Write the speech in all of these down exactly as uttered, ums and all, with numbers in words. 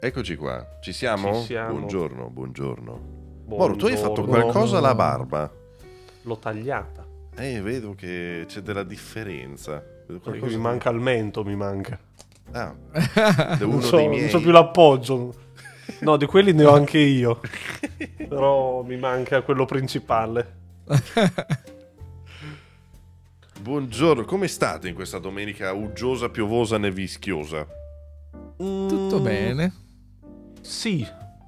Eccoci qua, ci siamo? Ci siamo. Buongiorno, buongiorno. Buongiorno. Moro, tu hai fatto qualcosa alla barba? L'ho tagliata. Eh, vedo che c'è della differenza. Vedo Perché qualcosa mi di- manca il mento, mi manca. Ah, è uno Non so, dei miei. non so più l'appoggio. No, di quelli ne ho anche io. Però mi manca quello principale. Buongiorno, come state in questa domenica uggiosa, piovosa, nevischiosa? Tutto Mm, bene. Sì.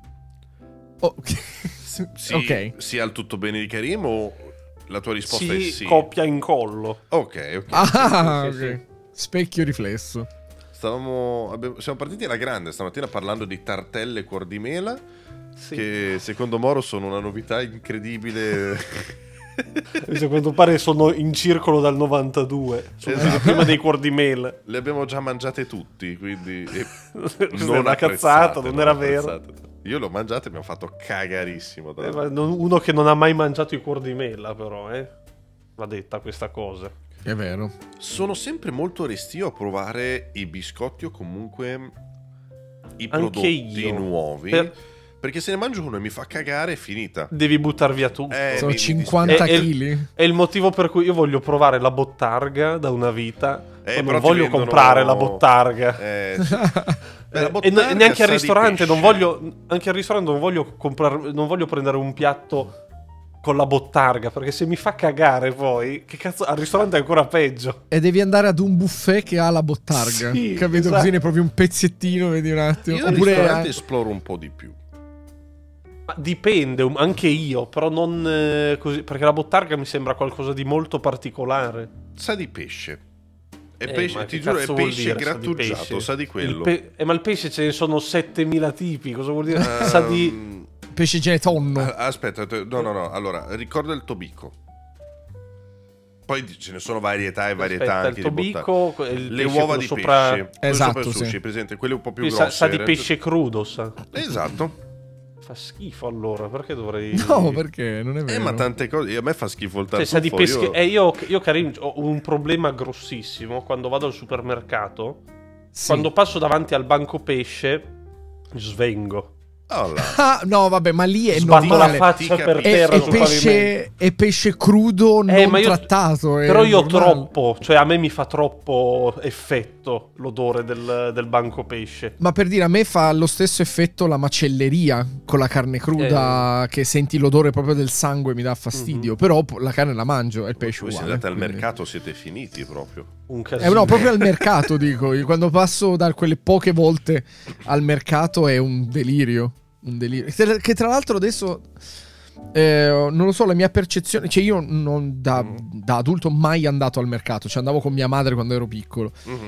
Oh, Sì, ok. sia il tutto bene di Karim o la tua risposta Sì, è sì? coppia in collo. Ok, ok. Ah, sì, sì, ok. Specchio riflesso. Stavamo, abbiamo- siamo partiti alla grande stamattina parlando di tartelle cuor di mela, Sì. che secondo Moro sono una novità incredibile. A quanto pare sono in circolo dal novantadue. Sono Esatto. prima dei cuor di mela. Le abbiamo già mangiate tutti, quindi eh, Questa è non una apprezzate, cazzata, non era vero. apprezzate. Io l'ho mangiato e mi ha fatto cagarissimo. tra Eh, l'altro. ma non- uno che non ha mai mangiato i cuor di mela, però, eh. Va detta questa cosa. È vero. Sono sempre molto restio a provare i biscotti o comunque i Anche prodotti io. nuovi, Per- perché se ne mangio uno e mi fa cagare è finita. Devi buttar via tutto. Eh, Sono mi- mi cinquanta dispiace. chili. È il motivo per cui io voglio provare la bottarga da una vita. Eh, ma però non ti voglio vendono- comprare la bottarga. Eh, sì. Beh, la Eh, e bottarga ne- neanche sa al di ristorante non pesce. voglio. Anche al ristorante non voglio comprare. Non voglio prendere un piatto con la bottarga. Perché se mi fa cagare poi. Che cazzo. Al ristorante è ancora peggio. E devi andare ad un buffet che ha la bottarga. Sì, Capito? esatto. Così ne provi un pezzettino, vedi un attimo. Io al Oppure ristorante eh, esploro un po' di più. Ma dipende, um- anche io. Però non eh, così. Perché la bottarga mi sembra qualcosa di molto particolare. Sa di pesce. È Eh, pesce, ma ti che giuro, è cazzo vuol pesce dire, sa di grattugiato, pesce? sa di Il quello. pe- eh, ma il pesce ce ne sono settemila tipi. Cosa vuol dire? Ehm, Sa di. pesce genetonno. a- Aspetta, te- no, no, no. Allora, ricorda il tobicco. Poi ce ne sono varietà e varietà Aspetta, anche il di bottarga. tobicco, il Le pesce uova quello di sopra- pesce. Quello Esatto, sopra il sushi, sì. presente, quello un po' più Sì, grosso. sa, sa di pesce crudo, sa. Esatto. Fa schifo allora, perché dovrei... No, perché non è Eh, vero. ma tante cose. A me fa schifo il Cioè, tartufo. sa di pesche... io- Eh, io, io Karim, ho un problema grossissimo quando vado al supermercato. Sì. Quando passo davanti al banco pesce, svengo. Oh là. Ah, no, vabbè, ma lì è Sbatto la normale. faccia Ti per capisco. È, terra è sul pavimento. pesce, è pesce crudo non Eh, ma io- trattato. è Però io ho normale. troppo, cioè a me mi fa troppo effetto l'odore del, del banco pesce. Ma per dire, a me fa lo stesso effetto la macelleria con la carne cruda, che senti l'odore proprio del sangue, mi dà fastidio. Mhm. Però po- la carne la mangio, e il pesce Voi siete uguale. andati al quindi- mercato, siete finiti proprio. Un Eh, casino. no, proprio al mercato, dico. Io quando passo da quelle poche volte al mercato è un delirio. Un delirio. Che che tra l'altro adesso... eh, non lo so, la mia percezione... Cioè io non da, da adulto mai andato al mercato. Cioè andavo con mia madre quando ero piccolo. Mhm.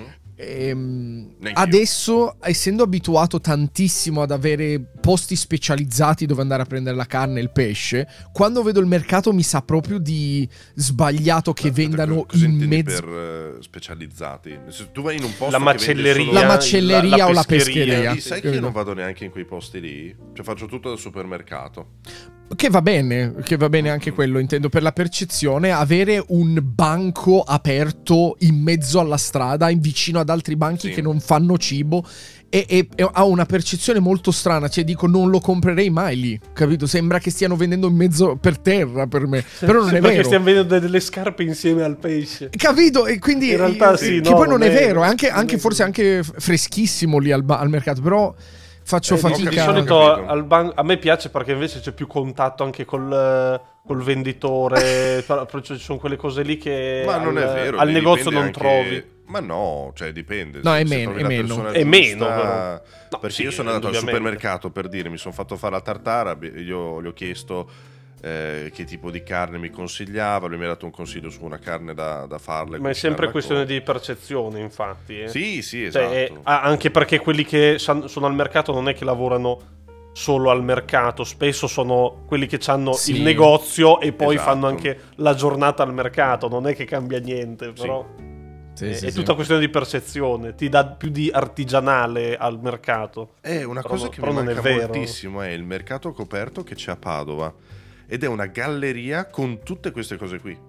Ehm, Neanch'io. adesso, essendo abituato tantissimo ad avere posti specializzati dove andare a prendere la carne e il pesce, quando vedo il mercato mi sa proprio di sbagliato che Aspetta, vendano co- cosa in intendi mezzo... per eh, specializzati? Se tu vai in un posto La che macelleria, vende La solo- macelleria o la pescheria. Sì, sai che io capito? non vado neanche in quei posti lì? Cioè faccio tutto dal supermercato. Che va bene, che va bene anche quello, intendo per la percezione, avere un banco aperto in mezzo alla strada, in vicino ad altri banchi Sì. che non fanno cibo, e, e- e ha una percezione molto strana, cioè dico non lo comprerei mai lì, capito? Sembra che stiano vendendo in mezzo per terra per me, però non è Sembra che vero. stiamo vendendo delle scarpe insieme al pesce. Capito? E quindi In realtà eh, sì, che no, poi non non è è- vero, è anche, non anche è forse anche freschissimo lì al, ba- al mercato, però faccio Eh, di- fatica. Di Ho solito capito. al ban- a me piace perché invece c'è più contatto anche col, col venditore. Però ci sono quelle cose lì che Ma non al, è vero. al lì negozio dipende non anche- trovi. Ma no, cioè dipende. No, Se- è se meno, trovi è la meno. persona È meno, giusta- però. No, perché sì, io sono andato al indubbiamente. supermercato per dire, mi sono fatto fare la tartara, beh, io gli ho chiesto eh, che tipo di carne mi consigliava, lui mi ha dato un consiglio su una carne da, da farle. Ma è sempre cucinarla questione con- di percezione, infatti. eh. Sì, sì, Cioè, esatto. eh, ah, anche perché quelli che san- sono al mercato non è che lavorano solo al mercato, spesso sono quelli che hanno Sì. il negozio e poi Esatto. fanno anche la giornata al mercato, non è che cambia niente, Sì. però Sì, è, sì, è sì. tutta questione di percezione, ti dà più di artigianale al mercato. Eh, una Però cosa no- che però mi non è manca vero. moltissimo è il mercato coperto che c'è a Padova, ed è una galleria con tutte queste cose qui.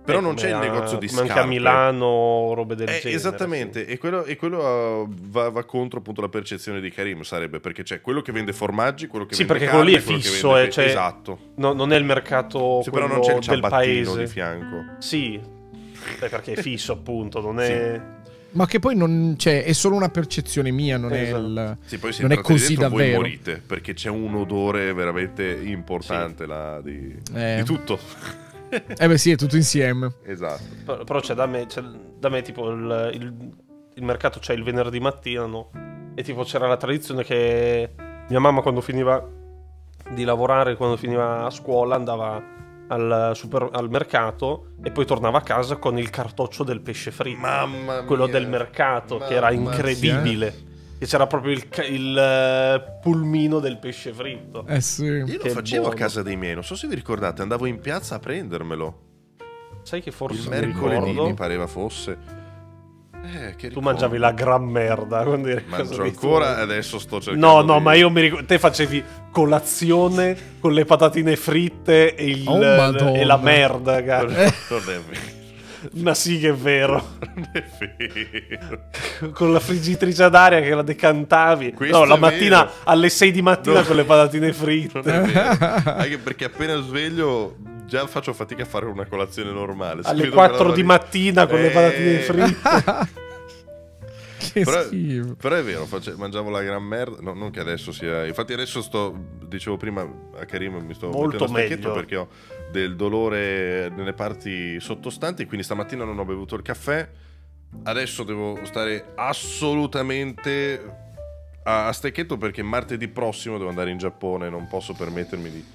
Però Eh, non c'è il come a- negozio di come anche scarpe. a Milano, robe del Eh, genere. esattamente, e quello, e quello uh, va, va contro appunto la percezione di Karim, sarebbe perché c'è quello che vende formaggi, quello che Sì, vende perché quello lì è carne, quello che fisso, vende eh, pe- cioè- esatto. No, non è il mercato Sì, però quello non c'è il del ciabattino paese. di fianco. Sì, eh, perché è fisso appunto, non è... Ma che poi non, cioè, è solo una percezione mia, non Esatto. è il, Sì, poi se non è entrate lì così dentro voi davvero. morite, perché c'è un odore veramente importante là di, Eh. di tutto. Eh beh sì, è tutto insieme. Esatto. Però però c'è da me, c'è da me tipo il, il- il mercato c'è il venerdì mattina, no? E tipo c'era la tradizione che mia mamma quando finiva di lavorare, quando finiva a scuola, andava al, super- al mercato e poi tornava a casa con il cartoccio del pesce fritto. Mamma mia. Quello del mercato, che era Mamma incredibile. E c'era proprio il, ca- il eh, pulmino del pesce fritto. Eh sì. Io lo Che facevo buono. a casa dei miei, non so se vi ricordate, andavo in piazza a prendermelo. Sai che forse Il mi mercoledì ricordo, mi pareva fosse. Eh, che tu mangiavi la gran merda quando eri a casa Mangio dei ancora tuoi. e adesso sto cercando No, no, di- ma io mi ricordo. Te facevi colazione con le patatine fritte e, il, Oh, Madonna. e la merda, Non cara. è vero. Ma sì che è vero. Non è vero. Con la friggitrice ad aria che la decantavi. Questo no, la è mattina vero. alle sei di mattina No. con le patatine Non fritte. è vero. Anche perché appena sveglio già faccio fatica a fare una colazione normale. Se Alle vedo quattro quella di roba lì- mattina con le Eh. patatine fritte. Che Però, schifo. però è vero, face- mangiavo la gran merda. No, non che adesso sia. Infatti, adesso sto. Dicevo prima a Karim, mi sto Molto mettendo a stacchetto meglio. perché ho del dolore nelle parti sottostanti. Quindi stamattina non ho bevuto il caffè. Adesso devo stare assolutamente a, a stacchetto perché martedì prossimo devo andare in Giappone. Non posso permettermi di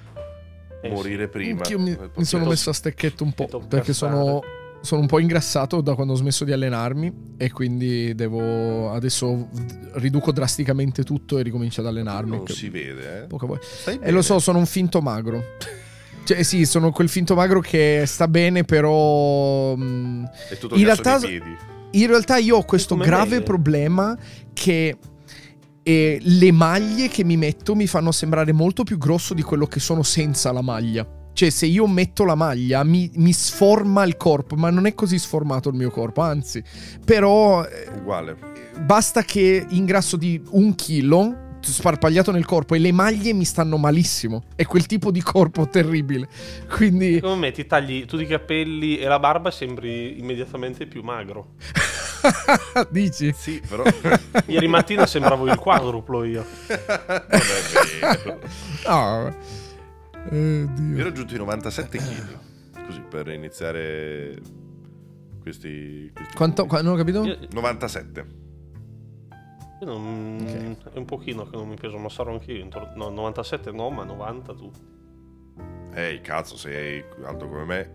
Eh morire sì. prima. Anch'io mi, mi sono to- messo a stecchetto un ti po' tocca perché stare. sono, sono un po' ingrassato da quando ho smesso di allenarmi e quindi devo adesso riduco drasticamente tutto e ricomincio ad allenarmi. Non che- si vede, eh. poca voglia. Stai E bene? lo so, sono un finto magro. Cioè sì, sono quel finto magro che sta bene, però mh, È tutto in il realtà- cazzo dei piedi. in realtà io ho questo Come grave me. problema che eh, le maglie che mi metto mi fanno sembrare molto più grosso di quello che sono senza la maglia. Cioè se io metto la maglia mi, mi sforma il corpo, ma non è così sformato il mio corpo, anzi. Però eh, Uguale. basta che ingrasso di un chilo sparpagliato nel corpo e le maglie mi stanno malissimo. È quel tipo di corpo terribile. Quindi Secondo me ti tagli tutti i capelli e la barba e sembri immediatamente più magro. dici? Sì, però. Ieri mattina sembravo il quadruplo io. Non è vero. No. Eh, Dio. Io ho raggiunto i novantasette chili. Così per iniziare questi. questi Quanto, qua- non ho capito? Io, novantasette. io non, Ok. è un pochino che non mi peso, ma sarò anch'io. Intorno, no, novantasette no, ma novanta tu. Ehi, cazzo, sei alto come me.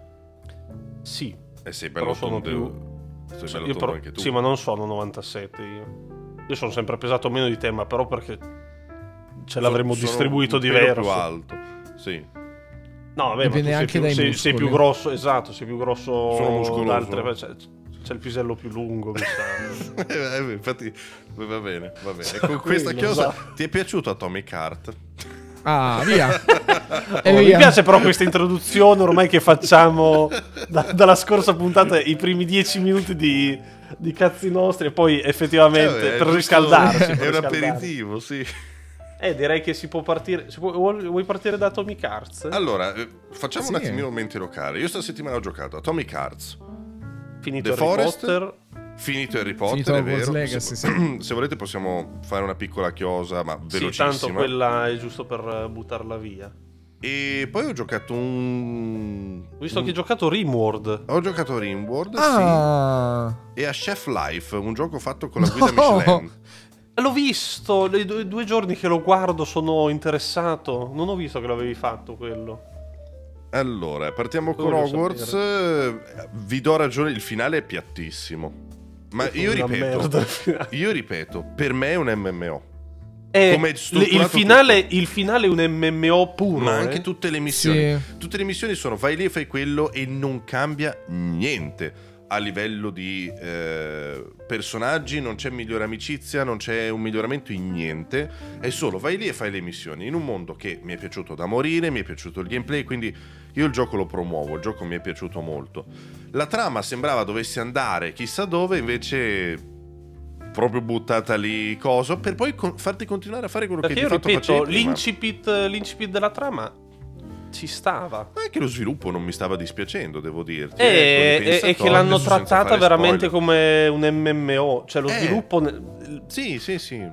Sì, E sei Però bello sono tondo. Sei bello io tondo però- anche tu. sì, ma non sono novantasette io. Io sono sempre pesato meno di te, ma però perché ce l'avremmo Sono distribuito un pelo diverso. più alto. Sì. No, vabbè, Dipende ma tu anche sei più, dai sei, sei muscoli. più grosso, esatto, sei più grosso Sono muscoloso. da altre, c'è, c'è il pisello più lungo, mi sa. Eh, Infatti, va bene, va bene. E con questa Quello, chiosa esatto. ti è piaciuto Atomic Heart? Ah, via. E Oh, mi via. piace però questa introduzione ormai che facciamo da- dalla scorsa puntata, i primi dieci minuti di, di cazzi nostri e poi effettivamente Eh, è per giusto- riscaldarsi. per È un riscaldarsi. aperitivo, sì. Eh, direi che si può partire. Si può, vuoi vuoi partire da Atomic Hearts? Allora, eh, facciamo Sì. un attimino mente locale. Io sta settimana ho giocato Atomic Hearts. Finito The Harry Forest? Potter. Finito Harry Potter, Finito è Hogwarts vero. Legacy, se, se volete possiamo fare una piccola chiosa, ma Sì, velocissima. tanto quella è giusto per eh, buttarla via. E poi ho giocato un... Ho visto un- che hai giocato Rimworld. Ho giocato a Rimworld, Ah. sì, e a Chef Life, un gioco fatto con la guida No. Michelin. L'ho visto, i due, due giorni che lo guardo sono interessato. Non ho visto che l'avevi fatto quello. Allora, partiamo con Voglio Hogwarts. Eh, Vi do ragione, il finale è piattissimo. Ma io Una ripeto, merda al finale. io ripeto, per me è un M M O. Eh, Come è il, strutturato finale, il finale è un M M O puro. Ma anche eh. tutte le missioni. Sì. Tutte le missioni sono vai lì e fai quello e non cambia niente. a livello di eh, personaggi, non c'è migliore amicizia, non c'è un miglioramento in niente, è solo vai lì e fai le missioni in un mondo che mi è piaciuto da morire, mi è piaciuto il gameplay, quindi io il gioco lo promuovo, il gioco mi è piaciuto molto. La trama sembrava dovesse andare chissà dove, invece proprio buttata lì coso, per poi con- farti continuare a fare quello Perché che io di fatto ripeto, facevi prima. l'incipit, l'incipit della trama ci stava. Ma anche lo sviluppo non mi stava dispiacendo, devo dirti. E, eh, con i e- e che pensatori, l'hanno adesso senza trattata fare veramente spoiler. come un M M O. Cioè lo Eh. sviluppo ne- Sì, sì, sì.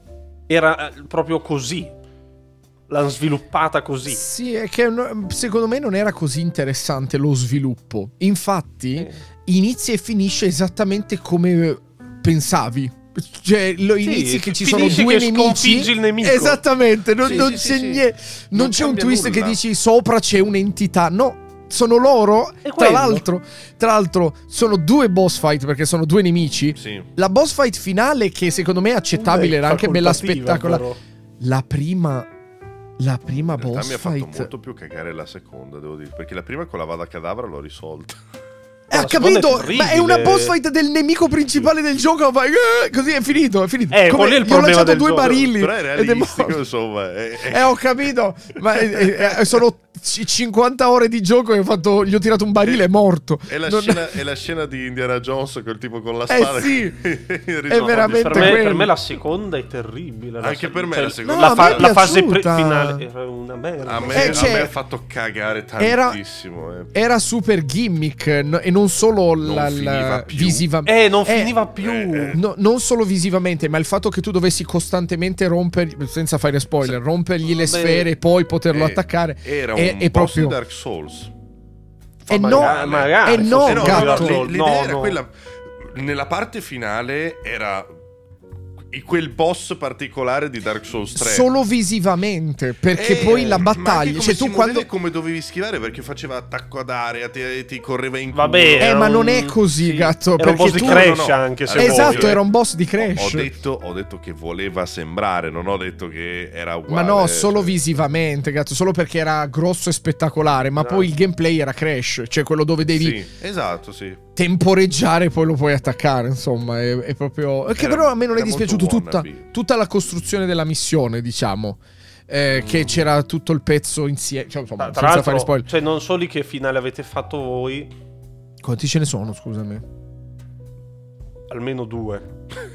era eh, proprio così. L'hanno sviluppata così. Sì, è che no- secondo me non era così interessante lo sviluppo. Infatti, Eh. inizia e finisce esattamente come pensavi. Cioè, lo Sì, inizi che ci sono finisci due che nemici. sconfiggi il nemico. Esattamente, non, Sì, non sì, c'è, sì, sì. nie- non Non c'è un cambia twist nulla. che dici sopra c'è un'entità. No, sono loro. È Tra quello. l'altro, tra l'altro, sono due boss fight perché sono due nemici. Sì. La boss fight finale, che secondo me è accettabile, era anche bella spettacolare. Però. La prima. La prima In realtà boss mi ha fatto fight. molto più cagare la seconda, devo dire, perché la prima con la vada cadavra l'ho risolta. Eh, ha la seconda è capito? Ma è una terribile. boss fight del nemico principale del gioco. Fai, eh, così è finito. È finito. Eh, Come, quello è il gli ho problema lanciato del due gioco. barili. Però è ed è realistico, morto. insomma. È, è- Eh, ho capito. Ma eh, eh, sono c- cinquanta ore di gioco e ho fatto, gli ho tirato un barile e è morto. È la, Non- scena, è la scena di Indiana Jones col tipo con la Eh, spada. sì. che risolve. È veramente Per me, quello. per me la seconda è terribile. la Anche se- per me cioè, la seconda- No, la, a me fa- è la fase pre- piaciuta. finale era una merda. A me, Eh, a cioè, me ha fatto cagare era- tantissimo. eh. Era super gimmick. no- e non solo Non la, finiva la più. visivamente. Eh, non finiva più. eh, No, non solo visivamente, ma il fatto che tu dovessi costantemente rompergli, senza fare spoiler, rompergli le Vabbè. sfere e poi poterlo Eh, attaccare. Era è, un è boss proprio. di Dark Souls. E Ma no, magari- magari e no, fosse Eh no, un gatto. no, Dark no, Souls. l'idea No, era no. quella. Nella parte finale era i- quel boss particolare di Dark Souls tre. Solo visivamente, perché Eh, poi la ma anche battaglia, come cioè si tu muoveva quando e come dovevi schivare, perché faceva attacco ad area, ti, ti correva in culo. Vabbè, Eh, era ma un- non è così, sì, gatto, Era un boss perché di tu- Crash No, no, no. anche se Eh, esatto, vuoi. era un boss di Ho, Crash. ho detto, ho detto che voleva sembrare, non ho detto che era Ma uguale. no, solo cioè. visivamente, gatto, solo perché era grosso e spettacolare, ma Esatto. poi il gameplay era Crash, cioè quello dove devi Sì, esatto, sì. temporeggiare e poi lo puoi attaccare, insomma, è, è proprio... Che Era- però a me non è era dispiaciuto molto tutta, wannabe. tutta la costruzione della missione, diciamo, eh, Mm. che c'era tutto il pezzo insieme, cioè, insomma, Tra, tra senza l'altro, fare spoiler. cioè, non so lì che finale avete fatto voi, Quanti ce ne sono, scusami? almeno due.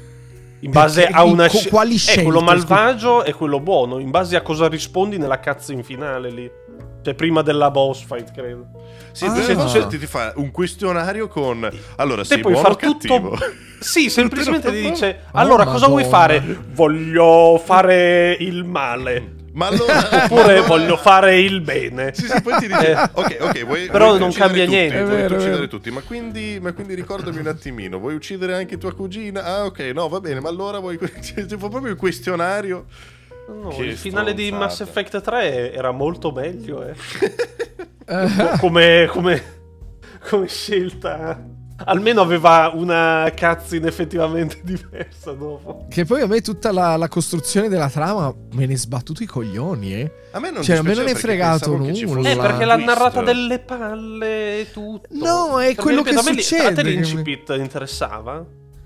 In base Perché- a una co- sce- quali eh, scelte, quello scusa? malvagio e quello buono. In base a cosa rispondi nella cazzo in finale lì. Cioè, prima della boss fight, credo. Sì, Ah. dove volte ti, ti fa un questionario con allora Te sei puoi buono o far cattivo. tutto. Sì, semplicemente ti Tutto- dice: Oh, allora, cosa vuoi Madonna. fare? Voglio fare il male. Ma allora Oppure allora- voglio fare il bene. Sì, sì, poi ti dice Eh. ok, ok, vuoi, Però vuoi non uccidere cambia tutti, niente. È vuoi vero, è uccidere vero. tutti, ma quindi, ma quindi ricordami un attimino, vuoi uccidere anche tua cugina? Ah, ok, no, va bene, ma allora vuoi cioè, ti fa proprio il questionario. No, Che il finale di stronzata. Mass Effect tre era molto meglio, eh. Eh, Co- come, come, come scelta. Almeno aveva una cutscene effettivamente diversa dopo. che poi a me tutta la, la costruzione della trama me ne è sbattuto i coglioni, eh. A me non Cioè, a me dispiaceva non è perché fregato pensavo che ci nulla. fosse Eh, la- un perché l'ha twist. narrata delle palle e tutto. No, è Perché, quello che ripeto, a me li- succede A te che mi- l'incipit interessava?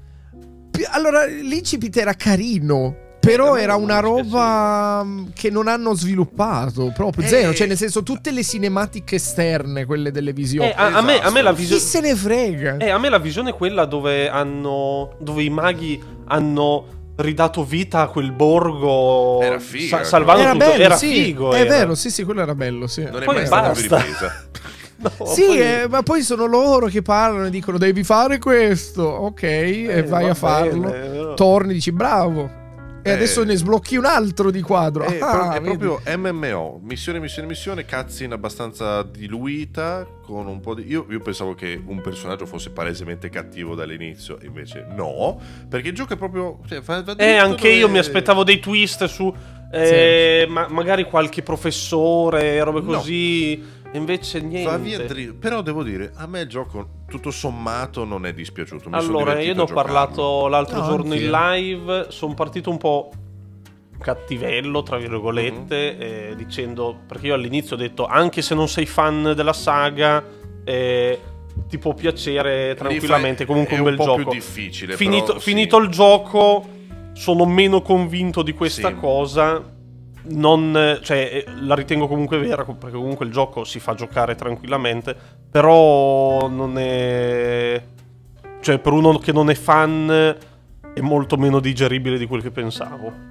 Pi- Allora, l'incipit era carino, però Eh, a me era non una mi roba mh, che non hanno sviluppato, proprio Eh. zero. Cioè, nel senso, tutte le cinematiche esterne, quelle delle visioni, Eh, a, a me, a me la chi visione. se ne frega? Eh, a me la visione è quella dove hanno. Dove i maghi hanno ridato vita a quel borgo. Era figa, sa- salvando era tutto. bello, era sì, figo. è era. vero, sì, sì, quello era bello, sì. Non è Poi mai stata più basta. ripresa. No, Sì, poi- eh, ma poi sono loro che parlano e dicono devi fare questo, ok, e Eh, vai va a farlo. bene, però- Torni, dici bravo. E Eh. adesso ne sblocchi un altro di quadro. È, Ah, è vedi? proprio M M O, missione, missione, missione, cutscene abbastanza diluita, con un po' di... Io, io pensavo che un personaggio fosse palesemente cattivo dall'inizio, invece no, perché il gioco è proprio... Cioè, va, va Eh, dritto anche dove- io mi aspettavo dei twist su. eh, ma- magari qualche professore, robe No. così. E invece niente. Va via dritto. Però devo dire, a me il gioco tutto sommato non è dispiaciuto. Mi sono Allora, io divertito ne ho a giocarlo. parlato l'altro No, giorno in anch'io. live. Sono partito un po' cattivello, tra virgolette, Mhm. eh, dicendo. Perché io all'inizio ho detto, anche se non sei fan della saga, eh, ti può piacere tranquillamente, Lì comunque è un bel un po' gioco. più difficile. Finito, però, finito sì. il gioco, sono meno convinto di questa Sì. cosa. Non, cioè, la ritengo comunque vera, perché comunque il gioco si fa giocare tranquillamente. Però non è. Cioè, per uno che non è fan, è molto meno digeribile di quel che pensavo.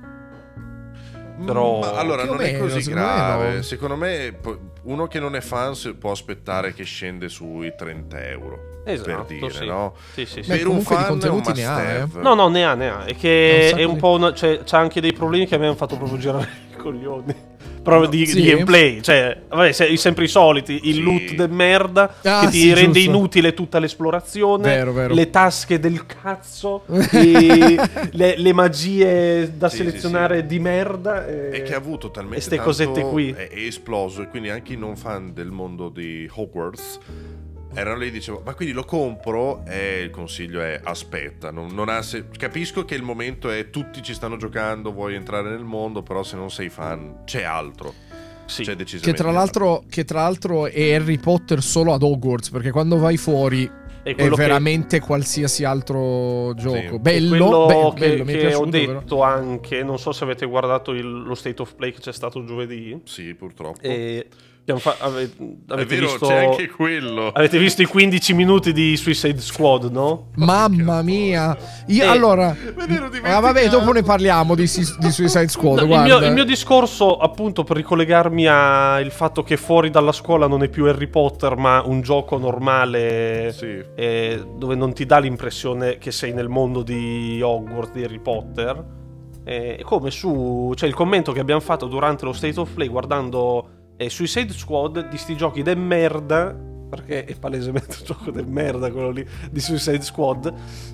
Però Ma allora più o non è meno, così secondo me grave. no. Secondo me po- uno che non è fan si può aspettare che scende sui trenta euro. Esatto, per dire, sì. no? Sì, sì, sì. Beh, Per un comunque di fan è un contenuti ne must ha, eh. have. No, no, ne ha, ne ha. È Un che sacco è un di- po' una, cioè, c'ha anche dei problemi che mi hanno fatto proprio girare i coglioni. Proprio di, sì. di gameplay. Cioè, vabbè, se- sempre i soliti. Il Sì. loot de merda Ah, che ti sì, rende giusto. inutile tutta l'esplorazione. Vero, vero. Le tasche del cazzo. i- le, le magie da Sì, selezionare sì, sì. di merda. E, E che ha avuto talmente e ste tanto, cosette qui. È, è esploso. E quindi anche i non fan del mondo di Hogwarts erano lì e dicevano: ma quindi lo compro? E il consiglio è: aspetta, non, non ha se- capisco che il momento è tutti ci stanno giocando, vuoi entrare nel mondo, però se non sei fan c'è altro. Sì. C'è Che decisamente tra, l'altro, che tra l'altro è Harry Potter solo ad Hogwarts, perché quando vai fuori È è quello che- veramente qualsiasi altro gioco. Sì. Bello, quello be- che, bello, mi è che piaciuto, ho però. detto anche, non so se avete guardato il- lo State of Play che c'è stato giovedì. Sì, purtroppo. E abbiamo fa- ave- è avete vero, visto c'è anche quello. avete visto i quindici minuti di Suicide Squad, no? Mamma mia. Io, Eh, allora, me ne ero ah, vabbè, dimenticato. dopo ne parliamo di, si- di Suicide Squad. No, il, guarda. mio, il mio discorso, appunto, per ricollegarmi al fatto che fuori dalla scuola non è più Harry Potter, ma un gioco normale, Sì. eh, dove non ti dà l'impressione che sei nel mondo di Hogwarts, di Harry Potter. Eh, È come su, cioè il commento che abbiamo fatto durante lo State of Play guardando eh, Suicide Squad di sti giochi de merda, perché è palesemente un gioco del merda quello lì di Suicide Squad.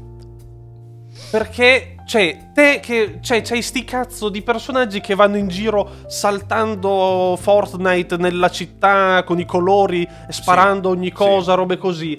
Perché, cioè, te che cioè, c'hai sti cazzo di personaggi che vanno in giro saltando Fortnite nella città con i colori, sparando ogni cosa, sì. robe così.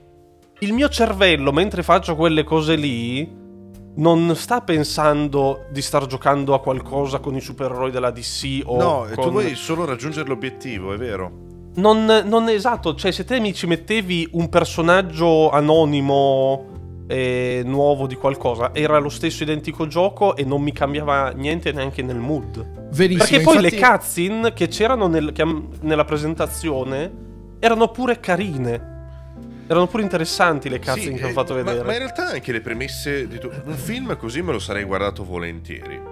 Il mio cervello, mentre faccio quelle cose lì, non sta pensando di star giocando a qualcosa con i supereroi della D C o No, con... tu vuoi solo raggiungere l'obiettivo, è vero. Non, non è esatto, cioè se te mi ci mettevi un personaggio anonimo eh, nuovo di qualcosa, era lo stesso identico gioco e non mi cambiava niente neanche nel mood. Verissimo. Perché poi infatti- le cutscene che c'erano nel- che am- nella presentazione erano pure carine. Erano pure interessanti le cutscene Sì, che hanno eh, fatto ma- vedere. Ma, in realtà anche le premesse di tu- un film così me lo sarei guardato volentieri.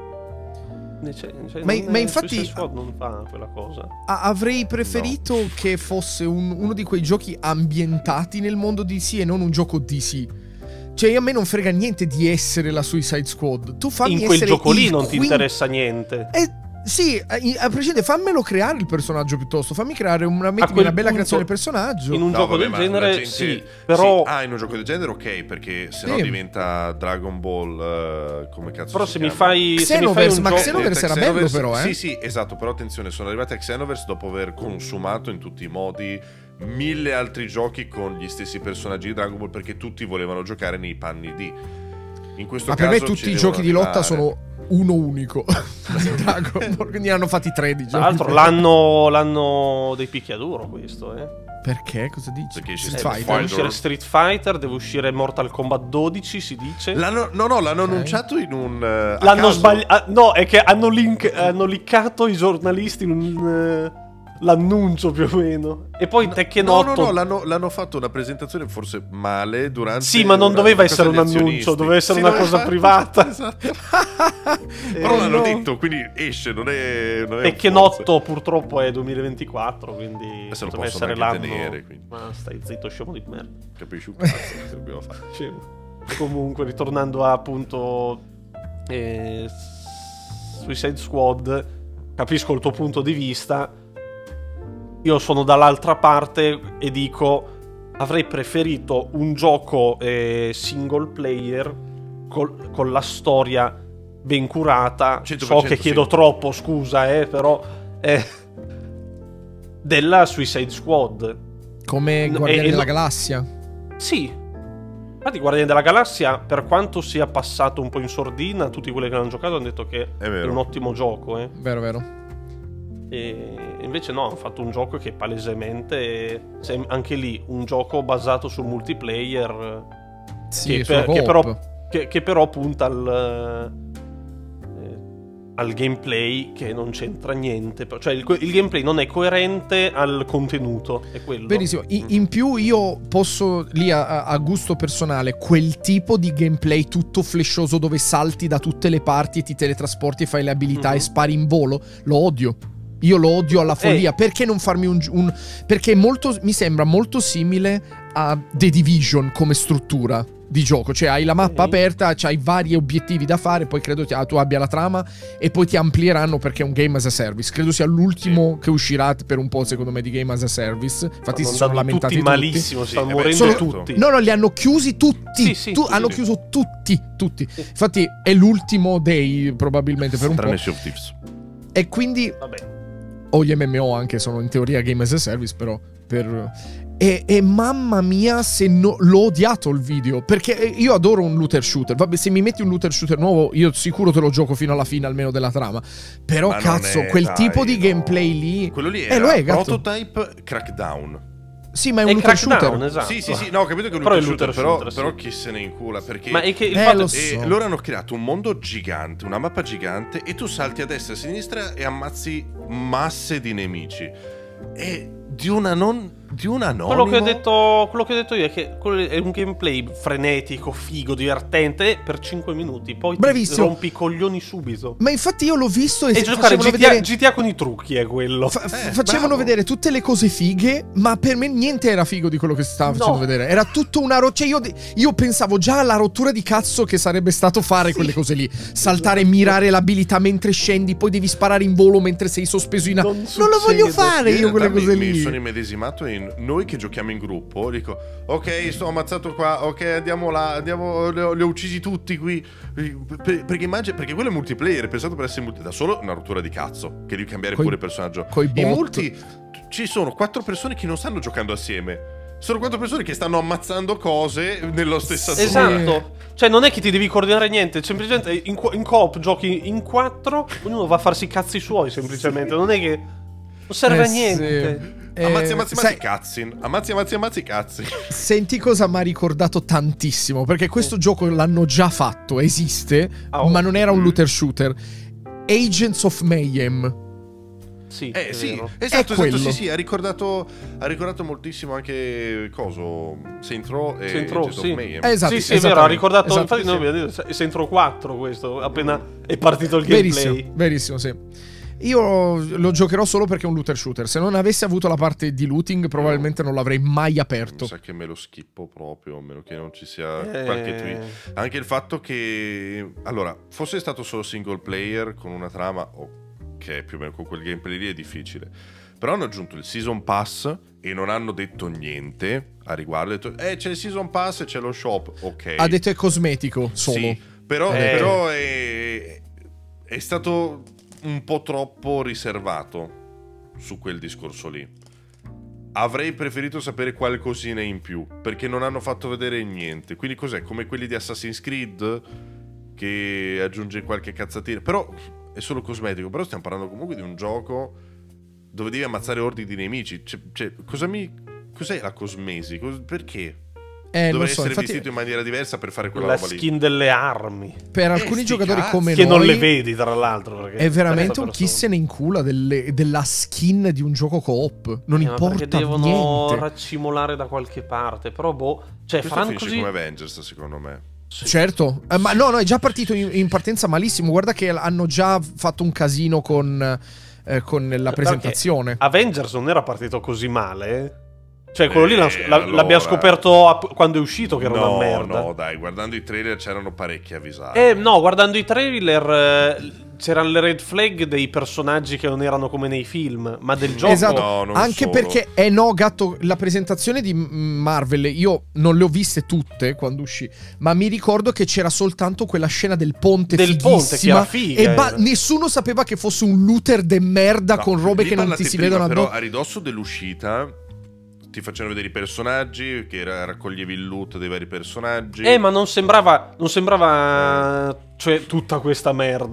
Cioè, cioè, Ma- non ma è- infatti- Suicide Squad non fa quella cosa. A- avrei preferito che fosse un- uno di quei giochi ambientati nel mondo D C e non un gioco D C. Cioè, a me non frega niente di essere la Suicide Squad. Tu fammi In quel essere gioco lì il non ti quin- interessa niente. Eh, sì, eh, a prescindere, fammelo creare il personaggio piuttosto. Fammi creare una, mettimi quel una bella punto, creazione del personaggio. in un No, gioco vabbè, del ma la genere gente- sì, però Sì, ah, in un gioco del genere ok, perché se no Sì. diventa Dragon Ball, eh, come cazzo però si se mi chiama? fai se mi fai Xenoverse, un ma gioco Xenoverse era bello Xenoverse- però, eh. Sì, sì, esatto, però attenzione, sono arrivati a Xenoverse dopo aver consumato in tutti i modi mille altri giochi con gli stessi personaggi di Dragon Ball, perché tutti volevano giocare nei panni di. In questo Ma per caso me ci tutti i devono giochi di lotta arrivare. sono uno unico di Dragon Ball, quindi ne hanno fatti tre di Tra giochi. l'altro l'anno, l'anno dei picchiaduro questo, eh. Perché? Cosa dici? Perché Street esiste Fighter. Deve Fighter. uscire Street Fighter, deve uscire Mortal Kombat dodici, si dice. L'hanno, no, no, l'hanno Ok. annunciato in un. eh, a L'hanno caso. sbagliato. No, è che hanno, link, hanno liccato i giornalisti in un, eh, l'annuncio più o meno. E poi Tekken No, otto. no, no, l'hanno, l'hanno fatto una presentazione forse male durante. Sì, ma non durante doveva una essere un cosa degli annuncio, azionisti. doveva essere Sì, una no, cosa infatti, privata. Esatto. Eh, Però l'hanno no. detto, quindi esce, non è. Non è un Tekken forse. otto purtroppo è duemilaventiquattro, quindi Adesso lo potrebbe possono essere anche l'anno. tenere, quindi. Ma stai zitto, scemo di merda. Capisci un cazzo che dobbiamo fare. Scemo. Comunque, ritornando a appunto eh, Suicide Squad, capisco il tuo punto di vista. Io sono dall'altra parte e dico avrei preferito un gioco eh, single player col- con la storia ben curata. cento So per cento che chiedo sì. troppo, scusa, eh, però eh, della Suicide Squad. Come No, Guardiani e- e della no- Galassia. Sì. Infatti Guardiani della Galassia, per quanto sia passato un po' in sordina, tutti quelli che l'hanno giocato hanno detto che È è vero. un ottimo gioco, eh. Vero, vero. E invece no, hanno fatto un gioco che palesemente, se- anche lì, un gioco basato sul multiplayer, Sì, che, sulla per- che coop. però, che, che però punta al, eh, al gameplay che non c'entra niente. Cioè il, il gameplay non è coerente al contenuto, è quello. Benissimo. I- in più io posso, lì a, a gusto personale, quel tipo di gameplay tutto flescioso dove salti da tutte le parti e ti teletrasporti e fai le abilità Mhm. e spari in volo, lo odio. Io lo odio alla follia. Eh. Perché non farmi un, gi- un perché è molto, mi sembra molto simile a The Division come struttura di gioco. Cioè hai la mappa Ok. aperta, c'hai vari obiettivi da fare, poi credo ti- tu abbia la trama e poi ti amplieranno perché è un game as a service. Credo sia l'ultimo che uscirà per un po', secondo me, di game as a service. Infatti si Stanno sono andando lamentati tutti tutti. malissimo, si Sì, stanno eh beh, morendo sono- tutti. No, no, li hanno chiusi tutti. Sì, sì, Tu- sì, hanno sì. chiuso tutti, tutti. Infatti è l'ultimo day probabilmente per un Tranne po'. Sea of Thieves. E quindi Vabbè. o gli M M O anche sono in teoria game as a service, però per e, e mamma mia se no, l'ho odiato il video, perché io adoro un looter shooter. Vabbè, se mi metti un looter shooter nuovo io sicuro te lo gioco fino alla fine almeno della trama. Però Ma non cazzo, è, quel dai, tipo di no. gameplay lì. Quello lì Eh, era lo è, gatto. Prototype Crackdown. Sì, ma è un È looter Crackdown, shooter. esatto. Sì, sì, sì, no, ho capito che è un Però looter è shooter, looter però, shooter, sì. però chi se ne incula, perché Ma è che il Eh, fatto lo e so. loro hanno creato un mondo gigante, una mappa gigante, e tu salti a destra e a sinistra e ammazzi masse di nemici. E di una non di un anonimo. Quello che, ho detto, quello che ho detto io è che quello è un gameplay frenetico, figo, divertente per cinque minuti. Poi ti Bravissimo. rompi i coglioni subito. Ma infatti io l'ho visto e, E se- giocare facevano G T A, vedere G T A con i trucchi è quello. Fa- Eh, facevano bravo. vedere tutte le cose fighe, ma per me niente era figo di quello che stava No. facendo vedere. Era tutto una ro- cioè io, io pensavo già alla rottura di cazzo che sarebbe stato fare Sì. quelle cose lì. Saltare, mirare l'abilità mentre scendi, poi devi sparare in volo mentre sei sospeso in a- Non Non, lo voglio succede. fare In io quelle realtà cose mi, lì. mi sono immedesimato in noi che giochiamo in gruppo. Dico, ok, sto ammazzato qua, ok, andiamo là, andiamo, li ho, li ho uccisi tutti qui. Per- perché immagina, perché quello è multiplayer, è pensato per essere multiplayer. Da solo una rottura di cazzo, che devi cambiare Coi- pure il personaggio. coi bot. In multi ci sono quattro persone che non stanno giocando assieme. Sono quattro persone che stanno ammazzando cose nella stessa Sì. zona. Esatto. Cioè non è che ti devi coordinare niente, semplicemente in, co- in coop giochi in quattro, ognuno va a farsi i cazzi suoi semplicemente, non è che non serve Eh, a sì. niente. Eh, Ammazzi, ammazzi, sai- ammazzi, cutscene. Ammazzi, ammazzi, ammazzi, cazzi. Senti cosa mi ha ricordato tantissimo, perché questo gioco l'hanno già fatto, esiste, Ah, oh. ma non era un Mm. looter shooter. Agents of Mayhem. Sì, Eh è sì, vero. esatto, È esatto, quello. sì, sì, ha ricordato, ha ricordato moltissimo anche coso, Saints Row e Saints Row, Agents of sì. Mayhem. Esatto, sì, sì, è vero, ha esattamente. ricordato, Esatto, infatti sì. noi abbiamo detto se entro quattro questo, appena è partito il gameplay. Verissimo, verissimo, sì. Io lo giocherò solo perché è un looter shooter. Se non avessi avuto la parte di looting, probabilmente non l'avrei mai Mi aperto. sa che me lo schippo proprio, a meno che non ci sia Eh. qualche tweet. Anche il fatto che, allora, fosse stato solo single player con una trama, ok, più o meno con quel gameplay lì è difficile. Però hanno aggiunto il Season Pass e non hanno detto niente a riguardo. Hanno detto, eh, c'è il Season Pass e c'è lo shop, ok. Ha detto è cosmetico solo. Sì, però, Eh. però è, è stato un po' troppo riservato su quel discorso lì. Avrei preferito sapere qualcosina in più, perché non hanno fatto vedere niente. Quindi cos'è? Come quelli di Assassin's Creed, che aggiunge qualche cazzatina. Però è solo cosmetico. Però stiamo parlando comunque di un gioco dove devi ammazzare ordini di nemici. Cioè, cioè, cosa mi... cos'è la cosmesi? Cos- perché? Eh, Dovrei non so, essere infatti, vestito in maniera diversa per fare quella La roba lì. skin delle armi, per Eh, alcuni sti giocatori cazzi, come che noi non le vedi tra l'altro. Perché è veramente terza un chi persona. se ne incula delle- della skin di un gioco co-op. Non Eh, ma importa perché devono niente. raccimolare da qualche parte. Però boh, cioè Questo faranno finisce così. come Avengers, secondo me. Certo, eh, ma no, no, è già partito in, in partenza malissimo. Guarda che hanno già fatto un casino con, eh, con la presentazione. Avengers non era partito così male. eh? Cioè, quello lì l'ha- Eh, l'ha- allora- l'abbiamo scoperto a- quando è uscito che era no, una merda. no, dai, guardando i trailer c'erano parecchi avvisati. Eh, no, guardando i trailer eh, c'erano le red flag dei personaggi che non erano come nei film, ma del gioco. Esatto, No, non anche solo. perché, eh no, gatto, la presentazione di mm, Marvel, io non le ho viste tutte quando uscì, ma mi ricordo che c'era soltanto quella scena del ponte Del ponte, che fighissima, era figa, e ba- era. nessuno sapeva che fosse un looter de merda No, con robe lì che non parlate ti si prima, vedono però addosso. a ridosso dell'uscita ti facevano vedere i personaggi, che ra- raccoglievi il loot dei vari personaggi. Eh, ma non sembrava. Non sembrava. Cioè, tutta questa merda.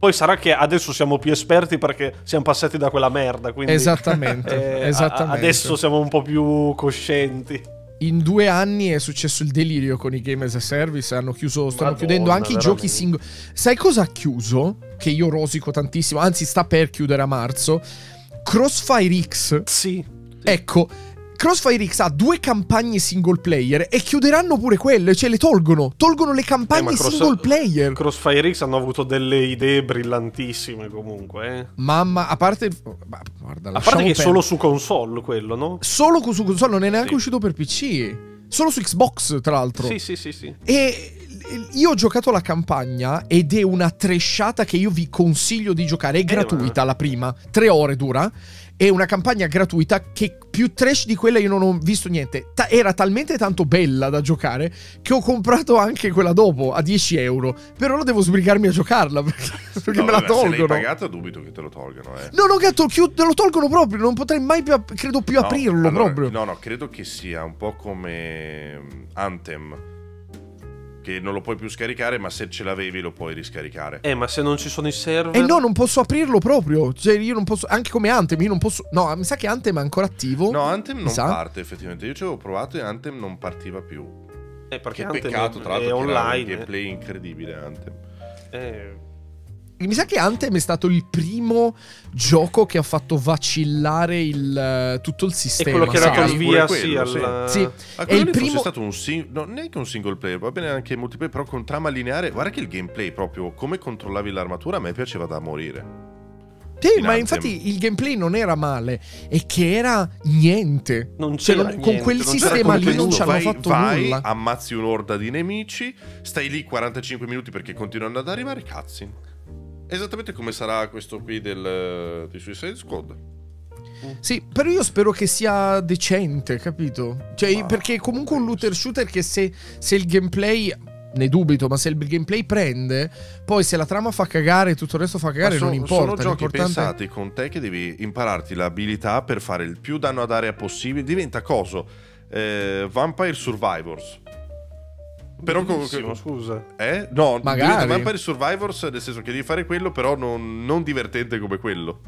Poi sarà che adesso siamo più esperti perché siamo passati da quella merda, quindi Esattamente, eh, esattamente. a- adesso siamo un po' più coscienti. In due anni è successo il delirio con i game as a service. Hanno chiuso, stanno Madonna, chiudendo anche veramente. i giochi singoli. Sai cosa ha chiuso? Che io rosico tantissimo, anzi sta per chiudere a marzo. Crossfire X. Sì. Ecco, Crossfire X ha due campagne single player e chiuderanno pure quelle, cioè le tolgono. Tolgono le Eh, campagne ma Cross- single player. Crossfire X hanno avuto delle idee brillantissime comunque, eh. Mamma, a parte... ma guarda, A lasciamo parte che è perdere. solo su console quello, no? Solo su console, non è neanche Sì. uscito per P C. Solo su Xbox, tra l'altro. Sì, sì, sì, sì. E io ho giocato la campagna ed è una trashata che io vi consiglio di giocare. È gratuita la prima, tre ore dura. È una campagna gratuita che più trash di quella io non ho visto niente. Ta- era talmente tanto bella da giocare che ho comprato anche quella dopo a dieci euro. Però lo devo sbrigarmi a giocarla perché, perché No, me la vabbè, se l'hai tolgono. pagata dubito che te lo tolgano, eh. No, no, gatto, chiud- lo tolgono proprio. Non potrei mai più, ap- credo più No, aprirlo allora, proprio. No, no, credo che sia un po' come mm, Anthem, che non lo puoi più scaricare, ma se ce l'avevi lo puoi riscaricare. Eh, ma se non ci sono i server... E no, non posso aprirlo proprio. Cioè, io non posso. Anche come Anthem, io non posso. No, mi sa che Anthem è ancora attivo. No, Anthem Mi non sa. parte effettivamente. Io ci avevo provato e Anthem non partiva più. Eh, perché Che Anthem peccato, tra l'altro, è che era un online. gameplay incredibile Anthem. Eh. Mi sa che Anthem è stato il primo gioco che ha fatto vacillare il, eh, tutto il È sistema. quello che era sai? dato via, Pure sì, quello, al... Sì. Ma È quello il lì primo. fosse stato un sing- no, neanche un single player, va bene anche il multiplayer, però con trama lineare. Guarda che il gameplay proprio, come controllavi l'armatura, a me piaceva da morire. Sì, in ma Anthem. infatti il gameplay non era male. E che era niente. Non Cioè, c'era non- con niente, quel non c'era sistema lì non contenuto. ci hanno vai, fatto vai, nulla. ammazzi un'orda di nemici, stai lì quarantacinque minuti perché continuano ad arrivare cutscene. Esattamente come sarà questo qui del, di Suicide Squad. Sì, però io spero che sia decente, capito? Cioè, Ma- perché comunque un looter shooter che se, se il gameplay, ne dubito, ma se il gameplay prende, poi se la trama fa cagare e tutto il resto fa cagare, Ma so- non importa. Sono giochi l'importante- pensati con te che devi impararti l'abilità per fare il più danno ad area possibile. Diventa coso? Eh, Vampire Survivors. Però con- Bellissimo, scusa. Eh? No, Magari. diventa Vampire Survivors, nel senso che devi fare quello, però non, non divertente come quello.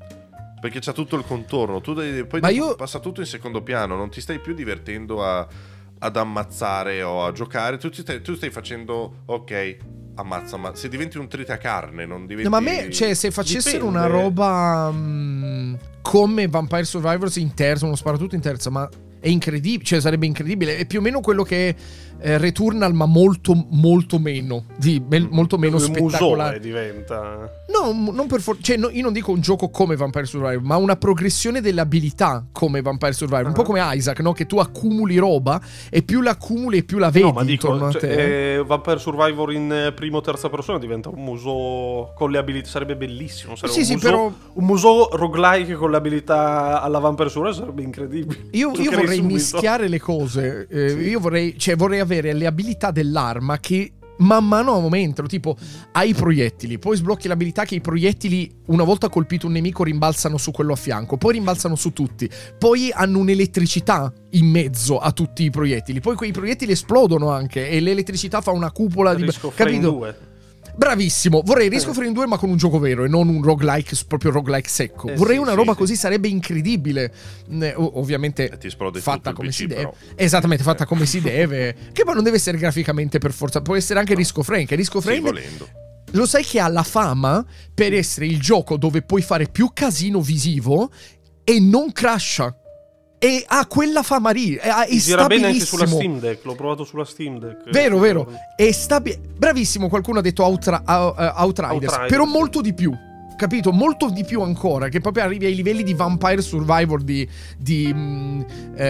Perché c'ha tutto il contorno. Tu devi, poi Ma dopo io- passa tutto in secondo piano. Non ti stai più divertendo a, ad ammazzare o a giocare. Tu, ti stai, tu stai facendo, ok, ammazza, ma se diventi un tritacarne, non diventi. No, ma a me, cioè, se facessero Dipende. una roba mm, come Vampire Survivors in terza, uno sparatutto in terza, ma è incredibile, cioè sarebbe incredibile. È più o meno quello che è eh, Returnal, ma molto, molto meno, di, me- molto meno Il musone spettacolare. diventa... No, m- non per forza. Cioè, no, io non dico un gioco come Vampire Survivor, ma una progressione delle abilità come Vampire Survivor. Un Ah. po' come Isaac, no? Che tu accumuli roba e più la accumuli e più la vedi No, ma intorno dico, a cioè, te. eh, Vampire Survivor in eh, prima o terza persona diventa un muso con le abilità, sarebbe bellissimo. Sarebbe Sì, un sì, muso, però- un muso roguelike con le abilità alla Vampire Survivor sarebbe incredibile. Io, io Giocherei vorrei subito. mischiare le cose. Eh, Io vorrei, cioè, vorrei avere le abilità dell'arma che man mano aumentano. Tipo, hai i proiettili, poi sblocchi l'abilità che i proiettili, una volta colpito un nemico, rimbalzano su quello a fianco, poi rimbalzano su tutti, poi hanno un'elettricità in mezzo a tutti i proiettili, poi quei proiettili esplodono anche e l'elettricità fa una cupola di... Risk of Rain capito? due. Bravissimo, vorrei Risk of Rain due ma con un gioco vero e non un roguelike, proprio roguelike secco. Eh, Vorrei sì, una sì, roba sì. così, sarebbe incredibile. Eh, ov- ovviamente Eh, ti esplode fatta tutto il come P C, si deve. però. Esattamente, fatta come si deve. Che poi non deve essere graficamente per forza, può essere anche Risk of Rain, che Risk of Sì, Rain volendo. lo sai che ha la fama per essere il gioco dove puoi fare più casino visivo e non crasha. E ha quella fama lì, è, è Gira bene anche sulla stabilissimo. Steam Deck, l'ho provato sulla Steam Deck. Vero, vero. È stabi- Bravissimo, qualcuno ha detto Outra- uh, uh, Outriders, Outriders, però sì. molto di più. Capito? Molto di più ancora, che proprio arrivi ai livelli di Vampire Survivor, di, di mm,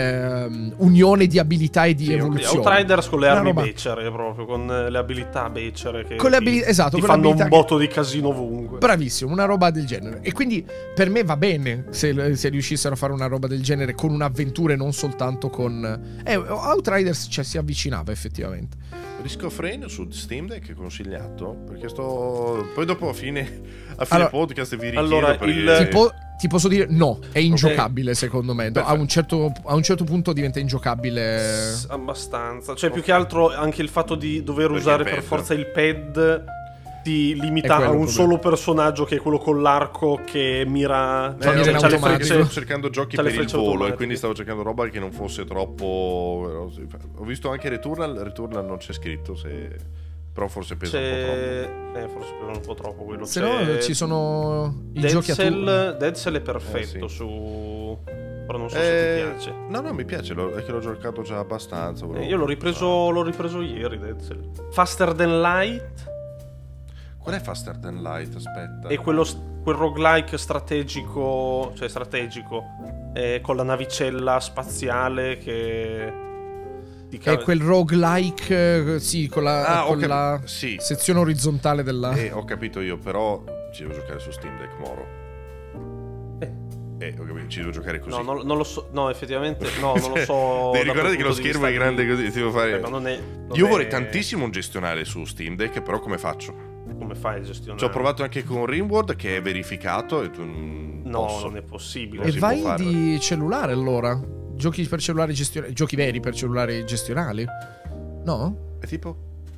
ehm, unione di abilità e di Sì, ok. evoluzione. Outriders con le Una armi roba- becere proprio, con eh, le abilità becere che Con le ti- abili- esatto, ti con le fanno un abilità che- botto di casino ovunque. Bravissimo, una roba del genere. E quindi per me va bene se, se riuscissero a fare una roba del genere con un'avventura e non soltanto con... Eh, Outriders cioè, si avvicinava effettivamente. Risk of Rain su Steam Deck è consigliato? Perché sto. Poi dopo a fine, a fine Allora- podcast vi richiedo allora, perché... il- Ti, po- ti posso dire no, è ingiocabile secondo me. No, a, Perfetto. un certo, a un certo punto diventa ingiocabile. S- abbastanza. Cioè, più che altro anche il fatto di dover Perché usare il per pad. forza il pad ti limita È quello a un il solo personaggio, che è quello con l'arco che mira, Eh, Cioè, no, mira in c'ha le automatico. frecce, stavo cercando giochi c'ha le per il frecce volo e automatiche. quindi stavo cercando roba che non fosse troppo. Ho visto anche Returnal, Returnal non c'è scritto, se... però forse pesa un po' troppo. c'è... Eh, forse pesa un po' troppo quello. Se C'è- no ci sono i Dead giochi a turno. Cell, Dead Cell è perfetto Eh, sì. su... però non so Eh, se ti piace. No, no, mi piace, l'ho- è che l'ho giocato già abbastanza. Eh, volevo- io l'ho ripreso, l'ho ripreso ieri, Dead Cell. Faster Than Light Qual è Faster Than Light? Aspetta. è quello, quel roguelike strategico, cioè strategico, eh, con la navicella spaziale che... ti È quel roguelike, eh, sì, con la, Ah, ho con capi- la sì. sezione orizzontale della... Eh, ho capito io, però ci devo giocare su Steam Deck, Moro. Eh. Eh, ho capito, ci devo giocare così. No, non, non lo so, no, effettivamente, no, non lo so. Devi da ricordare quel che lo punto di schermo è vista grande di- così, ti devo fare... Eh, ma non è- non Io è- vorrei tantissimo un gestionale su Steam Deck, però come faccio? Come fai a gestionare? Ci ho provato anche con Rimworld, che è verificato e tu non No, posso. non è possibile. non E si vai può fare. di cellulare allora? Giochi per cellulari gestionali, giochi veri per cellulari gestionali? No? È tipo?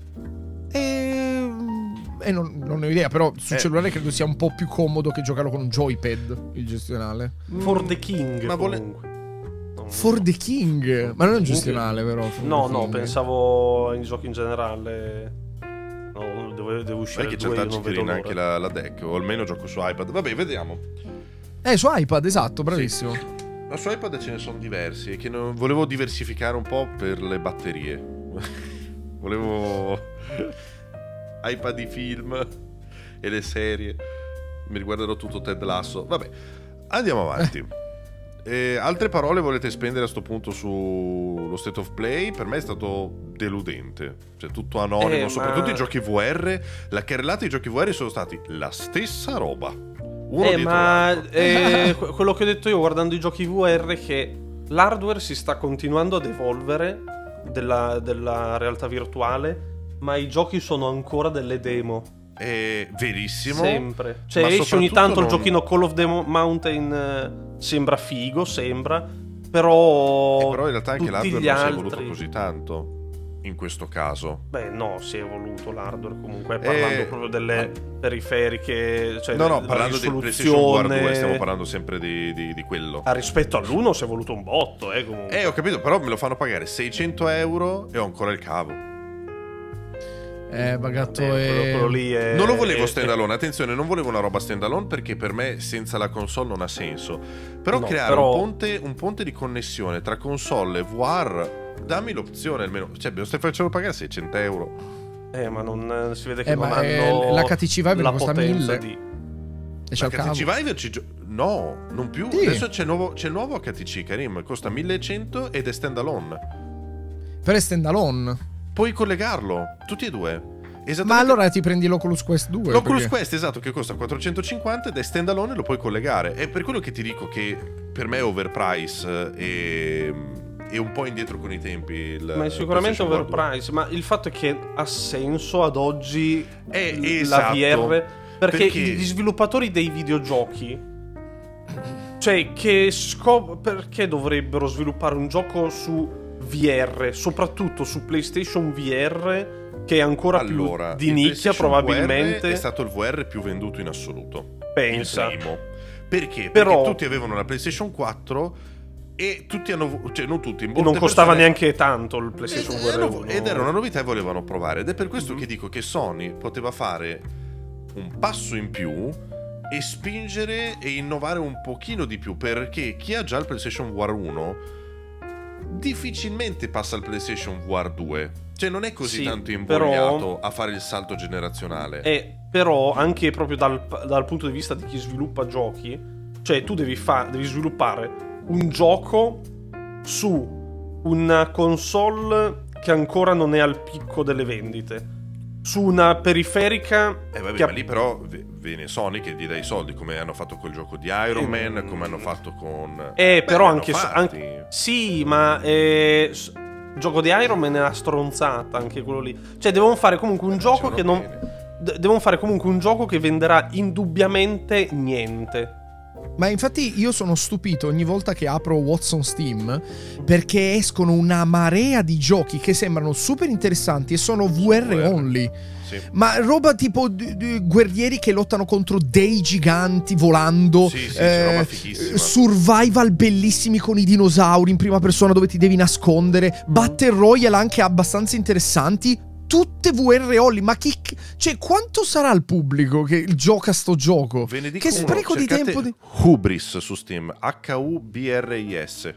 E, e non, non ho idea, però sul Eh. cellulare credo sia un po' più comodo che giocarlo con un joypad, il gestionale. For the King, Ma vole- comunque. Non- For the King, ma non è un gestionale, vero? For No, the no, King. pensavo in giochi in generale. No, devo, devo uscire Sai che il c'è due, io touch non vedo screen l'ora. anche la, la deck, o almeno gioco su iPad. Vabbè, vediamo. Eh, su iPad, esatto, bravissimo. Ma su iPad ce ne sono diversi, e che non- volevo diversificare un po' per le batterie. Volevo iPad i film e le serie. Mi riguarderò tutto Ted Lasso. Vabbè, andiamo avanti. Eh, altre parole volete spendere a sto punto sullo State of Play? Per me è stato deludente. Cioè, tutto anonimo, Eh, soprattutto ma- i giochi V R. La carrellata dei giochi V R sono stati la stessa roba. Uno Eh, dietro ma l'altro. eh, que- quello che ho detto io guardando i giochi V R è che l'hardware si sta continuando ad evolvere della, della realtà virtuale, ma i giochi sono ancora delle demo. È verissimo. Sempre. Cioè ma esce ogni soprattutto tanto il non- giochino Call of the Mo- Mountain, eh, sembra figo, sembra, però... Eh, però in realtà anche tutti l'hardware gli non si è altri- evoluto così tanto. In questo caso. Beh, no, si è evoluto l'hardware comunque, parlando Eh, proprio delle periferiche, cioè No, no, della parlando del risoluzione. PlayStation V R due, stiamo parlando sempre di, di- di quello. Ah, rispetto all'uno si è evoluto un botto, eh, comunque. Eh, ho capito, però me lo fanno pagare seicento euro e ho ancora il cavo. Eh, Bagatto Eh, quello, è... quello lì è... Non lo volevo è- standalone, attenzione, non volevo una roba standalone perché per me senza la console non ha senso. Però No, creare però- un, ponte, un ponte di connessione tra console e V R, dammi l'opzione almeno. Cioè, me lo stai facendo pagare seicento euro. Eh, ma non eh, si vede che Eh, non ma è- hanno l'H T C Vive la costa potenza mille. di... E c'è il H T cavo. C Vive ci gio- No, non più. Sì. Adesso c'è il, nuovo, c'è il nuovo H T C, Karim. Costa millecento ed è standalone. Per è standalone. Puoi collegarlo, tutti e due. Ma Esattamente. allora ti prendi l'Oculus Quest due. L'Oculus perché- Quest, esatto, che costa quattrocentocinquanta ed è standalone e lo puoi collegare. È per quello che ti dico che per me è overprice e, e un po' indietro con i tempi. Il, Ma è sicuramente PlayStation V R due. overprice, ma il fatto è che ha senso ad oggi Eh, la esatto. V R, perché, Perché- gli sviluppatori dei videogiochi, cioè che scop- perché dovrebbero sviluppare un gioco su V R, soprattutto su PlayStation V R, che è ancora Allora, più di il nicchia PlayStation probabilmente. V R è stato il V R più venduto in assoluto. Pensa. Il primo. Perché? Però- Perché tutti avevano la PlayStation quattro e tutti hanno... Cioè, non tutti, E molte non costava persone- neanche tanto il PlayStation Ed V R era- uno. ed era una novità e volevano provare. Ed è per questo Mhm. che dico che Sony poteva fare un passo in più e spingere e innovare un pochino di più, perché chi ha già il PlayStation V R uno difficilmente passa al PlayStation V R due. Cioè non è così Sì, tanto invogliato però- a fare il salto generazionale. E però anche proprio dal, dal punto di vista di chi sviluppa giochi, cioè tu devi, fa- devi sviluppare un gioco su una console che ancora non è al picco delle vendite, su una periferica Eh vabbè, che ma lì però v- viene Sony che gli dà i soldi, come hanno fatto col gioco di Iron Man, Ehm, come hanno fatto con... Eh, Beh, però li hanno anche, fatti. anche- sì, ma eh, s- il gioco di Iron Man è una stronzata anche quello lì. Cioè devono fare comunque un Beh, gioco facevano che non bene. de- devono fare comunque un gioco che venderà indubbiamente niente. Ma infatti io sono stupito ogni volta che apro What's on Steam, perché escono una marea di giochi che sembrano super interessanti e sono V R, V R. only. Sì. Ma roba tipo d- d- guerrieri che lottano contro dei giganti volando, sì, sì, eh, survival bellissimi con i dinosauri in prima persona dove ti devi nascondere, Battle Royale anche abbastanza interessanti, tutte V R only. Ma chi, cioè, quanto sarà il pubblico che gioca sto gioco? Ve ne dico che uno, spreco di tempo di... Hubris su Steam, H U B R I S.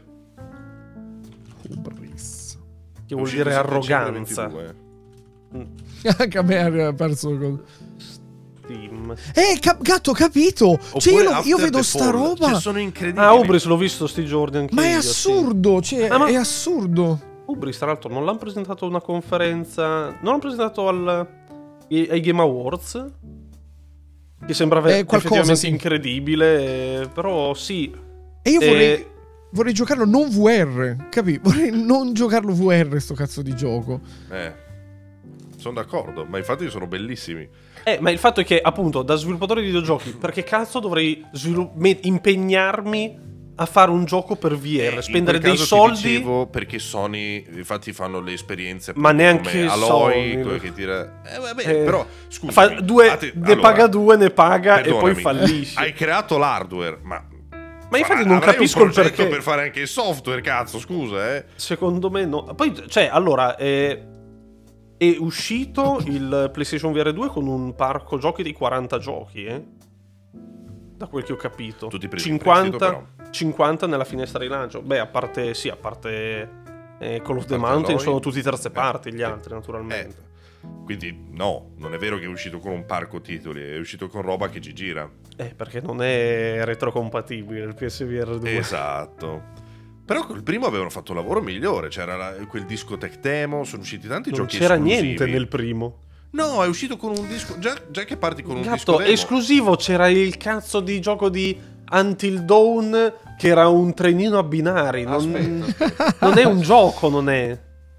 Hubris, che vuol dire arroganza. Anche a me ha perso il Steam. Eh, cap- gatto, capito. Cioè, io, lo, io vedo sta roba. Cioè, sono incredibili. Ah, Ubris l'ho visto sti giorni anche Ma è io, assurdo, sì. cioè, ah, ma... è assurdo. Ubris, tra l'altro, non l'hanno presentato a una conferenza. Non l'hanno presentato al, ai Game Awards. Che sembrava eh, effettivamente sì. incredibile. Eh, però sì. E io vorrei. Eh, vorrei giocarlo non V R. Capì? Vorrei non giocarlo V R, sto cazzo di gioco. Eh. Sono d'accordo, ma infatti sono bellissimi. Eh, ma il fatto è che, appunto, da sviluppatore di videogiochi, perché cazzo dovrei svilupp- me- impegnarmi a fare un gioco per V R, eh, spendere dei soldi? Ti dicevo perché Sony, infatti, fanno le esperienze. Ma neanche Aloy, Sony. Che tira... Eh, vabbè, eh, però, scusa. Fa due, te... ne allora, paga due, ne paga e poi fallisce. Hai creato l'hardware, ma... Ma infatti non capisco un il perché. Per fare anche il software, cazzo, scusa, eh. Secondo me no. Poi, cioè, allora... Eh... È uscito il PlayStation V R due con un parco giochi di quaranta giochi, eh? Da quel che ho capito. Tutti presi cinquanta, in prestito, cinquanta nella finestra di lancio. Beh, a parte, sì, a parte eh, Call of the Mountain, sono tutti terze parti, gli altri, naturalmente. Eh, quindi, no, non è vero che è uscito con un parco titoli, è uscito con roba che ci gira. Eh, perché non è retrocompatibile il P S V R due. Esatto. Però col primo avevano fatto un lavoro migliore. C'era la, quel discotech demo. Sono usciti tanti non giochi c'era esclusivi. Niente nel primo. No, è uscito con un disco. Già, già che parti con un Gatto, disco demo. esclusivo c'era il cazzo di gioco di Until Dawn, che era un trenino a binari. Non, non è un gioco, non è.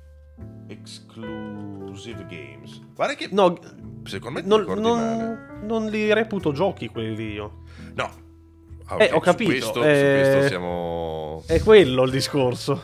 Exclusive games. Guarda che. No, secondo me non, ti non, male. non li reputo giochi quelli lì io. No. Ah, okay. Eh, ho capito. Su questo, eh, su questo siamo... È quello il discorso.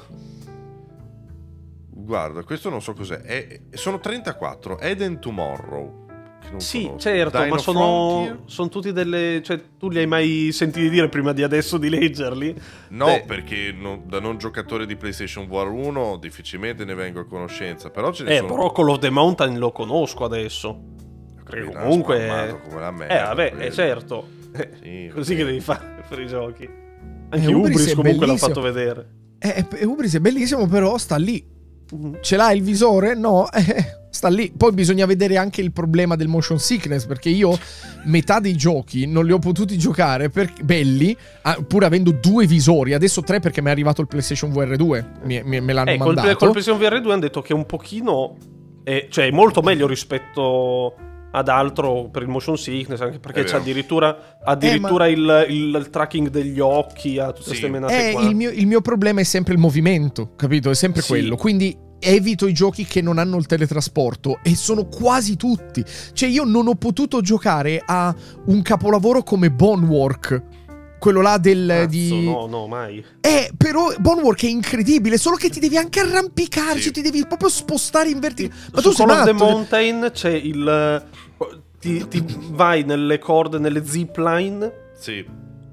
Guarda, questo non so cos'è. È, sono trentaquattro. Eden Tomorrow. Che non sì, conosco. certo, Dino ma sono, sono tutti delle... Cioè, tu li hai mai sentiti dire prima di adesso di leggerli? No, Beh. perché non, da non giocatore di PlayStation V R uno difficilmente ne vengo a conoscenza. Però ce ne eh, sono... però Call of the Mountain lo conosco adesso. Perché comunque... Come la merda, eh, vabbè, è certo. Sì, così sì. che devi fare per i giochi. Anche eh, Ubris, Ubris comunque l'ha bellissimo. fatto vedere. Eh, eh, Ubris è bellissimo, però sta lì. Mm-hmm. Ce l'ha il visore? No, eh, sta lì. Poi bisogna vedere anche il problema del motion sickness, perché io metà dei giochi non li ho potuti giocare per, belli, pur avendo due visori. Adesso tre perché mi è arrivato il PlayStation V R due. Mi, mi, me l'hanno eh, mandato. Col, col PlayStation V R due hanno detto che è un pochino... È, cioè è molto meglio rispetto... ad altro per il motion sickness, anche perché c'è addirittura, addirittura eh, ma... il, il, il tracking degli occhi, a tutte queste sì. menate eh, qua. Il mio, il mio problema è sempre il movimento, capito? È sempre sì. quello. Quindi evito i giochi che non hanno il teletrasporto, e sono quasi tutti. Cioè io non ho potuto giocare a un capolavoro come Bonework, quello là del Cazzo, di no, no, mai. Eh, però Bonework è incredibile, solo che ti devi anche arrampicarci, sì. ti devi proprio spostare in verticale. Ma su tu sei Call of the matto? Mountain c'è il ti, ti vai nelle corde, nelle zipline. Sì.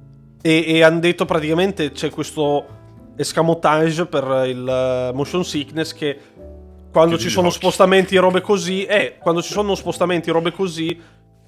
E, e hanno detto praticamente c'è questo escamotage per il motion sickness che quando Chiudi ci gli sono occhi. spostamenti e robe così, eh, quando ci sono spostamenti e robe così,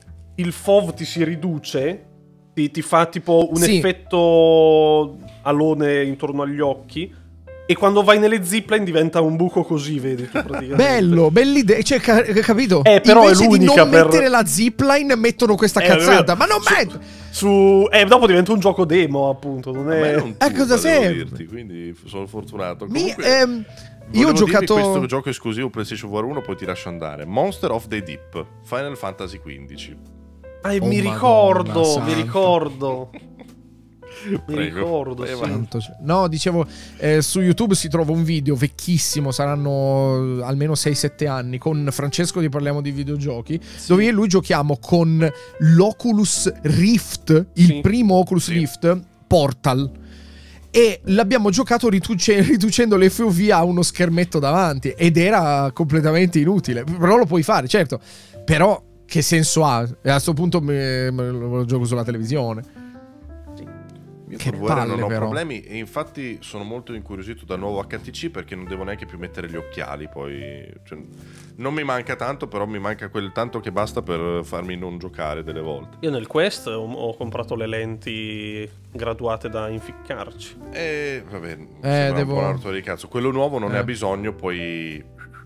il F O V ti si riduce. Ti, ti fa tipo un sì. effetto alone intorno agli occhi. E quando vai nelle zipline diventa un buco così, vedi tu praticamente. Bello, bell'idea, cioè, ca- capito? Eh, però invece è l'unica di non per... mettere la zipline mettono questa eh, cazzata. Ma non su, metto su Eh, dopo diventa un gioco demo, appunto. Non è... non a cosa serve? Dirti, quindi sono fortunato. Mi, Comunque, ehm, io ho giocato questo gioco esclusivo PlayStation V R uno, poi ti lascio andare. Monster of the Deep, Final Fantasy quindici. Ah, Oh, mi Madonna ricordo, santa. mi ricordo. Mi ricordo, sì. No, dicevo, eh, su YouTube si trova un video vecchissimo, saranno almeno sei sette anni, con Francesco di Parliamo di Videogiochi, sì. dove io e lui giochiamo con l'Oculus Rift, il sì. primo Oculus sì. Rift Portal. E l'abbiamo giocato riduce- riducendo le F O V a uno schermetto davanti, ed era completamente inutile. Però lo puoi fare, certo. Però che senso ha? E a questo punto me, me lo gioco sulla televisione. Sì. Io che con palle, non ho però. problemi, e infatti sono molto incuriosito dal nuovo H T C, perché non devo neanche più mettere gli occhiali. Poi cioè, non mi manca tanto, però mi manca quel tanto che basta per farmi non giocare delle volte. Io nel Quest ho, ho comprato le lenti graduate da inficcarci. E vabbè, eh, devo... un po' una rottura di cazzo. Quello nuovo non eh. ne ha bisogno, poi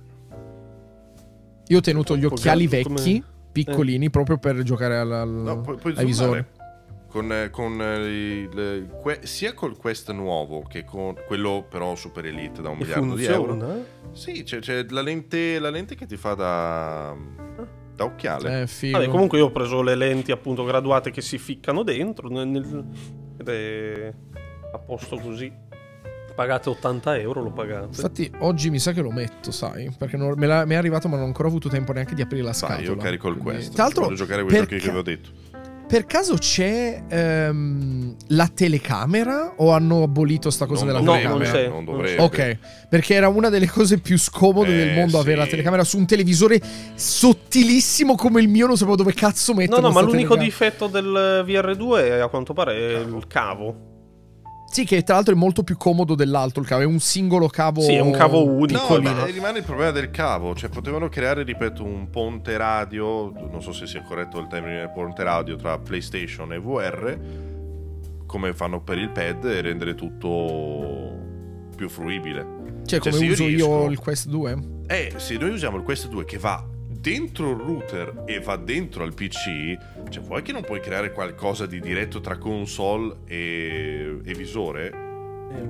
io ho tenuto gli occhiali vecchi come... piccolini, eh. proprio per giocare al, al, no, puoi, puoi ai visori. Con, con il, il, que, sia col Quest nuovo che con quello però Super Elite da un e miliardo funziona? di euro. Sì, c'è, c'è la lente, la lente che ti fa da, da occhiale. Eh, figo. Vabbè, comunque io ho preso le lenti appunto graduate che si ficcano dentro nel, nel, ed è a posto così. Pagate ottanta euro, lo pagate. Infatti oggi mi sa che lo metto, sai, perché non, me, la, mi è arrivato ma non ho ancora avuto tempo neanche di aprire la scatola. Io carico il Quindi... Quest. Tra l'altro, voglio giocare quei giochi che vi ho detto. Per caso c'è ehm, la telecamera o hanno abolito sta cosa non della dovrebbe, telecamera? Non c'è. Non dovrebbe. Ok, perché era una delle cose più scomode eh, del mondo sì. avere la telecamera su un televisore sottilissimo come il mio, non sapevo dove cazzo metterlo. No, no, ma l'unico telecamera. difetto del V R due è, a quanto pare è il cavo. Sì, che tra l'altro è molto più comodo dell'altro il cavo, è un singolo cavo. Sì, è un cavo unico. No, ma rimane il problema del cavo, cioè potevano creare, ripeto, un ponte radio, non so se sia corretto il termine ponte radio, tra PlayStation e V R, come fanno per il pad, e rendere tutto più fruibile. Cioè, come cioè, uso io, riesco, io il Quest due? Eh, se noi usiamo il Quest due che va dentro il router e va dentro al P C, cioè vuoi che non puoi creare qualcosa di diretto tra console e, e visore? Eh,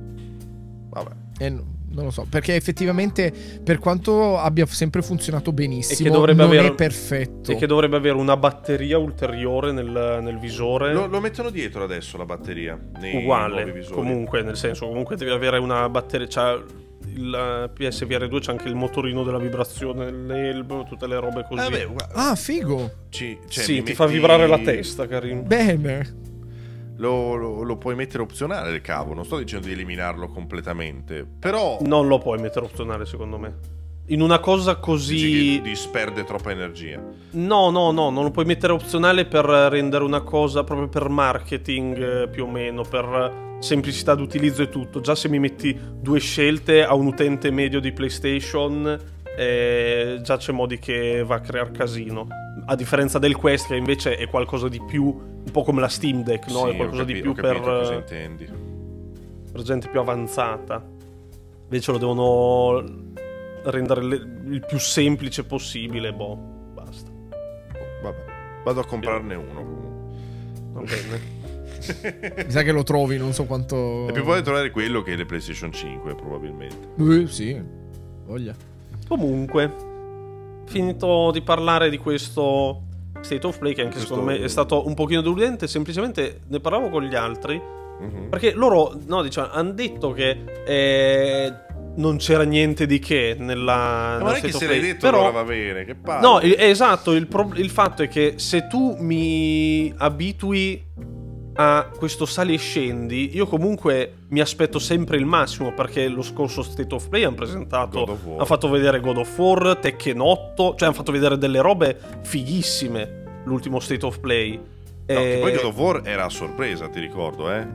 Vabbè. Eh, no, non lo so, perché effettivamente per quanto abbia sempre funzionato benissimo, e che dovrebbe non avere, è perfetto. E che dovrebbe avere una batteria ulteriore nel, nel visore. Lo, lo mettono dietro adesso la batteria nei uguale, nuovi visori. comunque, nel senso, comunque devi avere una batteria, cioè il P S V R due c'è anche il motorino della vibrazione, l'elbo, tutte le robe così. Ah, beh, guarda, ah figo. ci, cioè, sì, ti metti... fa vibrare la testa, carino. Bene. Lo, lo, lo puoi mettere opzionale il cavo, non sto dicendo di eliminarlo completamente, però non lo puoi mettere opzionale, secondo me. In una cosa così disperde troppa energia. No, no, no, non lo puoi mettere opzionale per rendere una cosa proprio per marketing, più o meno, per semplicità d'utilizzo e tutto. Già se mi metti due scelte a un utente medio di PlayStation, eh, già c'è modi che va a creare casino. A differenza del Quest, che invece è qualcosa di più, un po' come la Steam Deck, no? Sì, è qualcosa ho capi- di più ho capito per, cosa intendi. per gente più avanzata. Invece lo devono rendere le, il più semplice possibile. Boh, basta. Vabbè, vado a comprarne uno comunque. Va bene. Mi sa che lo trovi, non so quanto. È più facile trovare quello che le PlayStation cinque, probabilmente. Uh, sì, voglia. Comunque, finito di parlare di questo State of Play, che anche questo... secondo me è stato un pochino deludente, semplicemente ne parlavo con gli altri, mm-hmm. perché loro, no, diciamo, hanno detto che eh, non c'era niente di che nella, ma non è che se l'hai detto però allora va bene, che palle. no, il, esatto, il, pro, il fatto è che se tu mi abitui a questo sali e scendi, io comunque mi aspetto sempre il massimo, perché lo scorso State of Play hanno presentato, hanno fatto vedere God of War, Tekken otto, cioè hanno fatto vedere delle robe fighissime l'ultimo State of Play. No, e... che poi God of War era a sorpresa, ti ricordo, eh?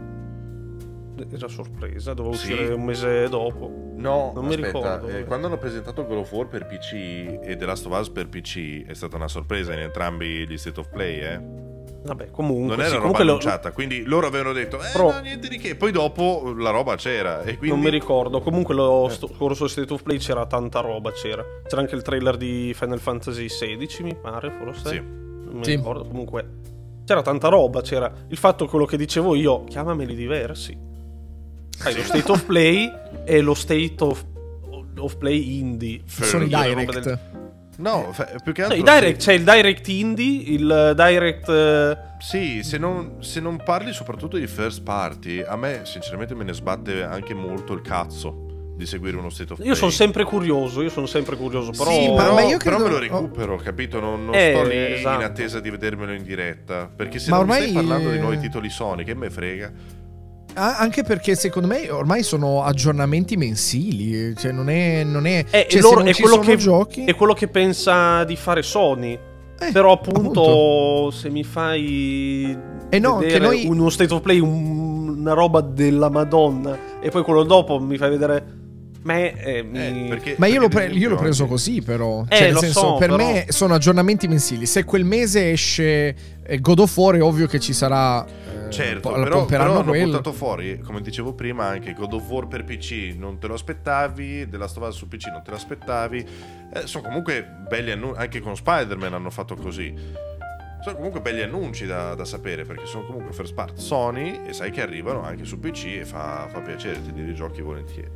Era sorpresa, doveva Sì. uscire un mese dopo. No, non mi aspetta, ricordo. eh, quando hanno presentato God of War per P C e The Last of Us per P C è stata una sorpresa in entrambi gli State of Play, eh? Vabbè, comunque non era sì, roba comunque annunciata, lo... quindi loro avevano detto eh Però... no, niente di che, poi dopo la roba c'era e quindi... non mi ricordo, comunque lo eh. scorso State of Play c'era tanta roba, c'era c'era anche il trailer di Final Fantasy sedici, mi pare, forse sì. non mi sì. ricordo, comunque c'era tanta roba, c'era il fatto, quello che dicevo io, chiamameli diversi. Hai lo State of Play e lo State of, of Play Indie. Sono i Direct. Del... No, fa- più che No, altro... i direct, sì. c'è il direct indie, il direct... eh, Sì, se non, se non parli soprattutto di first party, a me sinceramente me ne sbatte anche molto il cazzo di seguire uno state of play. Io sono sempre curioso, io sono sempre curioso, però... Sì, ma- però, ma io però credo- me lo recupero, capito? Non, non Eh, sto lì esatto. in attesa di vedermelo in diretta. Perché se Ma non mi ormai- stai parlando di nuovi titoli Sony, che me frega. Ah, anche perché secondo me ormai sono aggiornamenti mensili. Cioè, non è. Non è Eh, cioè, e se loro- non è ci quello sono che- giochi. È quello che pensa di fare Sony. Eh, Però appunto, se mi fai Eh no, vedere che noi- uno state of play, un- una roba della Madonna, e poi quello dopo mi fai vedere me, eh, mi... Eh, perché- Ma io perché l'ho, ad pre- esempio io l'ho preso anche- così, però. Eh, Cioè, nel lo senso, so, per però- me sono aggiornamenti mensili. Se quel mese esce eh, God of War, è ovvio che ci sarà. eh, Certo, po- però, però pomperanno hanno quello. buttato fuori, come dicevo prima, anche God of War per P C non te lo aspettavi, della Last su P C non te lo aspettavi. Eh, sono comunque belli annunci, anche con Spider-Man hanno fatto così. Sono comunque belli annunci da, da sapere, perché sono comunque first part Sony e sai che arrivano anche su P C e fa, fa piacere tenere i giochi volentieri.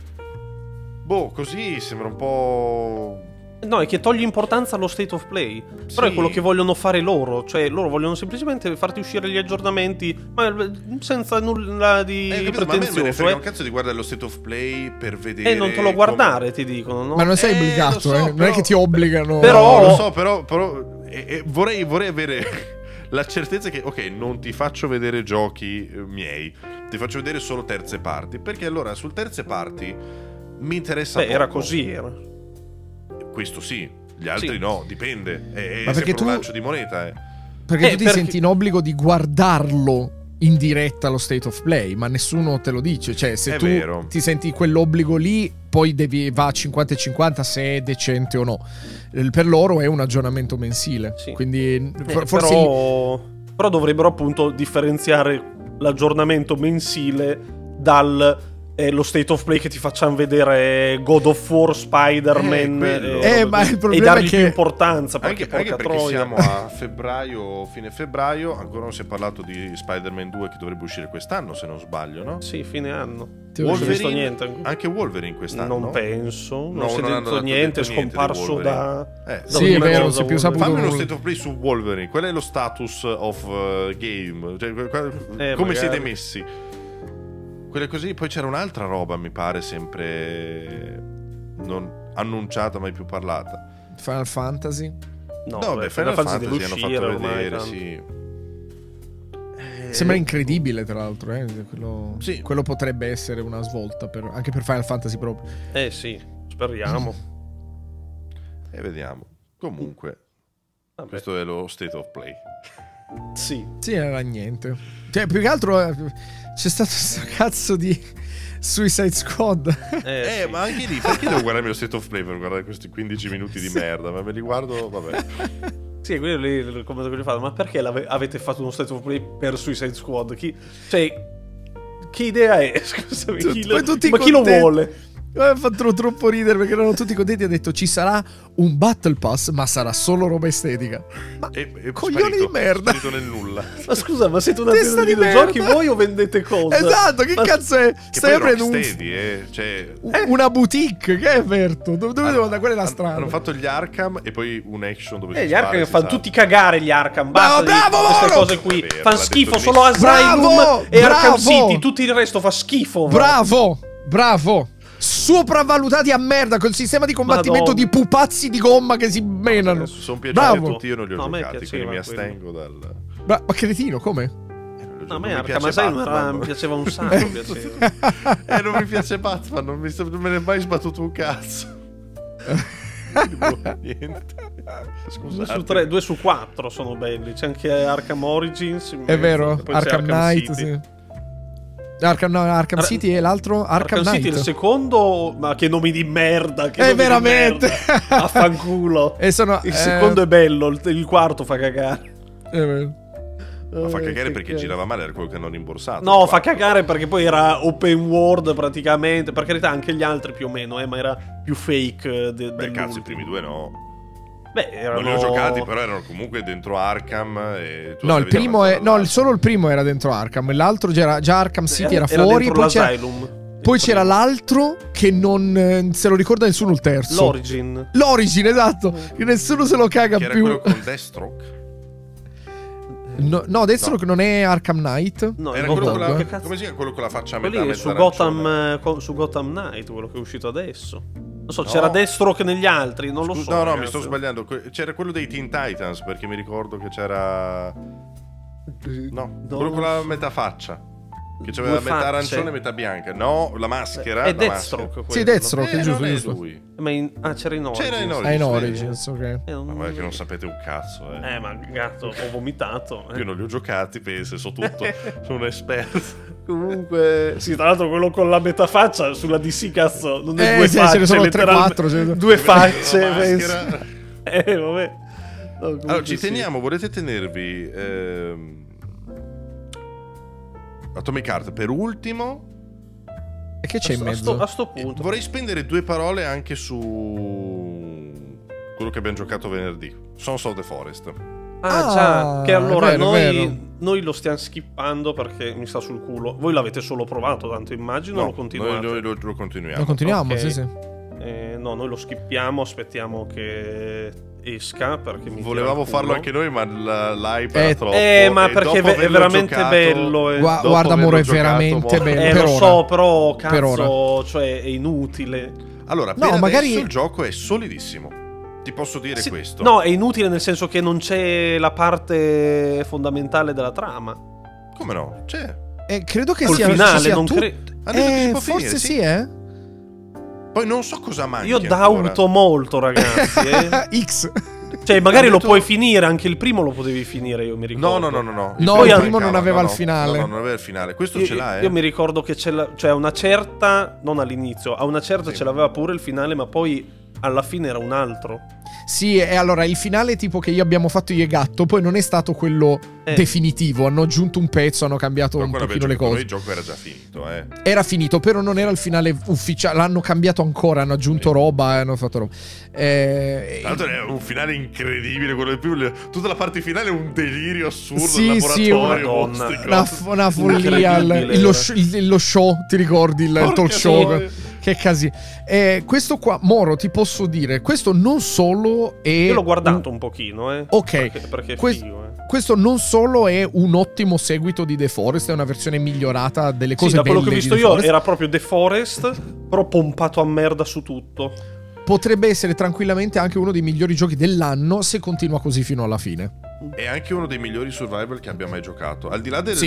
Boh, così sembra un po'... No, è che toglie importanza allo state of play. Però Sì. è quello che vogliono fare loro. Cioè, loro vogliono semplicemente farti uscire gli aggiornamenti, ma senza nulla di Eh, capito, ma a me me ne pretenzioso. frega Eh. un cazzo di guardare lo state of play per vedere... E non te lo guardare, ti dicono, no? Ma non sei Eh, obbligato, lo so, eh. Non è però- che ti obbligano. Però- No, lo so, però, però eh, eh, vorrei, vorrei avere la certezza che, ok, non ti faccio vedere giochi eh, miei, ti faccio vedere solo terze parti, perché allora sul terze parti mi interessa Beh, era poco. così, era. Questo sì, gli altri Sì. no, dipende. È, è Ma perché sempre tu- un lancio di moneta, eh. Perché Eh, tu ti perché- senti in obbligo di guardarlo in diretta allo state of play, ma nessuno te lo dice. Cioè, se È tu vero. ti senti quell'obbligo lì, poi devi va a cinquanta e cinquanta se è decente o no. Eh, Per loro è un aggiornamento mensile. Sì. Quindi Eh, for- forse però... però dovrebbero appunto differenziare l'aggiornamento mensile dal eh, lo state of play che ti facciano vedere God of War, Spider-Man Eh, quello. eh, Eh, ma il e problema dargli è che- più importanza, perché Anche, anche porca perché troia. siamo a febbraio, fine febbraio, ancora non si è parlato di Spider-Man due che dovrebbe uscire quest'anno, se non sbaglio, no? Sì, fine anno. Ti Non ho si è visto Wolverine- niente. Anche Wolverine quest'anno. Non penso, non No, si è non hanno detto dato- niente, è detto niente di scomparso da... Wolverine. Eh, da Sì, ogni è vero, cosa non si è più Wolverine. saputo fammi uno nulla. state of play su Wolverine. Qual è lo status of uh, game? Cioè, que- que- Eh, come magari. siete messi? Quelle così. Poi c'era un'altra roba, mi pare, sempre non annunciata, mai più parlata. Final Fantasy. No, No, beh, beh, Final Fantasy, deve hanno uscire fatto ormai, vedere, tanto. sì. Eh, Sembra incredibile, tra l'altro. Eh? Quello, Sì. quello potrebbe essere una svolta per- anche per Final Fantasy proprio. Eh sì, speriamo. E vediamo. Comunque, Vabbè. questo è lo state of play. Sì. Sì, era niente. Cioè, più che altro eh, c'è stato questo cazzo di Suicide Squad. Eh, Eh, sì. ma anche lì, perché devo guardarmi lo state of play per guardare questi quindici minuti di merda? Ma me li guardo, vabbè. Sì, quello lì come quello fatto. Ma perché l'ave- avete fatto uno state of play per Suicide Squad? Chi, cioè, che idea è? Scusami, Tu- chi lo, poi tutti ma chi lo contenti. vuole? Mi ha fatto troppo ridere perché erano tutti contenti. Ha detto ci sarà un Battle Pass, ma sarà solo roba estetica. Ma E, e coglioni sparito, di merda. Sparito nel nulla. Ma scusa, ma siete una Testa azienda di di videogiochi merda. voi o vendete cose? Esatto, che Ma- cazzo è? Che Stai poi aprendo un, Rocksteady, eh. Cioè, una boutique che è aperto. Dove, dove devo andare? Quella è la hanno- strada. Hanno fatto gli Arkham e poi un action dove Eh, si gli spara Arkham e si fanno salta. tutti cagare gli Arkham. Bravo, Basta di bravo, queste loro! cose qui. Vabbè, Fanno l'ha schifo detto solo benissimo. Asylum Bravo, e Arkham bravo! City. Tutto il resto fa schifo. va. Bravo, bravo. Sopravvalutati a merda col sistema di combattimento Madonna. di pupazzi di gomma che si menano. Sono piaciuti a Bravo. tutti, io non li ho No, a me giocati, quindi piaceva mi astengo dal... Ma, ma cretino, come? Eh, non li No, a gioco, me mi Arkham piace Asylum era- Batman. mi piaceva un sacco. mi piaceva. Eh, non mi piace Batman, non, mi, sta- non me ne è mai sbattuto un cazzo. Quindi, boh, niente. Due Scusate. su, tre, due su quattro sono belli. C'è anche Arkham Origins. in È mezzo, vero, e poi c'è Arkham Knight, City. sì. Arkham, no, Arkham Ar- City e l'altro Arkham, Arkham City Knight. il secondo, ma che nomi di merda. Che Eh, nomi di veramente. merda. Affanculo. E sono, Il eh, secondo è bello, il, il quarto fa cagare. è vero. Ma fa Eh, cagare che perché cazzo. girava male, era quello che hanno rimborsato. No, il fa quattro. cagare perché poi era open world praticamente. Per carità, anche gli altri più o meno, eh, ma era più fake. eh, De, Beh, cazzo, i dell'ultimo. primi due no. Beh, erano... Non li ho giocati, però erano comunque dentro Arkham. E tu No, il avevi primo davanti è. No, all'altro. il- solo il primo era dentro Arkham. L'altro era già Arkham City era, era fuori. dentro Poi c'era. l'Asylum. Poi c'era l'altro che non eh, se lo ricorda nessuno, il terzo. L'Origin. L'Origin, esatto. Che nessuno se lo caga Che era più. quello con Deathstroke. No, no Deathstroke No. non è Arkham Knight. No, Era il quello con Gotham, la, che cazzo? come si chiama quello con la faccia a metà, Quelli mezza su arancione? Gotham, eh, co- su Gotham Knight, quello che è uscito adesso. Non so, No. c'era Deathstroke negli altri, non lo Scusa, so. no, no, mi ragazzi. sto sbagliando. Que- C'era quello dei Teen Titans, perché mi ricordo che c'era. No, quello con la metà faccia. Che c'aveva Due metà facce. arancione e metà bianca. No, la maschera. È la Deathstroke maschera. quello. Sì, Deathstroke, Eh, è giusto, non è giusto. lui. Ma in... Ah, c'era in Origins. C'era in Ah, Origins. in sì. Origins, ok. Eh, non... Ma perché non sapete un cazzo, eh. Eh, ma gatto, ho vomitato. eh. Io non li ho giocati, penso, so tutto. Sono un esperto. Comunque, sì, tra l'altro quello con la metà faccia sulla D C, cazzo, non è Eh, due sì, facce, ce ne sono tre, letteralmente. quattro, ce ne sono. Due facce, La penso. maschera. Eh, vabbè. No, comunque Allora, ci sì. teniamo, volete tenervi ehm, Atomic Heart per ultimo? E che c'è in A mezzo? sto, a sto E punto. vorrei spendere due parole anche su quello che abbiamo giocato venerdì, Sons of the Forest. Ah, Ah, già, che allora vero, noi, vero. noi lo stiamo skippando perché mi sta sul culo. Voi l'avete solo provato, tanto immagino, o lo continuate? noi, noi lo, lo continuiamo. Lo continuiamo, Ok. sì, sì. Eh, no, noi lo skippiamo, aspettiamo che esca perché mi tira Volevamo il culo. farlo anche noi, ma la- l'hype Eh, era troppo. Eh, ma e perché dopo è averlo veramente giocato- bello. eh. Gua- dopo guarda, averlo amore, è giocato, veramente mo- bello. Eh, per lo ora. so, però Per cazzo, cioè è inutile. Allora, No, per magari- adesso il gioco è solidissimo. Ti posso dire Sì, questo. No, è inutile nel senso che non c'è la parte fondamentale della trama. Come no? C'è. Eh, credo che Col sia, finale, ci sia non tu- credo. Hanno detto che si Eh, può forse finire, sì, eh. Poi non so cosa manca. Io dauto molto, ragazzi. Eh. X. Cioè, magari Ha lo detto- puoi finire, anche il primo lo potevi finire, io mi ricordo. No, no, no, no, no. No, il mancava, primo non aveva no, il no. finale. No, no, non aveva il finale. Questo Io, ce l'ha, eh. io mi ricordo che c'è la, cioè a una certa, non all'inizio, a una certa Sì. ce l'aveva pure il finale, ma poi alla fine era un altro. Sì, e allora il finale tipo che io abbiamo fatto io e Gatto poi non è stato quello Eh. definitivo, hanno aggiunto un pezzo, hanno cambiato Però un quando pochino abbiamo le giocato cose. noi, il gioco era già finito, eh. Era finito, però non era il finale ufficiale, l'hanno cambiato ancora, hanno aggiunto Sì. roba e hanno fatto roba. Eh, Tra l'altro è un finale incredibile, quello del primo. Tutta la parte finale è un delirio assurdo. Sì, il sì, laboratorio, Madonna. mostri, una, cose. f- una follia, il- Incredibile. il- lo, sh- il- lo show, ti ricordi il, il Porca talk show? troia. Che casino. Eh, questo qua, Moro, ti posso dire, questo non solo è... Io l'ho guardato un- un pochino, eh. Ok. Perché, perché è Quest- figo, eh. Questo non solo è un ottimo seguito di The Forest, è una versione migliorata delle cose Sì, da quello belle che ho di visto The io Forest. era proprio The Forest, però pompato a merda su tutto. Potrebbe essere tranquillamente anche uno dei migliori giochi dell'anno se continua così fino alla fine. È anche uno dei migliori survival che abbia mai giocato. Al di là del. Sì.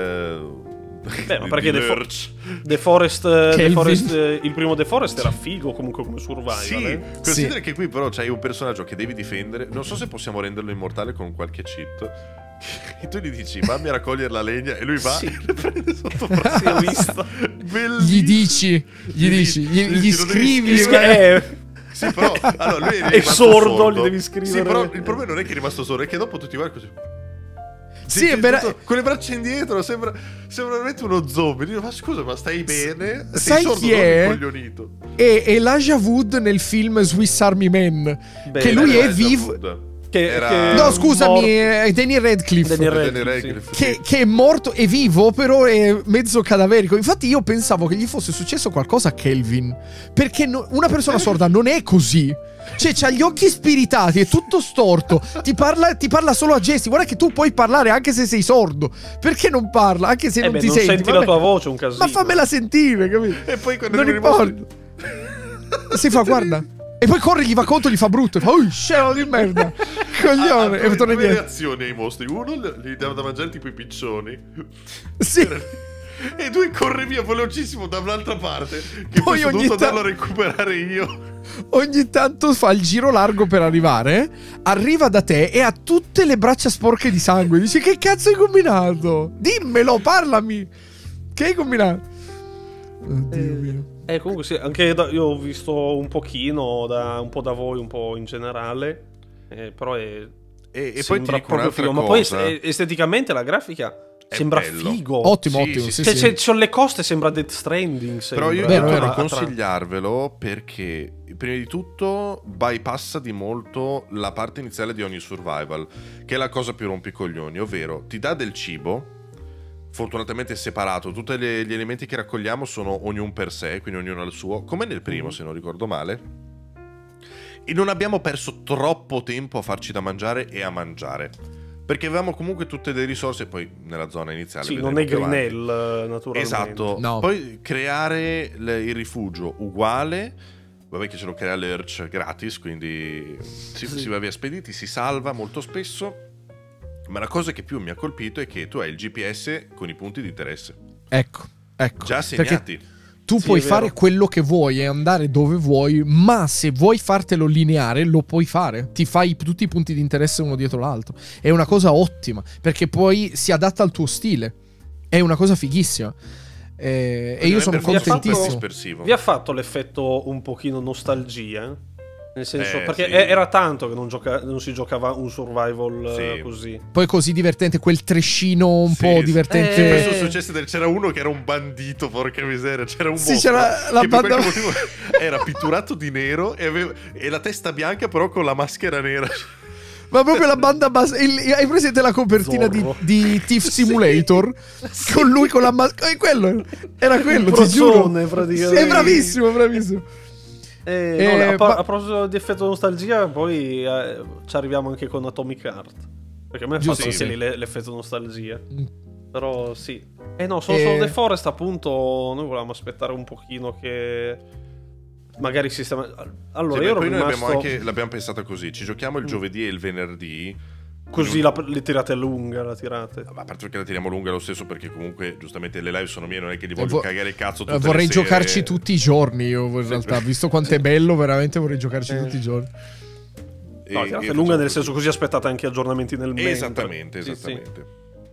Beh, ma di- perché di The, For- Lurch. The Forest, The Kelvin. Forest eh, il primo The Forest era figo comunque come survival. Sì, eh. considera che qui però c'hai un personaggio che devi difendere. Non so se possiamo renderlo immortale con qualche cheat. E tu gli dici vammi a raccogliere la legna e lui va Sì. e le prende sotto braccio. Sì, ho visto. Bellissimo. Gli dici, gli dici, gli, Gli gli dici, lo devi scrivi. scrivere. Eh, Sì, però allora lui è, È rimasto sordo, gli devi scrivere. Sì, però il problema non è che è rimasto sordo, è che dopo tutti guardi così. Sì, è Tutto- vera- con le braccia indietro, sembra, sembra veramente uno zombie. Dico, ma scusa, ma stai bene? Sei sai sordo, chi non è? incoglionito. E Elijah Wood nel film Swiss Army Man. beh, Che lui Era è Elijah vivo. Wood. Che- Era- che- No, scusami, morto. è Daniel Radcliffe. Daniel Daniel Radcliffe, Radcliffe, Che, sì. che è morto, è vivo, però è mezzo cadaverico. Infatti, io pensavo che gli fosse successo qualcosa a Kelvin. Perché no- una persona sorda non è così. Cioè, c'ha gli occhi spiritati, è tutto storto. Ti parla, ti parla solo a gesti. Guarda che tu puoi parlare anche se sei sordo. Perché non parla? Anche se Eh non beh, ti non senti. senti Vabbè. la tua voce, un casino. Ma fammela sentire, capito? E poi quando Non è rimasto- importa. Si fa, guarda. E poi corre, gli va contro, gli fa brutto. E fa, ui, scemo di merda. Coglione. Ha- ha e torna due indietro. reazioni ai mostri. Uno gli dava da mangiare tipo i piccioni. Sì. E due corre via velocissimo da un'altra parte. Che Poi poi sono ogni dovuto ta- andarlo a recuperare io. Ogni tanto fa il giro largo per arrivare. Arriva da te e ha tutte le braccia sporche di sangue. Dici, che cazzo hai combinato? Dimmelo, parlami. Che hai combinato? Oddio Eh, mio. Eh, comunque sì, anche da- io ho visto un pochino, da, un po' da voi, un po' in generale. Eh, però è. E, e poi ti sembra dico proprio un'altra figo. Ma cosa. poi est- esteticamente la grafica È sembra bello. figo. Ottimo, Sì, ottimo. sì, Sì, Cioè, sì. c'è- c'è le coste, sembra Death Stranding. Però io, sembra, Vero, io vero. torno a a tra- consigliarvelo perché prima di tutto bypassa di molto la parte iniziale di ogni survival, che è la cosa più rompicoglioni, ovvero ti dà del cibo, fortunatamente separato. Tutti gli elementi che raccogliamo sono ognuno per sé, quindi ognuno ha il suo, come nel primo, se non ricordo male. E non abbiamo perso troppo tempo a farci da mangiare e a mangiare, perché avevamo comunque tutte le risorse. Poi nella zona iniziale, sì, non è Greenell, naturalmente. Esatto, no. Poi creare le, il rifugio uguale. Vabbè che ce lo crea l'Urch gratis, quindi si, sì. si va via spediti, si salva molto spesso. Ma la cosa che più mi ha colpito è che tu hai il G P S con i punti di interesse Ecco, ecco. già segnati. Tu Sì, puoi è vero. fare quello che vuoi e andare dove vuoi, ma se vuoi fartelo lineare lo puoi fare. Ti fai tutti i punti di interesse uno dietro l'altro. È una cosa ottima, perché poi si adatta al tuo stile. È una cosa fighissima. Eh, e io sono Per me è contentissimo. dispersivo. Vi ha fatto l'effetto un pochino nostalgia? Nel senso, Eh, perché sì. era tanto che non, gioca- non si giocava un survival eh, Sì. così. Poi così divertente, quel trescino un Sì, po' sì. divertente. Eh, Spesso successe del- c'era uno che era un bandito, porca miseria, c'era un Sì, mostro c'era la che per banda- qualche motivo era pitturato di nero e, aveva- e la testa bianca però con la maschera nera. Ma proprio la banda bassa. il- Hai presente la copertina di, Zorro. di Thief Simulator? Con lui con la maschera. Eh, quello era quello, Un ti giuro. procione, praticamente. È bravissimo, bravissimo. Eh, Eh, no, a, pa- ma- a proposito di effetto nostalgia, poi eh, ci arriviamo anche con Atomic Heart. Perché a me ha Giusto, fatto anche sì. lì le- l'effetto nostalgia. Mm. Però sì. Eh no, Sons Eh. of the Forest, appunto, noi volevamo aspettare un pochino che magari sistema. Allora, Sì, io beh, ero poi noi rimasto abbiamo anche, l'abbiamo pensata così, ci giochiamo il giovedì e il venerdì. così la, le tirate lunghe, la tirate. Ma a parte perché la tiriamo lunga lo stesso, perché comunque giustamente le live sono mie, non è che li voglio Vo- cagare il cazzo tutte Eh, Vorrei le sere. giocarci tutti i giorni. Io in realtà, visto quanto è bello, veramente vorrei giocarci Eh. tutti i giorni. E- No, e tirate facciamo lunga nel così. senso così aspettate anche aggiornamenti nel mentre. Esattamente, Sì, sì. esattamente.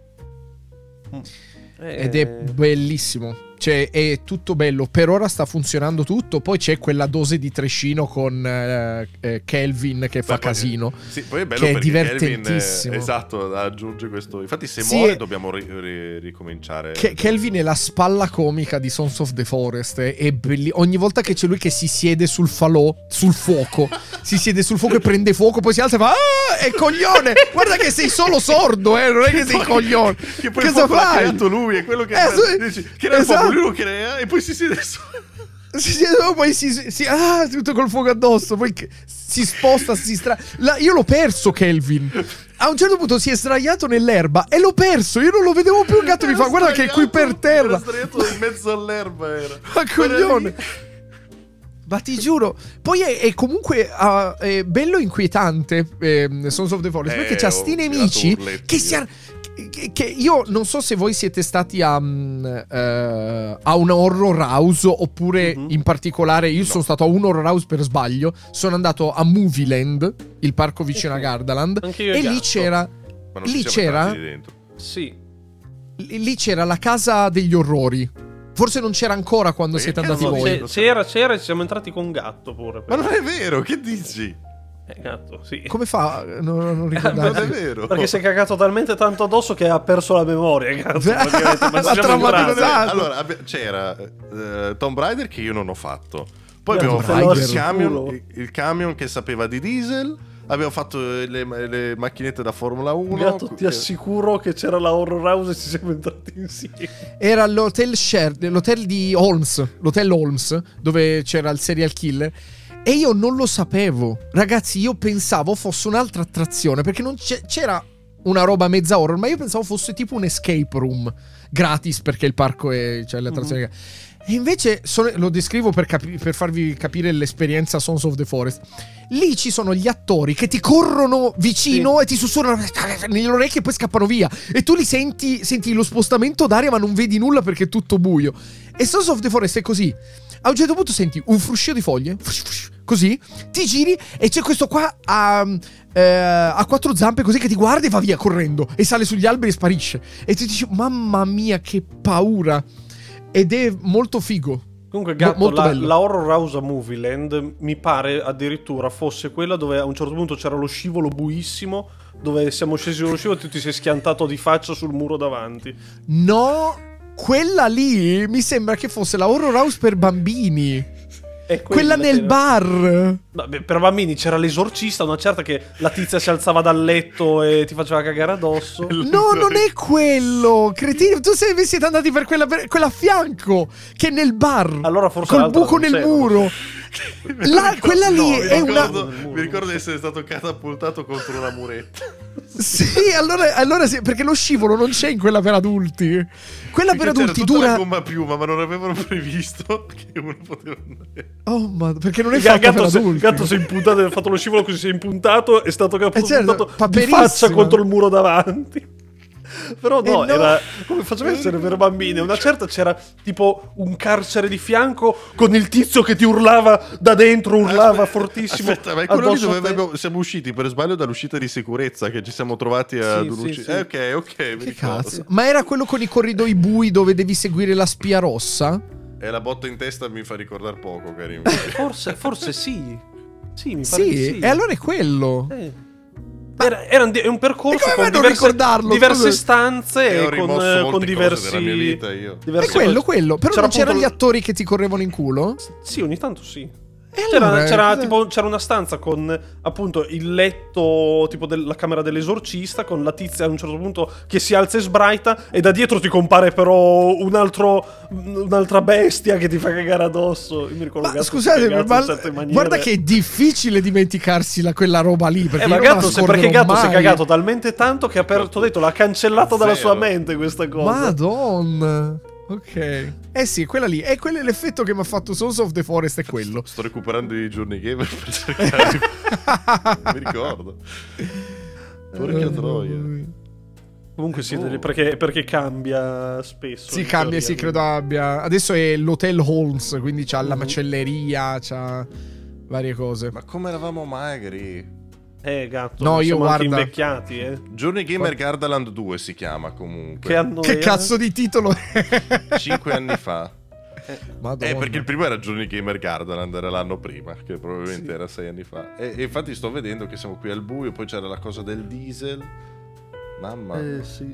Eh, Ed è bellissimo. Cioè, è tutto bello. Per ora sta funzionando tutto. Poi c'è quella dose di trescino con eh, eh, Kelvin che fa Beh, poi- casino. Sì, poi è bello Che è perché Kelvin, divertentissimo. eh, esatto, aggiunge questo. Infatti se Sì, muore è- dobbiamo ri- ri- ricominciare. Che- Kelvin è la spalla comica di Sons of the Forest. È, è belli- Ogni volta che c'è lui che si siede sul falò, sul fuoco, si siede sul fuoco e prende fuoco, poi si alza e fa: ah, è coglione! Guarda che sei solo sordo, eh, non è che sei poi- coglione. Che poi Cosa il fuoco l'ha fai? creato lui, è quello che Eh, sì, dici, crea il esatto. fuoco, lui lo crea e poi si siede su. Si siede, poi si, si- ah, tutto col fuoco addosso, poi che- si sposta, si stra... La- io l'ho perso Kelvin. A un certo punto si è sdraiato nell'erba e l'ho perso. Io non lo vedevo più. Il gatto mi fa: guarda che è qui per terra. Era sdraiato in mezzo all'erba, era. Ma coglione. Ma ti giuro. Poi è, è comunque ah, è bello inquietante ehm, Sons of the Forest, Eh, perché c'ha ho sti tirato nemici urletti, che si io. ar- che, che io non so se voi siete stati a, mm, eh, a un horror house oppure Mhm. in particolare io No. sono stato a un horror house per sbaglio. Sono andato a Movieland, il parco vicino Ok. a Gardaland, Anche io e il lì gatto. c'era Ma non Lì ci siamo c'era? entrati lì dentro. Sì. lì lì c'era la casa degli orrori. Forse non c'era ancora quando Ma che siete cazzo andati dici? voi. C'è- c'era, c'era e ci siamo entrati con gatto pure. Ma non è vero, che dici? Eh, gatto, sì. Come fa? Non, non Non è ricordate. vero. Perché si è cagato talmente tanto addosso che ha perso la memoria, gatto. praticamente, ma L'ha ci siamo traumatizzato. entrati. Allora, abbi- c'era eh, Tomb Raider che io non ho fatto. Poi Tomb abbiamo fatto Raider. il camion, Culo. il, il camion che sapeva di diesel. Abbiamo fatto le, le macchinette da Formula uno. Gatto, ti assicuro che c'era la horror house e ci siamo entrati insieme. Era l'hotel Sherd, l'hotel di Holmes, l'hotel Holmes, dove c'era il serial killer. E io non lo sapevo. Ragazzi, io pensavo fosse un'altra attrazione, perché non c'è- c'era una roba mezza horror, ma io pensavo fosse tipo un escape room gratis, perché il parco è, c'è le attrazioni. E invece sono- lo descrivo per, capi- per farvi capire l'esperienza Sons of the Forest. Lì ci sono gli attori che ti corrono vicino e ti sussurrano nelle orecchie e poi scappano via. E tu li senti, senti lo spostamento d'aria, ma non vedi nulla perché è tutto buio. E Sons of the Forest è così. A un certo punto senti un fruscio di foglie, così, ti giri e c'è questo qua a, eh, a quattro zampe così che ti guarda e va via correndo e sale sugli alberi e sparisce. E ti dici, mamma mia, che paura. Ed è molto figo. Comunque, gatto, Mo- molto la, bello. la horror house a Movieland mi pare addirittura fosse quella dove a un certo punto c'era lo scivolo buissimo, dove siamo scesi dallo scivolo e tu ti sei schiantato di faccia sul muro davanti. No, quella lì mi sembra che fosse la horror house per bambini. È Quella nel che- bar. Vabbè, per bambini c'era l'esorcista, una certa che la tizia si alzava dal letto e ti faceva cagare addosso. No, non è quello. Cretino, tu sei, siete andati per quella, per quella a fianco. Che è nel bar. Allora forse Col l'altra buco non nel c'era. muro. La- quella lì No, mi è una. ricordo, mi ricordo di essere stato catapultato contro una muretta. Sì, allora, allora sì, perché lo scivolo non c'è in quella per adulti. Quella per Perché c'era adulti tutta dura. la gomma piuma, ma non avevano previsto che uno poteva andare. Oh, ma perché non è Il fatta per gatto, si, adulti. gatto si è impuntato, ha fatto lo scivolo così, si è impuntato, è stato Eh, certo, puntato di paperissima. faccia contro il muro davanti. Però no, Eh, no. era come faceva essere per bambini. Una certa c'era tipo un carcere di fianco con il tizio che ti urlava da dentro, urlava Aspetta, fortissimo. Aspetta, ma è quello lì addosso dove a te. abbiamo- siamo usciti per sbaglio dall'uscita di sicurezza, che ci siamo trovati ad Sì, sì, un'uscita. sì. Eh, ok, ok, mi Che ricordo. cazzo? Ma era quello con i corridoi bui dove devi seguire la spia rossa? E la botta in testa mi fa ricordare poco, Karim. Forse, forse sì. Sì, mi pare Sì, di sì. e allora è quello. Eh. Era, era un, di- è un percorso E come con mai non diverse, ricordarlo? diverse Scusa. stanze E ho e con, rimosso eh, molte con cose diversi. della mia vita io. È diverse quello, cose. quello. Però C'era non c'erano appunto- gli attori che ti correvano in culo? Sì, ogni tanto sì. E C'era, allora, c'era cosa- tipo c'era una stanza con appunto il letto tipo della camera dell'esorcista con la tizia a un certo punto che si alza e sbraita e da dietro ti compare però un altro un'altra bestia che ti fa cagare addosso. Io mi ricordo Ma Gatto si scusate, cagato ma in certe maniere. guarda che è difficile dimenticarsi la- quella roba lì. Perché eh, ma io non Gatto, la se perché scorderò Gatto si è mai. cagato talmente tanto che ha aperto, ho detto, l'ha cancellato dalla Zero. sua mente questa cosa. Madonna. Ok. Eh sì, quella lì. E quello è l'effetto che mi ha fatto Sons of the Forest, è quello. Sto recuperando i giorni gamer per cercare di... Non mi ricordo. Porca troia. Comunque sì, Oh. perché, perché cambia spesso. Si in cambia, teoria, sì, quindi. credo abbia. Adesso è l'Hotel Holmes, quindi c'ha la Mhm. macelleria, c'ha varie cose. Ma come eravamo magri? Eh, Gatto, No, io siamo anche guarda- invecchiati, eh. Giorni Gamer Gardaland due si chiama comunque. Che anno Che era? cazzo di titolo è? Cinque anni fa. Madonna. Eh, perché il primo era Journey Gamer Gardaland, era l'anno prima, che probabilmente Sì. era sei anni fa. E, e infatti sto vedendo che siamo qui al buio, poi c'era la cosa del diesel. Mamma, Eh, sì.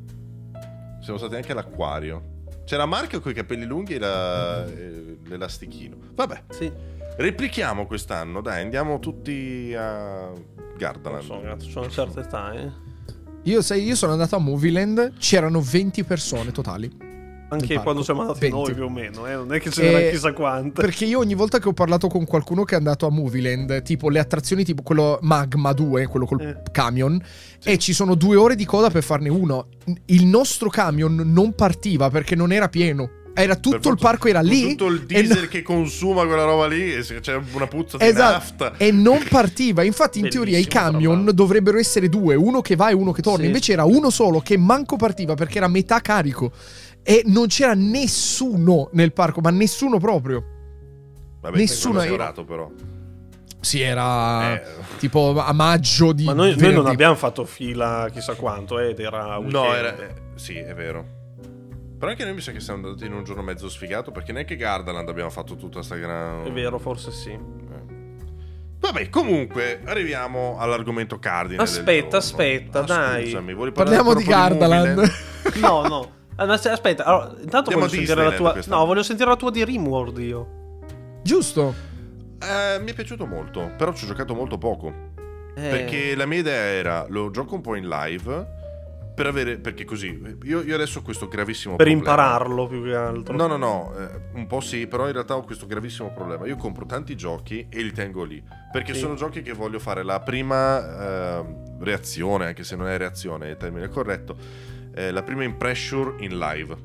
siamo stati anche all'acquario. C'era Marco con i capelli lunghi e la- e l'elastichino. Vabbè, Sì. replichiamo quest'anno, dai, andiamo tutti a Non Gardaland. so, Gatto, c'ho una certa età, eh. Io, sai, io sono andato a Movieland, c'erano venti persone totali. Anche parco. quando siamo andati venti. noi più o meno, eh. Non è che ce n'era Eh, chissà quante. Perché io ogni volta che ho parlato con qualcuno che è andato a Movieland, tipo le attrazioni tipo quello Magma due, quello col Eh. camion, e ci sono due ore di coda per farne uno. Il nostro camion non partiva perché non era pieno. Era tutto Per il forza- parco era con lì. tutto il e diesel no- che consuma quella roba lì, e se c'è una puzza di Esatto, nafta. e non partiva. Infatti, in Bellissimo, teoria, i tra camion l'altro. dovrebbero essere due: uno che va e uno che torna. Sì. Invece era uno solo che manco partiva perché era metà carico. E non c'era nessuno nel parco, ma nessuno proprio. Vabbè, nessuno è era- dorato però. Sì, era Eh. tipo a maggio di Ma noi, noi venerdì. non abbiamo fatto fila chissà quanto, eh, ed era weekend. No, era... eh, sì, è vero. Però anche noi mi sa che siamo andati in un giorno mezzo sfigato, perché neanche Gardaland abbiamo fatto tutta sta gran... È vero, forse sì. Eh. Vabbè, comunque, arriviamo all'argomento cardine del Aspetta, giorno. aspetta, Ah, dai. Scusami, vuoi parlare Parliamo di ancora un po' Gardaland. Movieland? No, no. Ah, ma se- Aspetta, allora, intanto Andiamo voglio a sentire la Disneyland tua. quest'anno. No, voglio sentire la tua di Rimworld io. Giusto. Eh, mi è piaciuto molto, però ci ho giocato molto poco. Eh, Perché la mia idea era, lo gioco un po' in live, per avere... Perché così, io, io adesso ho questo gravissimo per problema. impararlo più che altro. No, no, no, eh, un po' sì, però in realtà ho questo gravissimo problema. Io compro tanti giochi e li tengo lì, perché Sì. sono giochi che voglio fare la prima eh, reazione, anche se non è reazione, è il termine corretto, eh, la prima impression in live.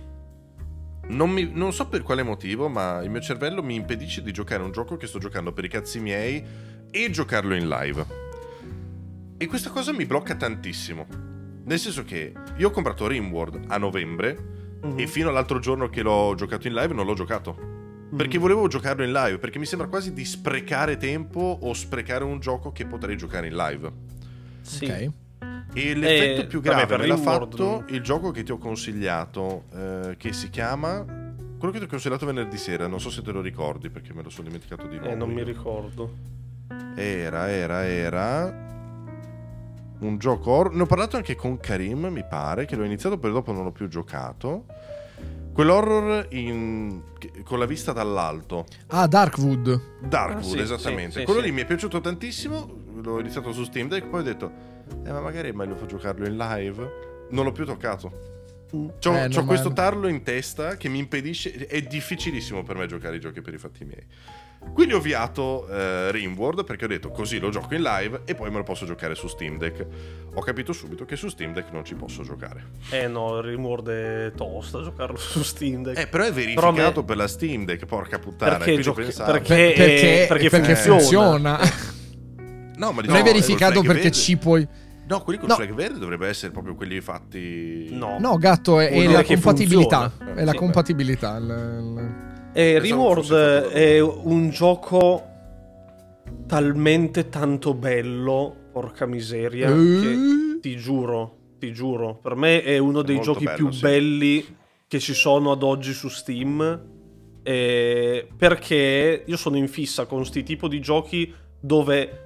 Non, mi, non so per quale motivo, ma il mio cervello mi impedisce di giocare un gioco che sto giocando per i cazzi miei e giocarlo in live. E questa cosa mi blocca tantissimo. Nel senso che io ho comprato Rimworld a novembre Mhm. e fino all'altro giorno che l'ho giocato in live non l'ho giocato. Perché Mhm. volevo giocarlo in live, perché mi sembra quasi di sprecare tempo o sprecare un gioco che potrei giocare in live. Sì. Ok. E l'effetto Eh, più vabbè, grave per me l'ha Rimworld- fatto il gioco che ti ho consigliato, eh, che si chiama... Quello che ti ho consigliato venerdì sera, non so se te lo ricordi perché me lo sono dimenticato di nuovo. Eh, non mi io. ricordo. Era, era, era... Un gioco horror. Ne ho parlato anche con Karim, mi pare, che l'ho iniziato, poi dopo non l'ho più giocato. Quell'horror in... con la vista dall'alto. Ah, Darkwood. Darkwood, Ah, sì, esattamente. sì, Quello sì, lì sì. mi è piaciuto tantissimo. L'ho iniziato su Steam Deck, poi ho detto, eh, ma magari è meglio giocarlo in live. Non l'ho più toccato. C'ho, Eh, c'ho no, questo ma- tarlo in testa che mi impedisce. È difficilissimo per me giocare i giochi per i fatti miei. Quindi ho avviato eh, Rimworld perché ho detto così lo gioco in live e poi me lo posso giocare su Steam Deck. Ho capito subito che su Steam Deck non ci posso giocare. Eh no, il Rimworld è tosta giocarlo su Steam Deck. Eh, però è verificato Però me- per la Steam Deck, porca puttana. Perché, quindi giochi- pensavo- perché, Per- perché, eh, perché perché funziona. funziona. No, ma Non è no, verificato col flag perché verde- ci puoi... No, quelli con No. flag verde dovrebbero essere proprio quelli fatti. No. No, gatto, è, è Vuol la dire che compatibilità. funziona. È la Sì. compatibilità. il- il- E Pensavo Rimworld fosse fatto da è un gioco talmente tanto bello, porca miseria, Eh? che ti giuro, ti giuro, per me è uno dei molto giochi bello, più sì. belli che ci sono ad oggi su Steam, eh, perché io sono in fissa con sti tipo di giochi dove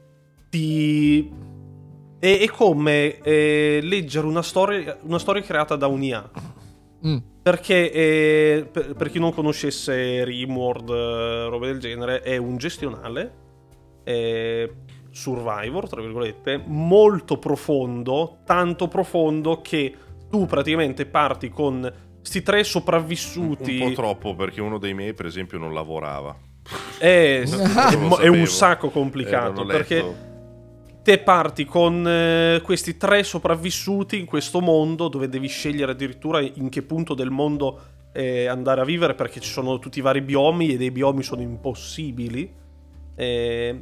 ti... È, è come eh, leggere una storia, una storia creata da un'I A. Mm. Perché, eh, per, per chi non conoscesse Rimworld, eh, roba del genere, è un gestionale eh, Survivor, tra virgolette, molto profondo, tanto profondo che tu praticamente parti con sti tre sopravvissuti. Un po' troppo perché uno dei miei, per esempio, non lavorava. È, Non è, lo mo- è un sapevo. sacco Eh, complicato, non ho letto. perché te parti con eh, questi tre sopravvissuti in questo mondo dove devi scegliere addirittura in che punto del mondo eh, andare a vivere, perché ci sono tutti i vari biomi e dei biomi sono impossibili. Eh,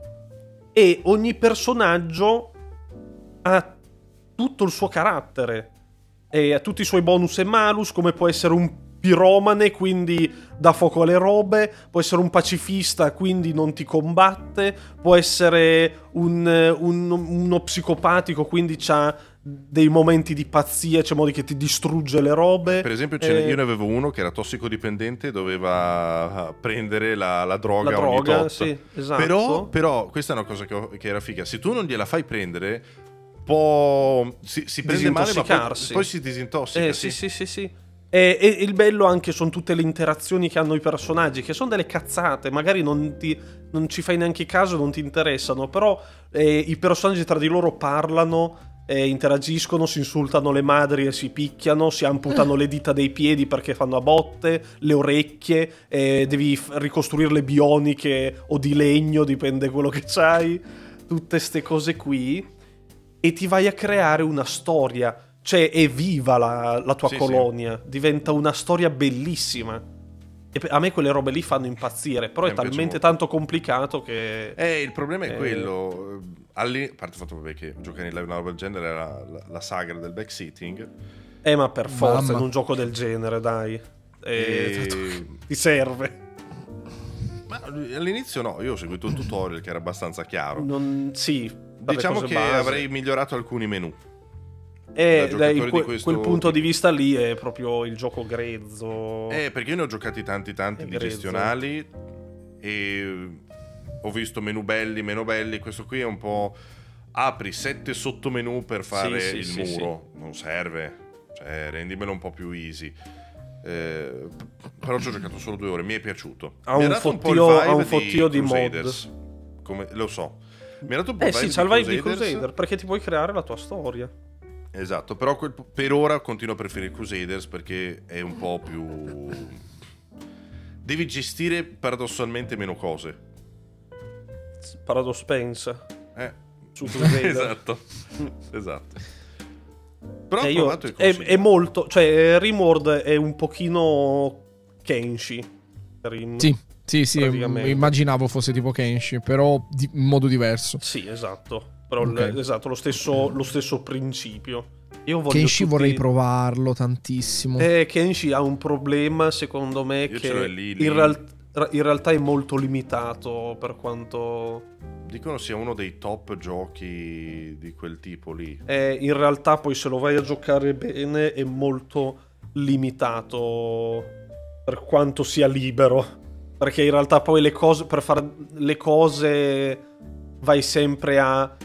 e ogni personaggio ha tutto il suo carattere e ha tutti i suoi bonus e malus, come può essere un piromane, quindi dà fuoco alle robe, può essere un pacifista, quindi non ti combatte, può essere un, un- uno psicopatico, quindi c'ha dei momenti di pazzia, c'è modi che ti distrugge le robe. Per esempio, ce ne- Eh, io ne avevo uno che era tossicodipendente, doveva prendere la, la droga, la ogni droga, tot. sì, esatto. Però, però questa è una cosa che, ho- che era figa. Se tu non gliela fai prendere, può si, si prende male, ma poi, Disintossicarsi. poi si disintossica. Eh, sì, sì, sì, sì. E, e il bello anche sono tutte le interazioni che hanno i personaggi, che sono delle cazzate, magari non, ti, non ci fai neanche caso, non ti interessano, però eh, i personaggi tra di loro parlano, eh, interagiscono, si insultano le madri e si picchiano, si amputano le dita dei piedi perché fanno a botte, le orecchie, eh, devi f- ricostruirle bioniche o di legno, dipende quello che c'hai, tutte ste cose qui, e ti vai a creare una storia. Cioè è viva la, la tua Sì, colonia, diventa una storia bellissima. E pe- a me quelle robe lì fanno impazzire, però Eh, è mi piace talmente molto. tanto complicato che... Eh, il problema è Eh. quello. Alli- a parte il fatto vabbè, che giocare in live una roba del genere era la, la saga del backseating. Eh, ma per forza, Mamma. in un gioco del genere, dai. Eh, E... Ti serve. Ma all'inizio no, io ho seguito il tutorial che era abbastanza chiaro. Non... Sì, per le Diciamo cose che base. avrei migliorato alcuni menu. Eh, da dai, giocatori que- di questo quel punto tipo. di vista lì è proprio il gioco grezzo. Eh, perché io ne ho giocati tanti tanti È di grezzo. gestionali e ho visto menu belli, meno belli. Questo qui è un po'... apri sette sottomenu per fare Sì, sì, il sì, muro. Non serve. Cioè, rendimelo un po' più easy. Eh, però ci ho giocato solo due ore, mi è piaciuto. Ha Mi un dato po' il fottio- vibe ha un fottio di mod. Crusaders, come, lo so. Mi ha dato un po' Eh il sì, vibe c'ha il vibe di Crusaders. Crusader, perché ti puoi creare la tua storia. Esatto, però quel- per ora continuo a preferire Crusaders perché è un po' più... Devi gestire paradossalmente meno cose. Paradox Spence Eh. su Crusader. Esatto, esatto. Però Eh, ho io- provato i è, consigli. è molto, cioè Rimworld è un pochino Kenshi. Rim. Sì, sì, sì, Praticamente. immaginavo fosse tipo Kenshi, però di- in modo diverso. Sì, esatto. Però il- Ok. esatto, lo stesso, lo stesso principio. Io voglio Kenshi tutti- vorrei provarlo tantissimo. Eh, Kenshi ha un problema, secondo me, Io ce che l'ho lì, lì. In, real- in realtà è molto limitato per quanto... Dicono sia uno dei top giochi di quel tipo lì. Eh, in realtà poi se lo vai a giocare bene è molto limitato per quanto sia libero. Perché in realtà poi le cose, per fare le cose vai sempre a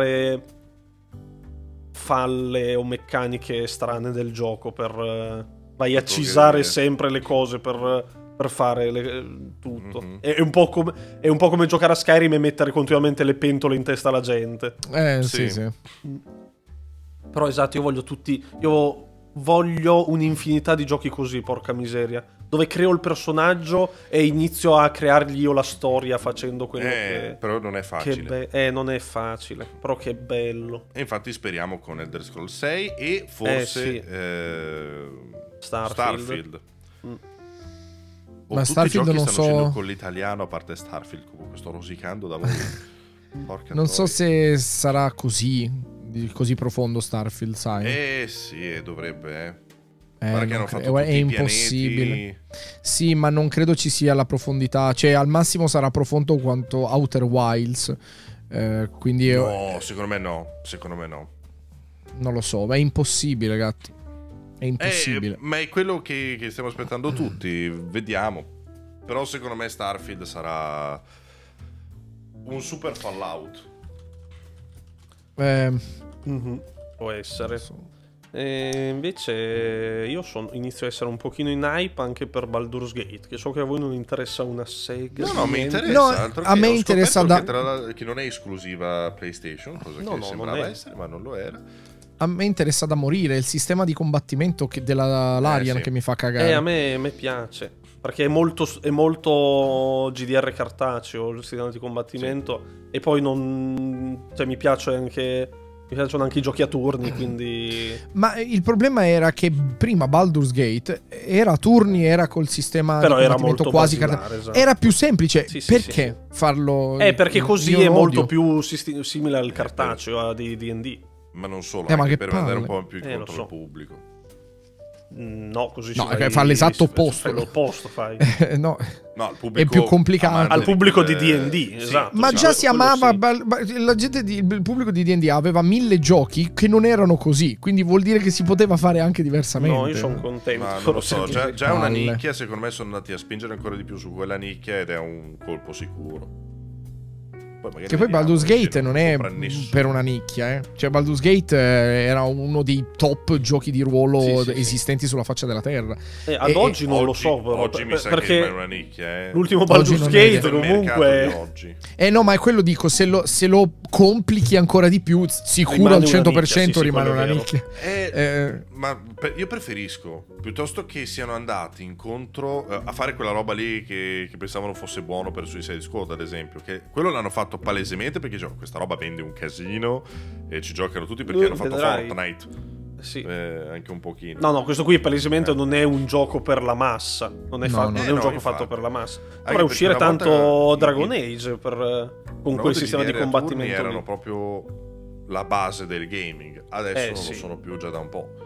sfruttare falle o meccaniche strane del gioco per, vai a cisare sempre le cose per, per fare le, tutto. Mm-hmm. È, un po' come, è un po' come giocare a Skyrim e mettere continuamente le pentole in testa alla gente. Eh sì, sì. sì. Però esatto, io voglio tutti... Io voglio un'infinità di giochi così, porca miseria. Dove creo il personaggio e inizio a creargli io la storia facendo quello eh, che... Però non è facile. Che be- eh, non è facile, però che bello. E infatti speriamo con Elder Scrolls sei e forse eh, sì. eh, Starfield. Starfield. Mm. O Ma tutti Starfield i giochi non stanno so... uscendo con l'italiano, a parte Starfield, comunque sto rosicando da voi. Porca non troia. so se sarà così, così profondo Starfield, sai. Eh sì, dovrebbe, eh. Eh, Guarda che hanno cre- fatto è tutti i impossibile. pianeti. Sì, ma non credo ci sia la profondità. Cioè, al massimo sarà profondo quanto Outer Wilds. Eh, quindi No, io, secondo me no. Secondo me no. non lo so, ma è impossibile, gatto. È impossibile. Eh, ma è quello che, che stiamo aspettando tutti. Vediamo. Però secondo me Starfield sarà un super Fallout. Eh, Mm-hmm. Può essere. so. E invece io son, inizio a essere un pochino in hype anche per Baldur's Gate, che so che a voi non interessa una sega. No, no, mi niente. interessa. No, altro a che me ho interessa scoperto da- che, tra la- che non è esclusiva PlayStation, cosa No, che no, sembrava non è. essere, ma non lo era. A me interessa da morire il sistema di combattimento che della Larian sì. che mi fa cagare. Eh, a me, a me piace. Perché è molto, è molto G D R cartaceo il sistema di combattimento. E poi non. Cioè, mi piace anche. Mi piacciono anche i giochi a turni, quindi. Ma il problema era che prima Baldur's Gate era a turni, era col sistema Però di era combattimento molto quasi basilare, cartaceo. esatto. Era più semplice. Sì, sì, perché sì, sì. farlo? Eh, perché così Io è lo molto odio. più sisti- simile al cartaceo a di D and D. Ma non solo, Eh, ma anche che per palle. andare un po' più Eh, incontro lo so. al pubblico. No, così No, ci che fai- fa l'esatto ci fai- opposto. Fai l'opposto, fai. Eh, no. No, il pubblico È più complicato. amante Al pubblico di quelle- D and D, sì, esatto. Ma sì, già si quello amava sì. Bal- ba- la gente di- il pubblico di D and D aveva mille giochi che non erano così, quindi vuol dire che si poteva fare anche diversamente. No, io sono contento. Ma non lo so, già, già una palle. nicchia, secondo me sono andati a spingere ancora di più su quella nicchia ed è un colpo sicuro. Poi magari Che poi vediamo, Baldur's perché Gate non è compra nessuno. per una nicchia, eh. Cioè Baldur's Gate eh, era uno dei top giochi di ruolo Sì, sì, esistenti sulla faccia della terra. Eh, ad E- oggi non lo Oggi- so, però. Oggi mi per- sa perché che è una nicchia, eh. l'ultimo Oggi Baldur's non è Gate Il mercato di comunque. oggi. Eh no, ma è quello dico, se lo, se lo complichi ancora di più, sicuro Rimane al una cento per nicchia, cento sì, sì, rimane quello è una vero. nicchia. Eh, Eh, ma per- io preferisco piuttosto che siano andati incontro eh, a fare quella roba lì che, che pensavano fosse buono per Suicide Squad, ad esempio. Che quello l'hanno fatto palesemente perché cioè, questa roba vende un casino e ci giocano tutti perché Uh, hanno fatto vedrai. Fortnite. Sì. Eh, anche un pochino. No, no, questo qui palesemente Eh. non è un gioco per la massa. Non è, No, fa- no. non Eh, è un no, gioco infatti. fatto per la massa. Anche Dovrà perché uscire una volta tanto i- Dragon i- Age per, con Una quel volta sistema i di D R a turni combattimento. erano lì. proprio la base del gaming. Adesso Eh, non sì. lo sono più già da un po'.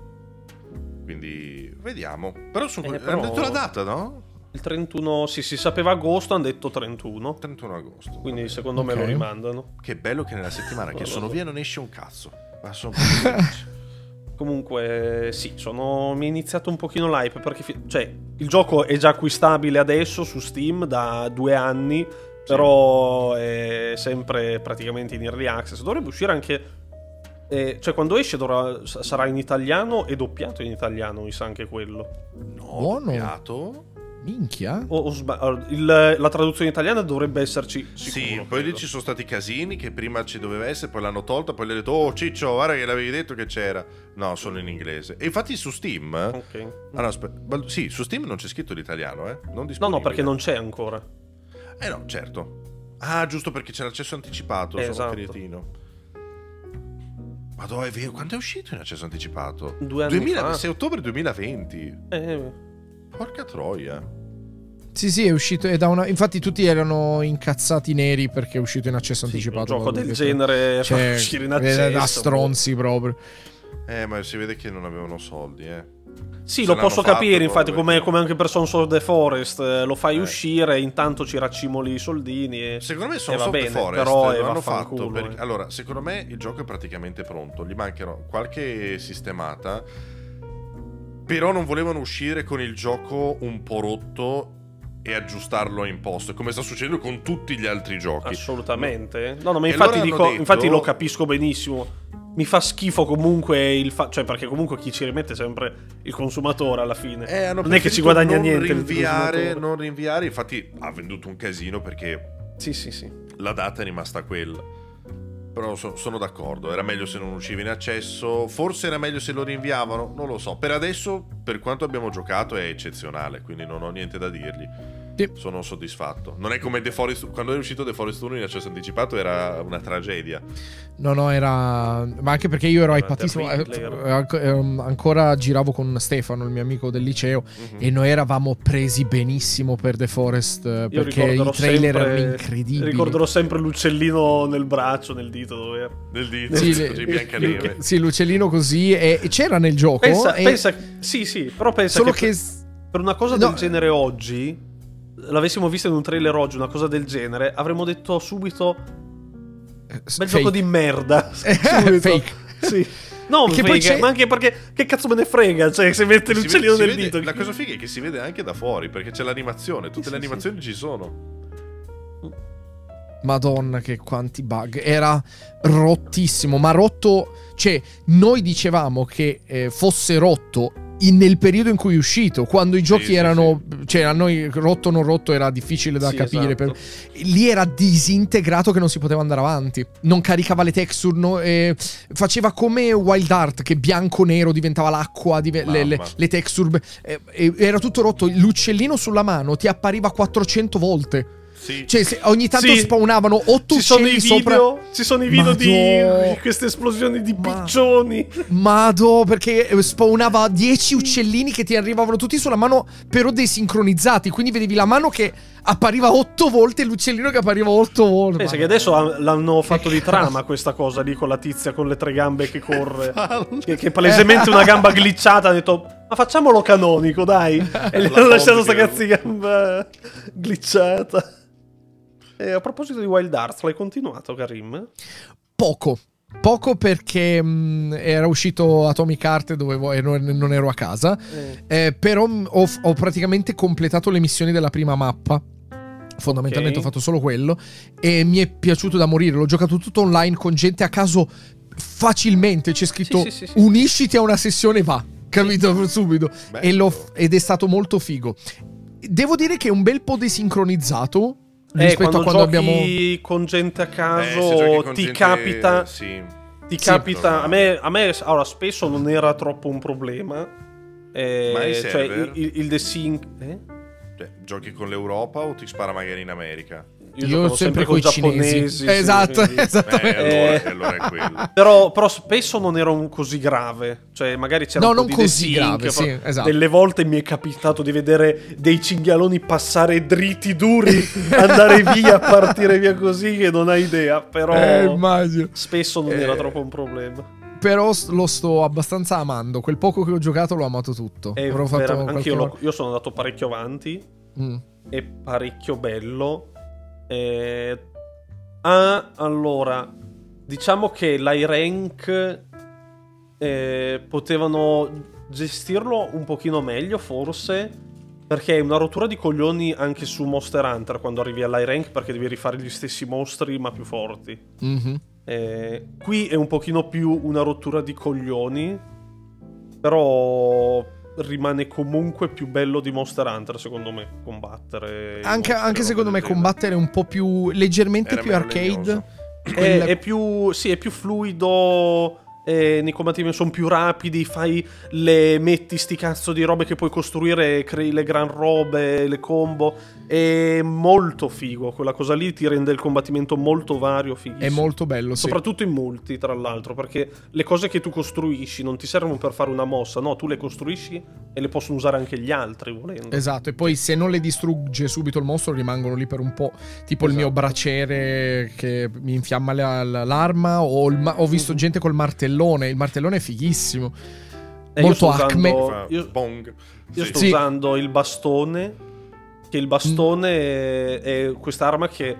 Quindi vediamo. Però, sono... Eh, hanno però- detto la data, no? Il trentuno, sì, si sapeva agosto, hanno detto trentuno. trentuno agosto. Quindi secondo me Ok. lo rimandano. Che bello che nella settimana che No, sono no. via non esce un cazzo. Ma sono proprio felice. Comunque, sì, sono... mi è iniziato un pochino l'hype perché, fi- cioè, il gioco è già acquistabile adesso su Steam da due anni, però è sempre praticamente in early access. Dovrebbe uscire anche, eh, cioè, quando esce dovrà... s- sarà in italiano e doppiato in italiano, mi sa anche quello. No, Buono. doppiato? minchia. O, o sba- allora, il- la traduzione italiana dovrebbe esserci sicuro. Sì, poi credo. lì ci sono stati casini che prima ci doveva essere, poi l'hanno tolta, poi gli ho detto "Oh Ciccio, guarda che l'avevi detto che c'era". No, solo in inglese. E infatti su Steam Ok. Ah, no, aspetta. Bal- Sì, su Steam non c'è scritto l'italiano, eh? Non No, disponibile. no, perché non c'è ancora. Eh no, certo. Ah, giusto perché c'è l'accesso anticipato, sono Esatto. un cretino. Madonna, è vero, quando è uscito in accesso anticipato? Due anni duemila fa. sei ottobre duemilaventi. Eh, Porca troia. Sì, sì, è uscito. È da una... Infatti, tutti erano incazzati neri perché è uscito in accesso sì, un anticipato. gioco del Perché- genere fa Cioè, uscire in è accesso. da stronzi proprio. Eh, ma si vede che non avevano soldi, eh. Sì, Se lo l'hanno posso fatto, capire, infatti, proprio come, perché- come anche per Sons of the Forest, eh, lo fai Eh. uscire, intanto ci raccimoli i soldini e... Secondo me e sono va Sons of bene, the Forest però lo è hanno vaffanculo, fatto perché... eh. Allora, secondo me il gioco è praticamente pronto. Gli mancano qualche sistemata. Però non volevano uscire con il gioco un po' rotto e aggiustarlo in posto, come sta succedendo con tutti gli altri giochi. Assolutamente. No, no, ma E infatti, allora hanno dico, detto- infatti lo capisco benissimo. mi fa schifo comunque il fa- cioè perché comunque chi ci rimette è sempre il consumatore alla fine. Eh, hanno non è che ci preferito guadagna non niente il rinviare, consumatore. non rinviare, infatti ha venduto un casino perché Sì, sì, sì. la data è rimasta quella. Però so- sono d'accordo, era meglio se non usciva in accesso, forse era meglio se lo rinviavano, non lo so. Per adesso, per quanto abbiamo giocato, è eccezionale, quindi non ho niente da dirgli. Sì. Sono soddisfatto. Non è come The Forest, quando è uscito The Forest uno in accesso anticipato era una tragedia. No, no, era... Ma anche perché io ero Era hypatissimo. terribile, eh, era. eh, anco- ehm, ancora giravo con Stefano, il mio amico del liceo, Mhm. e noi eravamo presi benissimo per The Forest, eh, Io perché i ricorderò trailer sempre- erano incredibili. Ricorderò sempre l'uccellino nel braccio, nel dito, dove era. Nel dito, Sì, così le- Biancaneve. Sì, l'uccellino così, e, e c'era nel gioco. Pensa, e- pensa, sì, sì, però pensa Solo che, che... per, per una cosa No. del genere oggi, l'avessimo vista in un trailer oggi, una cosa del genere, avremmo detto subito bel fake. gioco di merda. Eh, Subito. fake. Sì. Non Che poi fake, c'è- ma anche perché che cazzo me ne frega, cioè se mette Si l'uccellino vede- nel si vede- dito. La cosa figa è che si vede anche da fuori, perché c'è l'animazione, tutte Sì, le sì, animazioni ci sono. Madonna, che quanti bug. Era rottissimo, ma rotto... Cioè, noi dicevamo che eh, fosse rotto in- nel periodo in cui è uscito, quando i giochi sì, erano... Cioè, a noi rotto o non rotto era difficile da Sì, capire. esatto. per- Lì era disintegrato che non si poteva andare avanti. Non caricava le texture, no, eh, faceva come Wild Art, che bianco-nero diventava l'acqua, dive- le, le- Mamma. le texture... eh, eh, era tutto rotto. L'uccellino sulla mano ti appariva quattrocento volte. Sì. Cioè, se ogni tanto Sì. spawnavano otto Ci sono i uccelli video, sopra. ci sono i video di Madò. queste esplosioni di Ma- piccioni. Mado, perché eh, spawnava dieci uccellini che ti arrivavano tutti sulla mano, però desincronizzati. Quindi vedevi la mano che appariva otto volte e l'uccellino che appariva otto volte. Pensa Ma- che adesso ha- l'hanno fatto di trama questa cosa lì con la tizia con le tre gambe che corre. che, che palesemente una gamba glitchata. Ha detto, ma facciamolo canonico, dai. E gli La hanno lasciato sta bomba cazzo di gamba glitchata. E a proposito di Wild Arts, l'hai continuato, Karim? Poco. Poco perché mh, era uscito Atomic Heart e dovevo, e non, non ero a casa. Eh. Eh, però mh, ho, ho praticamente completato le missioni della prima mappa. Fondamentalmente Ok. ho fatto solo quello. E mi è piaciuto da morire. L'ho giocato tutto online con gente a caso facilmente. C'è scritto Sì, sì, sì, sì. unisciti a una sessione e va. Capito? Subito. Bello. E l'ho- ed è stato molto figo. Devo dire che è un bel po' desincronizzato Eh, rispetto quando a quando giochi abbiamo... con gente a Eh, caso, se giochi con ti gente- capita. Sì. Ti Sì. capita. A me, a me, allora, spesso non era troppo un problema. Eh, Ma i cioè, server? il, il desync. Eh? Cioè, giochi con l'Europa o ti spara magari in America? Io, Io giocavo sempre con coi cinesi. giapponesi. sì, Esatto, quindi- Eh, esattamente. allora, Eh. allora è quello. Però, però spesso non era un così grave. Cioè, magari c'era No, un po' non di così desync, grave, però sì, esatto. Delle volte mi è capitato di vedere dei cinghialoni passare dritti duri, andare via, partire via così, che non hai idea. Però Eh, immagino. spesso non Eh. era troppo un problema. Però s- lo sto abbastanza amando. Quel poco che ho giocato l'ho amato tutto. È Avrò fatto vera- qualche anch'io l'ho- ora- io sono andato parecchio avanti. Mm. È parecchio bello. Eh, ah, allora, diciamo che l'high rank eh, potevano gestirlo un pochino meglio, forse, perché è una rottura di coglioni anche su Monster Hunter quando arrivi all'high rank, perché devi rifare gli stessi mostri ma più forti. Mhm. Eh, qui è un pochino più una rottura di coglioni, però rimane comunque più bello di Monster Hunter, secondo me, combattere. i Anche, mostri, anche roba secondo me del genere. combattere è un po' più leggermente Era più meno arcade. legnoso. È, Quella- è più, sì, è più fluido. Eh, nei combattimenti sono più rapidi. Fai le metti sti cazzo di robe che puoi costruire, crei le gran robe, le combo. È molto figo. Quella cosa lì ti rende il combattimento molto vario, fighissimo. È molto bello, sì. Soprattutto in multi, tra l'altro, perché le cose che tu costruisci non ti servono per fare una mossa, no, tu le costruisci e le possono usare anche gli altri, volendo. Esatto, e poi se non le distrugge subito il mostro rimangono lì per un po'. Tipo il mio Esatto. braciere che mi infiamma la- la- l'arma. O il ma- ho visto Mhm. gente col martellone. Il martellone è fighissimo. Eh, io molto sto acme. usando- Fa io- bong. Io Sì. sto Sì. usando il bastone. Che il bastone è, è quest'arma che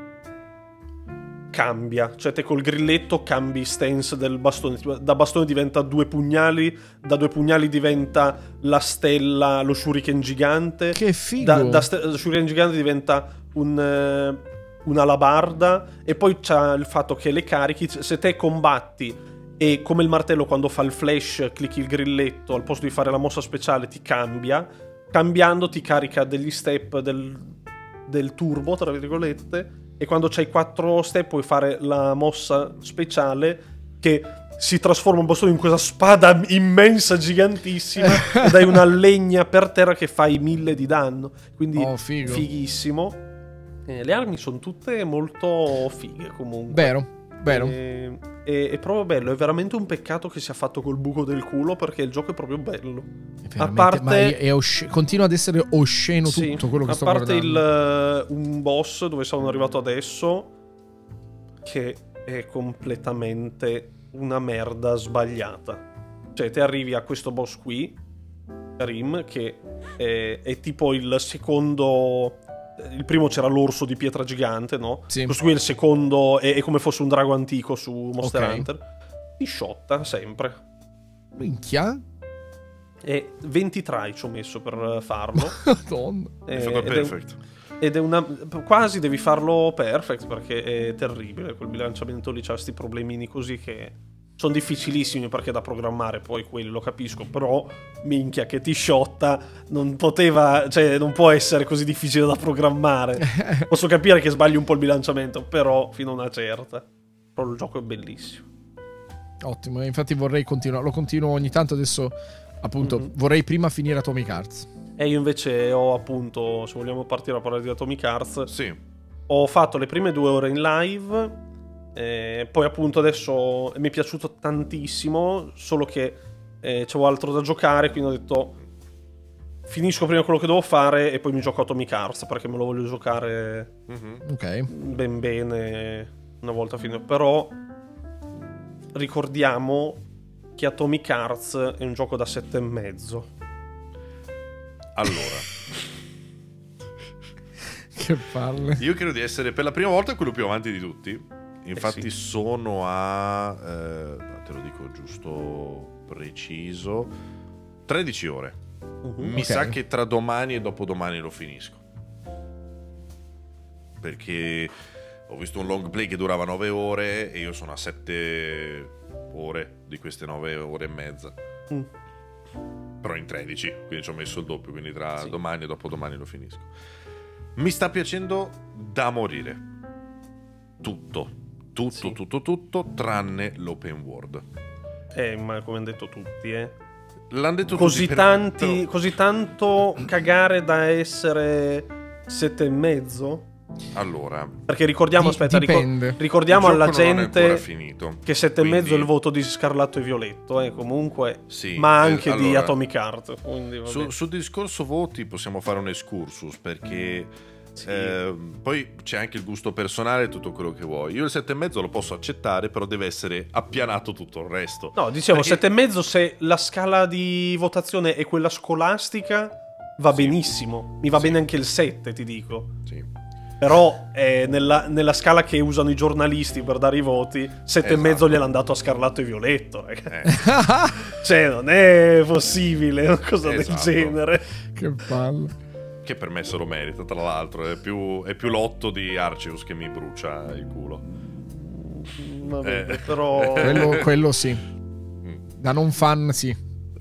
cambia. Cioè, te col grilletto cambi stance del bastone. Da bastone diventa due pugnali. Da due pugnali diventa la stella, lo shuriken gigante. Che figo. Da, da ste- da shuriken gigante diventa un, eh, una alabarda. E poi c'ha il fatto che le carichi, se te combatti e come il martello quando fa il flash clicchi il grilletto al posto di fare la mossa speciale ti cambia, cambiando ti carica degli step del, del turbo tra virgolette, e quando c'hai quattro step puoi fare la mossa speciale che si trasforma un bastone in questa spada immensa, gigantissima, e dai una legna per terra che fai mille di danno, quindi oh, figo. fighissimo. Eh, le armi sono tutte molto fighe comunque. Vero, vero. E, e, è proprio bello, è veramente un peccato che sia fatto col buco del culo, perché il gioco è proprio bello. A parte, ma è, è osc- continua ad essere osceno sì, tutto quello che a sto parte guardando. il, un boss dove sono arrivato adesso che è completamente una merda sbagliata. Cioè te arrivi a questo boss qui, Karim, che è, è tipo il secondo. Il primo c'era l'orso di pietra gigante, no? Sì. Questo qui è il secondo, è, è come fosse un drago antico su Monster Ok. Hunter. Ti shotta sempre. Minchia. E venti try ci ho messo per farlo. Madonna. Eh, È fatto ed è- perfect. Ed è una. Quasi devi farlo perfect, perché è terribile. Quel bilanciamento lì c'ha sti problemini così che sono difficilissimi perché da programmare, poi quelli lo capisco, però minchia che ti sciotta, non poteva, cioè non può essere così difficile da programmare. Posso capire che sbagli un po' il bilanciamento, però fino a una certa. Però il gioco è bellissimo. Ottimo, infatti vorrei continuare, lo continuo ogni tanto adesso, appunto, Mhm. vorrei prima finire Atomic Hearts. E io invece ho appunto, se vogliamo partire a parlare di Atomic Hearts, Sì. ho fatto le prime due ore in live, eh, poi appunto adesso mi è piaciuto tantissimo, solo che eh, c'avevo altro da giocare, quindi ho detto finisco prima quello che devo fare e poi mi gioco Atomic Hearts, perché me lo voglio giocare Mhm. Ok. ben bene una volta finito. Però ricordiamo che Atomic Hearts è un gioco da sette e mezzo. Allora, Che palle. io credo di essere per la prima volta quello più avanti di tutti. Infatti Eh sì. sono a eh, te lo dico giusto preciso tredici ore. Mhm. Mi Ok. sa che tra domani e dopodomani lo finisco. Perché ho visto un long play che durava nove ore e io sono a sette ore di queste nove ore e mezza. Mm. Però in tredici, quindi ci ho messo il doppio, quindi tra Sì. domani e dopodomani lo finisco. Mi sta piacendo da morire. Tutto. Tutto, Sì. tutto, tutto, tranne l'open world. Eh, ma come hanno detto tutti, eh. L'hanno detto Così tutti, per- tanti, però- così tanto cagare da essere sette e mezzo? Allora, Perché ricordiamo, Di- aspetta, ricor- dipende. ricordiamo il alla gioco non è ancora gente finito, che sette e quindi- mezzo è il voto di Scarlatto e Violetto, eh, comunque, Sì, ma eh, anche di allora, Atomic Heart. Quindi, vabbè. Su, sul discorso voti possiamo fare un excursus perché Sì. eh, poi c'è anche il gusto personale e tutto quello che vuoi. Io il sette e mezzo lo posso accettare, però deve essere appianato tutto il resto. No, dicevo Perché- sette e mezzo se la scala di votazione è quella scolastica va Sì. benissimo. Mi va Sì. bene anche il sette, ti dico. Sì. Però eh, nella, nella scala che usano i giornalisti per dare i voti, sette e Esatto. mezzo gliel'hanno dato a Scarlatto e Violetto, ragazzi. Eh, Cioè, non è possibile una cosa Esatto. del genere. Che palle. che per me se lo merita, tra l'altro. È più, è più l'otto di Arceus che mi brucia il culo. Vabbè, Eh. però... Quello, quello sì. Mm. Da non fan sì.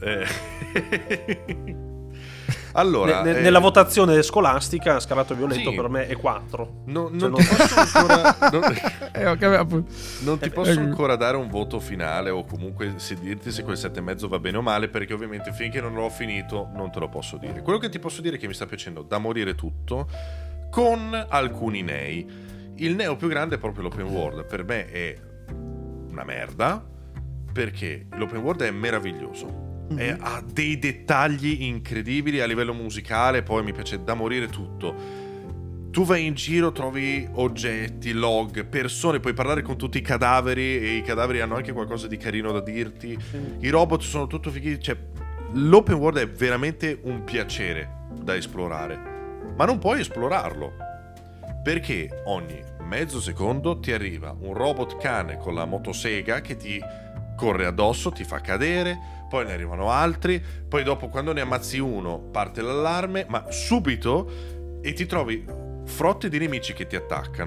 Eh. Allora, Ne- ne- eh, nella votazione scolastica, Scarlatto e Violetto sì. per me è quattro. no- non, Cioè, non- ti posso ancora, non, Eh, ok, appunto. non ti Eh, posso eh, ancora dare un voto finale o comunque se dirti se quel sette e mezzo va bene o male, perché ovviamente finché non l'ho finito non te lo posso dire. Quello che ti posso dire è che mi sta piacendo da morire tutto, con alcuni nei. Il neo più grande è proprio l'open world. Per me è una merda, perché l'open world è meraviglioso. È- ha dei dettagli incredibili a livello musicale, poi mi piace da morire tutto. Tu vai in giro, trovi oggetti, log, persone, puoi parlare con tutti i cadaveri e i cadaveri hanno anche qualcosa di carino da dirti. I robot sono tutto fighi, cioè l'open world è veramente un piacere da esplorare, ma non puoi esplorarlo perché ogni mezzo secondo ti arriva un robot cane con la motosega che ti corre addosso, ti fa cadere, poi ne arrivano altri, poi dopo quando ne ammazzi uno parte l'allarme, ma subito, e ti trovi frotte di nemici che ti attaccano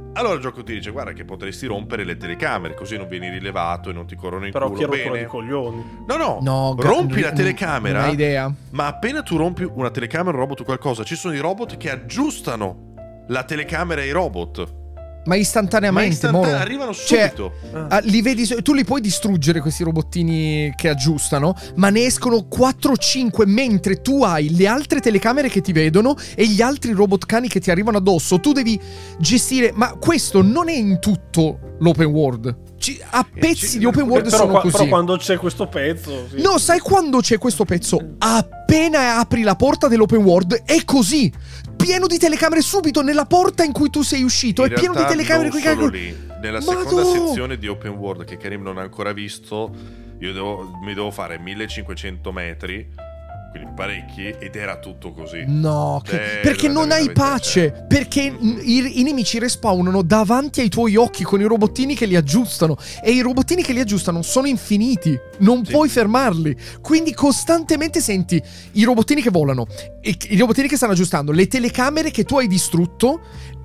Allora il gioco ti dice: guarda che potresti rompere le telecamere, così non vieni rilevato e non ti corrono in Però culo. che rottura Bene. di coglioni. No, no, No, ga- rompi la n- telecamera. non hai idea. Ma appena tu rompi una telecamera, un robot o qualcosa, ci sono i robot che aggiustano la telecamera ai robot. Ma istantaneamente, Ma istantanea- moro. arrivano Cioè, subito. ah, li vedi, tu li puoi distruggere questi robottini che aggiustano, ma ne escono quattro o cinque mentre tu hai le altre telecamere che ti vedono e gli altri robot cani che ti arrivano addosso. Tu devi gestire, ma questo non è in tutto l'open world. Ci- a pezzi ci- di open world Però, sono qua- così. però quando c'è questo pezzo... sì. No, sai quando c'è questo pezzo? Appena apri la porta dell'open world è così. Pieno di telecamere subito nella porta in cui tu sei uscito. In è pieno di realtà telecamere non qui solo lì. Nella seconda Madò! sezione di open world che Karim non ha ancora visto, io devo, mi devo fare millecinquecento metri, quindi parecchi, ed era tutto così. No, che- Eh, perché lo non hai avete- pace. Perché n- i, i nemici respawnano davanti ai tuoi occhi con i robottini che li aggiustano. E i robottini che li aggiustano sono infiniti. Non Sì. puoi fermarli. Quindi costantemente senti i robottini che volano, i, i robottini che stanno aggiustando, le telecamere che tu hai distrutto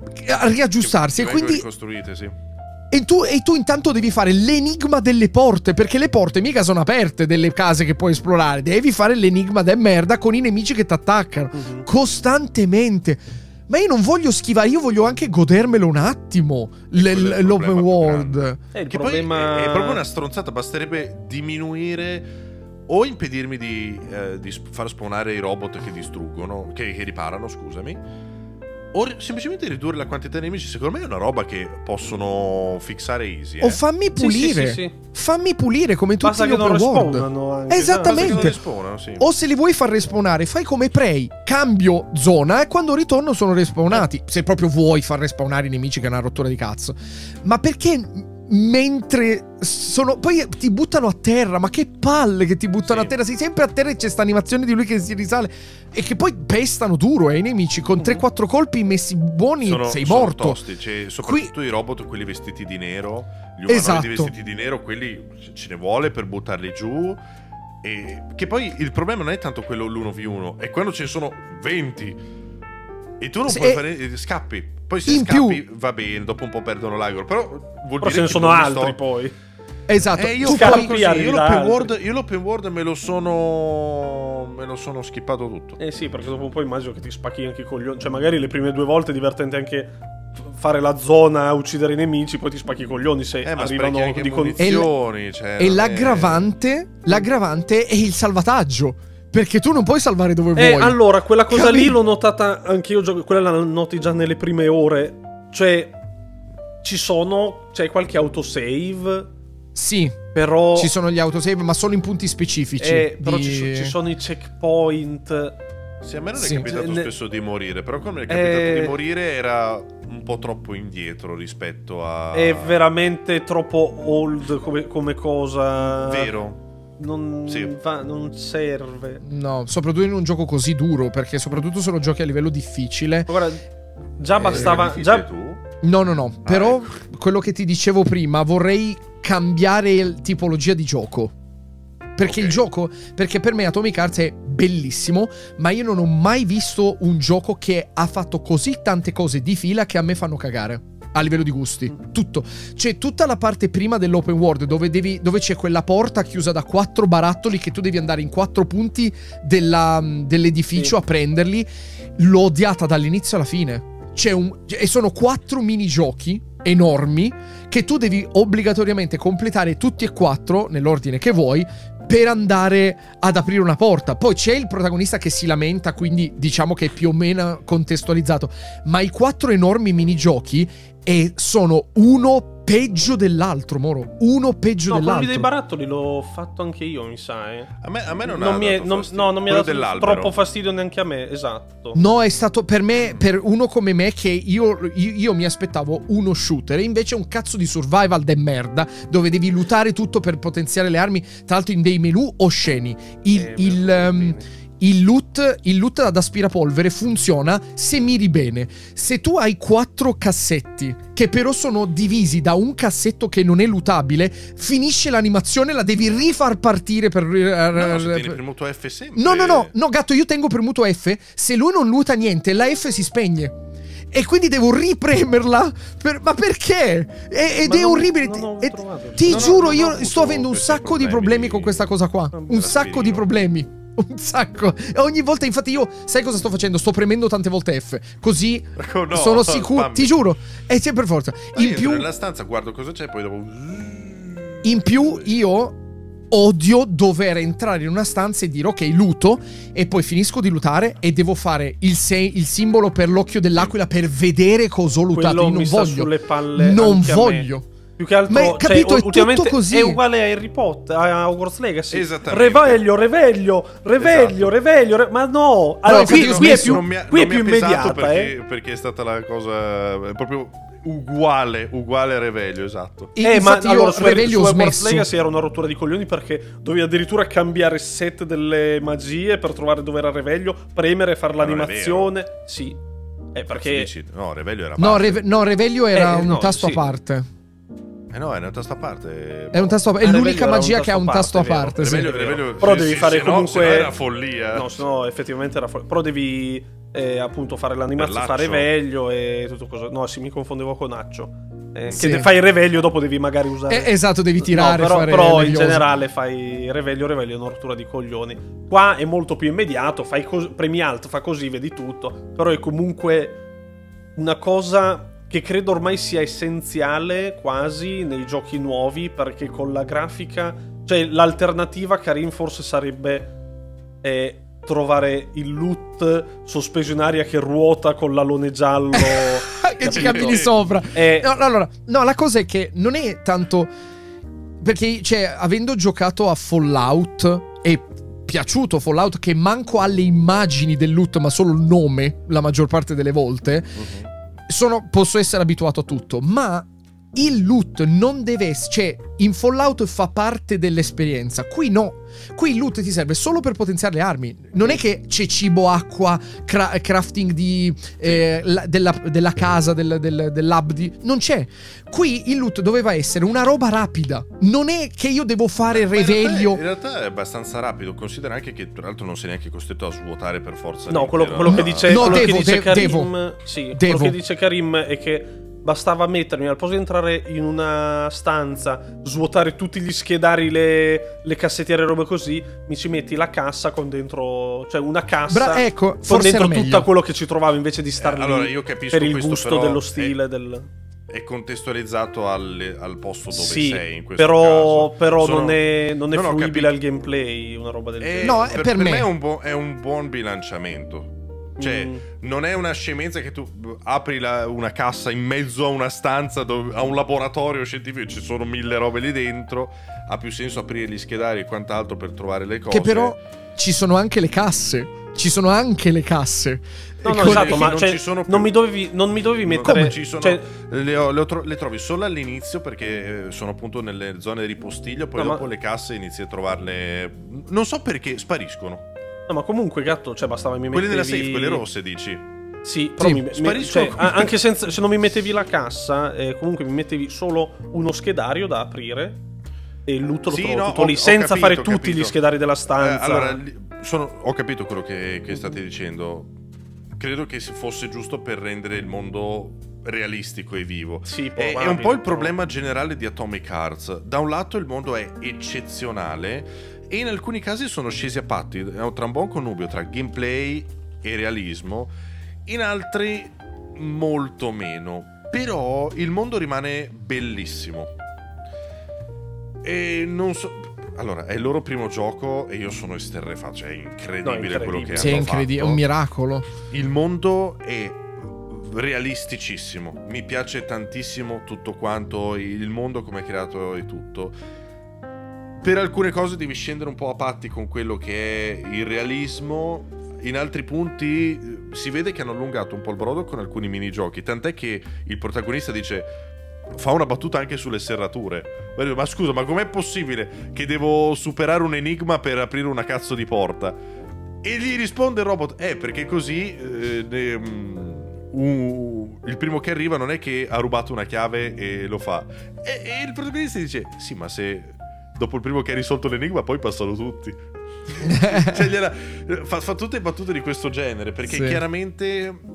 a riaggiustarsi. Che E quindi vengono ricostruite, sì. E tu, e tu intanto devi fare l'enigma delle porte, perché le porte mica sono aperte delle case che puoi esplorare. Devi fare l'enigma de merda con i nemici che ti attaccano Mhm. costantemente. Ma io non voglio schivare, io voglio anche godermelo un attimo l- quello è il l'open problema più world. grande. Eh, il Che problema... poi è, è proprio una stronzata, basterebbe diminuire o impedirmi di, eh, di sp- far spawnare i robot che distruggono, che, che riparano, scusami, o ri- semplicemente ridurre la quantità di nemici. Secondo me è una roba che possono fixare easy. Eh. O fammi Sì, sì, pulire, sì, sì. fammi pulire come tutti Basta gli che non open world. respawnano anche. Esattamente. Basta che non respawnano, sì. O se li vuoi far respawnare, fai come Prey, cambio zona e quando ritorno sono respawnati. Se proprio vuoi far respawnare i nemici, che è una rottura di cazzo. Ma perché m- mentre sono... Poi ti buttano a terra, ma che palle che ti buttano Sì. a terra. Sei sempre a terra e c'è sta animazione di lui che si risale. E che poi pestano duro, eh, i nemici. Con tre quattro colpi messi buoni sono, sei sono morto. tosti, cioè, soprattutto i robot, quelli vestiti di nero, gli umanoidi Esatto. vestiti di nero, quelli ce ne vuole per buttarli giù. E che poi il problema non è tanto quello l'uno vu uno, è quando ce ne sono venti e tu non Se- puoi e- fare, scappi. Poi se in scappi più- va bene, dopo un po' perdono l'agro, però vuol Però dire ce ne che sono non mi altri sto- poi. Esatto. Eh, io, Tu ho fatto puoi- così, arrivi io da l'open altri. world, io l'open world me lo sono me lo sono skippato tutto. Eh sì, perché dopo un po' immagino che ti spacchi anche i coglioni. Cioè, magari le prime due volte è divertente anche f- fare la zona, uccidere i nemici, poi ti spacchi i coglioni se Eh, ma arrivano sprechi anche di con... munizioni, cioè, E non è- l'aggravante, l'aggravante è il salvataggio. Perché tu non puoi salvare dove Eh, vuoi. allora, quella cosa Capi- lì l'ho notata anche io, gio- quella la noti già nelle prime ore. Cioè, ci sono, c'è qualche autosave, Sì, però... ci sono gli autosave, ma solo in punti specifici. eh, però di- ci, so- ci sono i checkpoint. Sì, a me non è Sì. capitato Ne- spesso di morire, però quando mi è capitato Eh. di morire era un po' troppo indietro rispetto a... È veramente troppo old come, come cosa. Vero. Non, Sì. va- non serve. No, soprattutto in un gioco così duro, perché soprattutto sono giochi a livello difficile. Ma guarda, già Eh, bastava. Difficile Già, tu? No, no, no. Però ecco. quello che ti dicevo prima, vorrei cambiare il- tipologia di gioco. Perché Ok. il gioco, perché per me Atomic Hearts è bellissimo, ma io non ho mai visto un gioco che ha fatto così tante cose di fila che a me fanno cagare. A livello di gusti, tutto. C'è tutta la parte prima dell'open world dove, devi, dove c'è quella porta chiusa da quattro barattoli che tu devi andare in quattro punti della- dell'edificio Sì. a prenderli. L'ho odiata dall'inizio alla fine. C'è un, e sono quattro minigiochi enormi che tu devi obbligatoriamente completare tutti e quattro nell'ordine che vuoi per andare ad aprire una porta. Poi c'è il protagonista che si lamenta, quindi diciamo che è più o meno contestualizzato. Ma i quattro enormi minigiochi e sono uno peggio dell'altro, Moro. Uno peggio no, quelli dell'altro. dei barattoli l'ho fatto anche io, mi sa. Eh. A me, a me non, Non ha mi è, dato non, fastidio. no, non mi ha Quello dato dell'albero. troppo fastidio neanche a me, esatto. No, è stato per me, per uno come me, che io, io, io mi aspettavo uno shooter, e invece è un cazzo di survival de merda, dove devi lootare tutto per potenziare le armi, tra l'altro in dei menu osceni. Il, Eh, il, me lo ehm, bene. il loot, il loot ad aspirapolvere funziona se miri bene. Se tu hai quattro cassetti, che però sono divisi da un cassetto che non è lootabile, finisce l'animazione, la devi rifar partire per... No, no, se tieni premuto F sempre. No, no, no, no, gatto, io tengo premuto F. Se lui non luta niente, la F si spegne. e quindi devo ripremerla per, ma perché? E, ed Ma è non- orribile. non ho E- trovato. ti Non ho- giuro, non ho io avuto sto avendo un questi sacco di problemi problemi di- con questa cosa qua. Un sacco di Aspirino. problemi. Un sacco. E ogni volta, infatti, io sai cosa sto facendo? Sto premendo tante volte F. Così Ecco, no, sono sicuro. spammi. Ti giuro. E c'è per forza. Ma In entro più, nella stanza, guardo cosa c'è, poi dopo. in più, io odio dover entrare in una stanza e dire ok, luto, e poi finisco di lutare e devo fare il, se- il simbolo per l'occhio dell'aquila per vedere cosa ho lutato. Quello Io non mi sta voglio. sulle palle Non anche a me. voglio. Più che altro, Ma hai capito, cioè, è ultimamente tutto così. è uguale a Harry Potter, a Hogwarts Legacy. Esattamente. Reveglio, reveglio, reveglio, Esatto. reveglio, re- ma no. Allora, infatti qui, non- qui è più, non mi ha- qui è non mi più ha pesato immediata, perché, eh. perché è stata la cosa è proprio uguale, uguale a Reveglio, esatto. E Eh, ma infatti io allora su, Reveglio su ho Hogwarts smesso. Legacy era una rottura di coglioni perché dovevi addirittura cambiare set delle magie per trovare dove era Reveglio, premere e fare Ma non è l'animazione. Sì. Eh, perché Dici, no, Reveglio era No, parte. Reve- no, Reveglio era Eh, un no, tasto sì. a parte. Eh no, è una tasto a parte. È un tasto a- Ah, è l'unica Reveglio era magia un che ha un tasto tasto a a parte, parte. sì. Reveglio, vero. Reveglio- Però sì, devi sì, fare se no- comunque- se no era follia. No, sennò effettivamente era fuori. Però devi eh, appunto fare l'animazione, Per fare Laccio. Reveglio e tutto cosa. No, sì, mi confondevo con Accio. Eh, Sì. Che te- fai il Reveglio, dopo devi magari usare. Eh, esatto, devi tirare. No, però, fare però in levioso. generale fai Reveglio, Reveglio è una rottura di coglioni. Qua è molto più immediato, fai cos- premi alt, fa così, vedi tutto. Però è comunque una cosa che credo ormai sia essenziale quasi nei giochi nuovi, perché con la grafica, cioè l'alternativa Karim forse sarebbe eh, trovare il loot sospeso in aria che ruota con l'alone giallo Che ci capito? cammini sopra. Eh, No, no, allora, no, la cosa è che non è tanto. Perché, cioè, avendo giocato a Fallout e piaciuto Fallout, che manco alle immagini del loot, ma solo il nome la maggior parte delle volte, Mhm. sono, posso essere abituato a tutto. Ma il loot non deve essere. Cioè, in Fallout fa parte dell'esperienza. Qui no. Qui il loot ti serve solo per potenziare le armi. Non è che c'è cibo, acqua, cra- crafting di, eh, la- della, della casa, del, del, del lab di... Non c'è. Qui il loot doveva essere una roba rapida. Non è che io devo fare il Ma in realtà- reveglio. In realtà è abbastanza rapido. Considera anche che, tra l'altro, non sei neanche costretto a svuotare per forza. No, quello, l'intera- quello che dice, No, quello devo, che dice de- Karim, devo. sì, Devo. quello che dice Karim è che bastava mettermi al posto di entrare in una stanza, svuotare tutti gli schedari, le, le cassettiere e robe così, mi ci metti la cassa con dentro, cioè una cassa Bra- ecco, con forse dentro era tutto meglio. quello che ci trovavo invece di star Eh, lì allora, io capisco per il questo, gusto però dello è- stile del... È contestualizzato al, al posto dove sì, sei in questo però, caso. però Sono- non è, non è No, no, fruibile capi- al gameplay una roba del Eh, genere. No, è per, per per me. me è un, buon- è un buon bilanciamento. Cioè, Mm. non è una scemenza che tu apri la- una cassa in mezzo a una stanza, dove, a un laboratorio scientifico, ci sono mille robe lì dentro. Ha più senso aprire gli schedari e quant'altro per trovare le cose. Che però ci sono anche le casse. Ci sono anche le casse. No, E no, con- esatto, non ma ci cioè, sono più. non mi dovevi, non mi dovevi No, mettere... come ci sono, cioè, le, ho- le ho tro- le trovi solo all'inizio perché eh, sono appunto nelle zone di ripostiglio. Poi No, dopo ma- le casse inizi a trovarle. Non so perché spariscono. no, ma comunque, gatto, cioè bastava mi Quelle mettevi... della safe, quelle rosse, dici? Sì, però Sì, mi, mi- spariscono cioè, come- a- anche senza, se non mi mettevi la cassa, eh, comunque mi mettevi solo uno schedario da aprire e il loot lo Sì, trovo no, tutto ho- lì, ho senza capito, fare ho tutti capito. gli schedari della stanza. Eh, allora, li- sono- ho capito quello che, che state dicendo. Credo che fosse giusto per rendere il mondo realistico e vivo. Sì, È, è probabile, un po' il però- problema generale di Atomic Hearts. Da un lato il mondo è eccezionale e in alcuni casi sono scesi a patti. È un tra un buon connubio tra gameplay e realismo. In altri molto meno. Però il mondo rimane bellissimo. E non so... Allora, è il loro primo gioco e io sono esterrefatto. Cioè, è incredibile, No, quello che incredibile. Sì, è hanno incredibile, è fatto. un miracolo. Il mondo è realisticissimo. Mi piace tantissimo tutto quanto, il mondo come è creato e tutto. Per alcune cose devi scendere un po' a patti con quello che è il realismo. In altri punti eh, si vede che hanno allungato un po' il brodo con alcuni minigiochi. Tant'è che il protagonista dice... fa una battuta anche sulle serrature. Ma scusa, ma com'è possibile che devo superare un enigma per aprire una cazzo di porta? E gli risponde il robot: Eh, perché così eh, ne- mm, uh, il primo che arriva non è che ha rubato una chiave e lo fa. E, e il protagonista dice: Sì, ma se dopo il primo che ha risolto l'enigma poi passano tutti. Cioè, gliela- fa, fa tutte battute di questo genere, perché Sì. chiaramente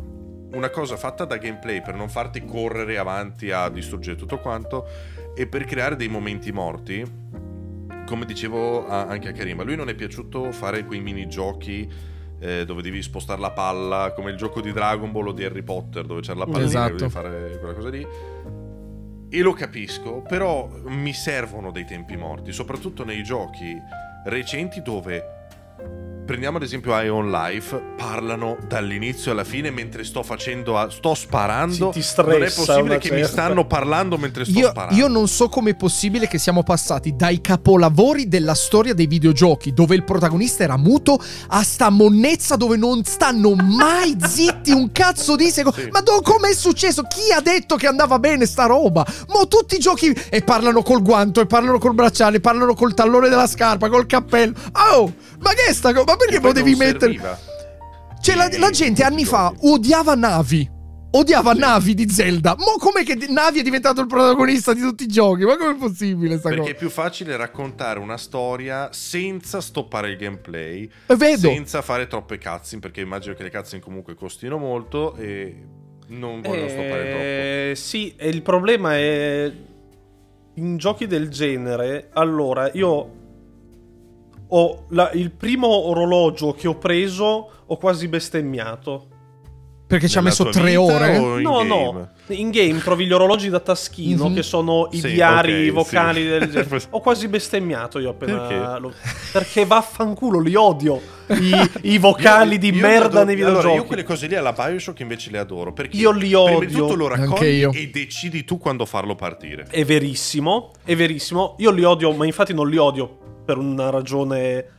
una cosa fatta da gameplay per non farti correre avanti a distruggere tutto quanto e per creare dei momenti morti. Come dicevo a, anche a Karim, a lui non è piaciuto fare quei minigiochi eh, dove devi spostare la palla, come il gioco di Dragon Ball o di Harry Potter dove c'era la palla Esatto. e devi fare quella cosa lì. E lo capisco, però mi servono dei tempi morti, soprattutto nei giochi recenti dove, prendiamo ad esempio Ion Life, parlano dall'inizio alla fine mentre sto facendo, a, sto sparando. Sì, ti stressa non è possibile una che certa. mi stanno parlando mentre sto Io, sparando. io non so com'è possibile che siamo passati dai capolavori della storia dei videogiochi, dove il protagonista era muto, a sta monnezza dove non stanno mai zitti un cazzo di secondo. Sì. Ma do, com'è successo? Chi ha detto che andava bene sta roba? Mo tutti i giochi e parlano col guanto, e parlano col bracciale, parlano col tallone della scarpa, col cappello. Oh, ma che è sta cosa? Ma perché E poi potevi non mettere? serviva. Cioè la, la gente anni fa odiava Navi. Odiava Sì. Navi di Zelda. Mo com'è che Navi è diventato il protagonista di tutti i giochi? Ma com'è possibile sta Perché cosa? è più facile raccontare una storia senza stoppare il gameplay, E vedo. senza fare troppe cutscene, perché immagino che le cutscene comunque costino molto e non vogliono stoppare troppo. Eh, sì, e il problema è in giochi del genere. Allora, io ho la- il primo orologio che ho preso ho quasi bestemmiato. Perché ci ha Nella messo tua tre vita ore. o in No, game? no, in game trovi gli orologi da taschino Mhm. che sono i Sì, diari ok, vocali sì. del genere. Ho quasi bestemmiato io appena Perché? lo- perché vaffanculo, li odio i, i vocali Io- di io merda adoro- nei videogiochi. Allora, io quelle cose lì alla BioShock invece le adoro, perché Io li prima di odio. tutto lo Anche raccogli io. e decidi tu quando farlo partire. È verissimo, è verissimo. Io li odio, ma infatti non li odio per una ragione eh,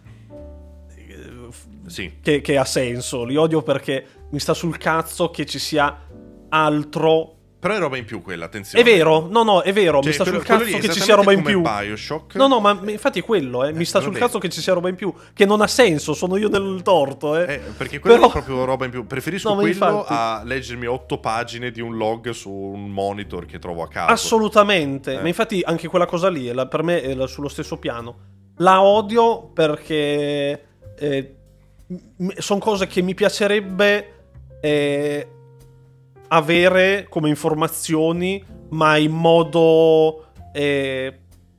Sì. che, che ha senso. Li odio perché mi sta sul cazzo che ci sia altro. Però è roba in più quella, attenzione. È vero, no, no, è vero. Cioè, mi sta quello- sul quello cazzo lì è che ci sia roba in più. esattamente come BioShock. No, no, ma infatti è quello, eh. Mi sta Eh, sul vabbè. cazzo che ci sia roba in più. Che non ha senso, sono io nel torto, eh. Eh, perché quello Però- è proprio roba in più. Preferisco No, ma quello infatti- a leggermi otto pagine di un log su un monitor che trovo a caso. Assolutamente. Eh. Ma infatti anche quella cosa lì, è la- per me è la- sullo stesso piano. La odio perché sono cose che mi piacerebbe eh, avere come informazioni, ma in modo eh,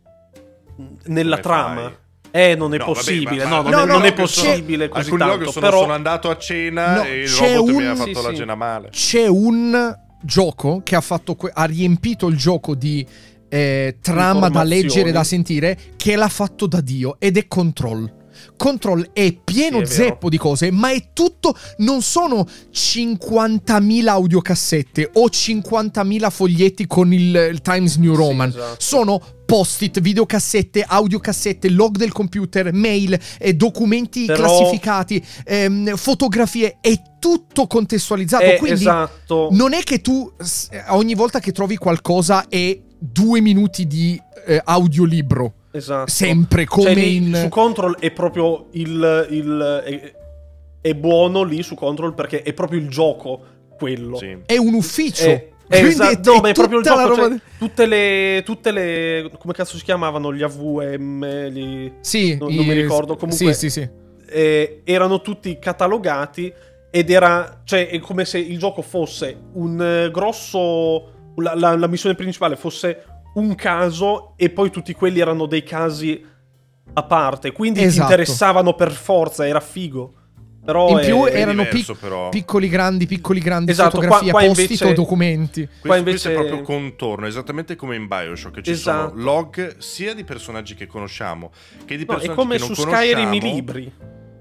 nella Come trama. fai? Eh, non è No, vabbè, possibile. ma- no, ma- non, è, no, non no, è c'è- possibile così Alcuni log tanto. sono, Però sono andato a cena No, e il c'è robot mi un- ha fatto sì, la sì. cena male. C'è un gioco che ha fatto que- ha riempito il gioco di eh, trama da Informazioni. leggere e da sentire, che l'ha fatto da Dio, ed è Control. Control è pieno Sì, è vero. zeppo di cose, ma è tutto. Non sono cinquantamila audiocassette o cinquantamila foglietti con il, il Times New Roman. esatto. Sono post-it, videocassette, audiocassette, log del computer, mail, eh, documenti Però- classificati, ehm, fotografie. È tutto contestualizzato. Eh, quindi esatto. non è che tu s- ogni volta che trovi qualcosa è due minuti di eh, audiolibro. Esatto. Sempre come Cioè, lì, in... su Control è proprio il, il è, è buono lì su Control perché è proprio il gioco quello. Sì. È un ufficio. È, è Quindi esatto, è- no, ma è proprio il tutta la gioco. roba Cioè, di- tutte le tutte le come cazzo si chiamavano gli A V M, gli, Sì, non, i- non mi ricordo comunque. Sì, sì, sì. eh, erano tutti catalogati ed era, cioè, è come se il gioco fosse un eh, grosso la, la- la missione principale fosse un caso e poi tutti quelli erano dei casi a parte, quindi Esatto. ti interessavano per forza, era figo. Però In è- più è erano diverso, pic- però. piccoli grandi, piccoli grandi, Esatto, fotografie, qua- qua post-it invece- o documenti. Questo, Qua questo è invece- proprio contorno, esattamente come in BioShock. Ci Esatto. sono log sia di personaggi che conosciamo che di no, personaggi è come che non su conosciamo. Skyrim i libri.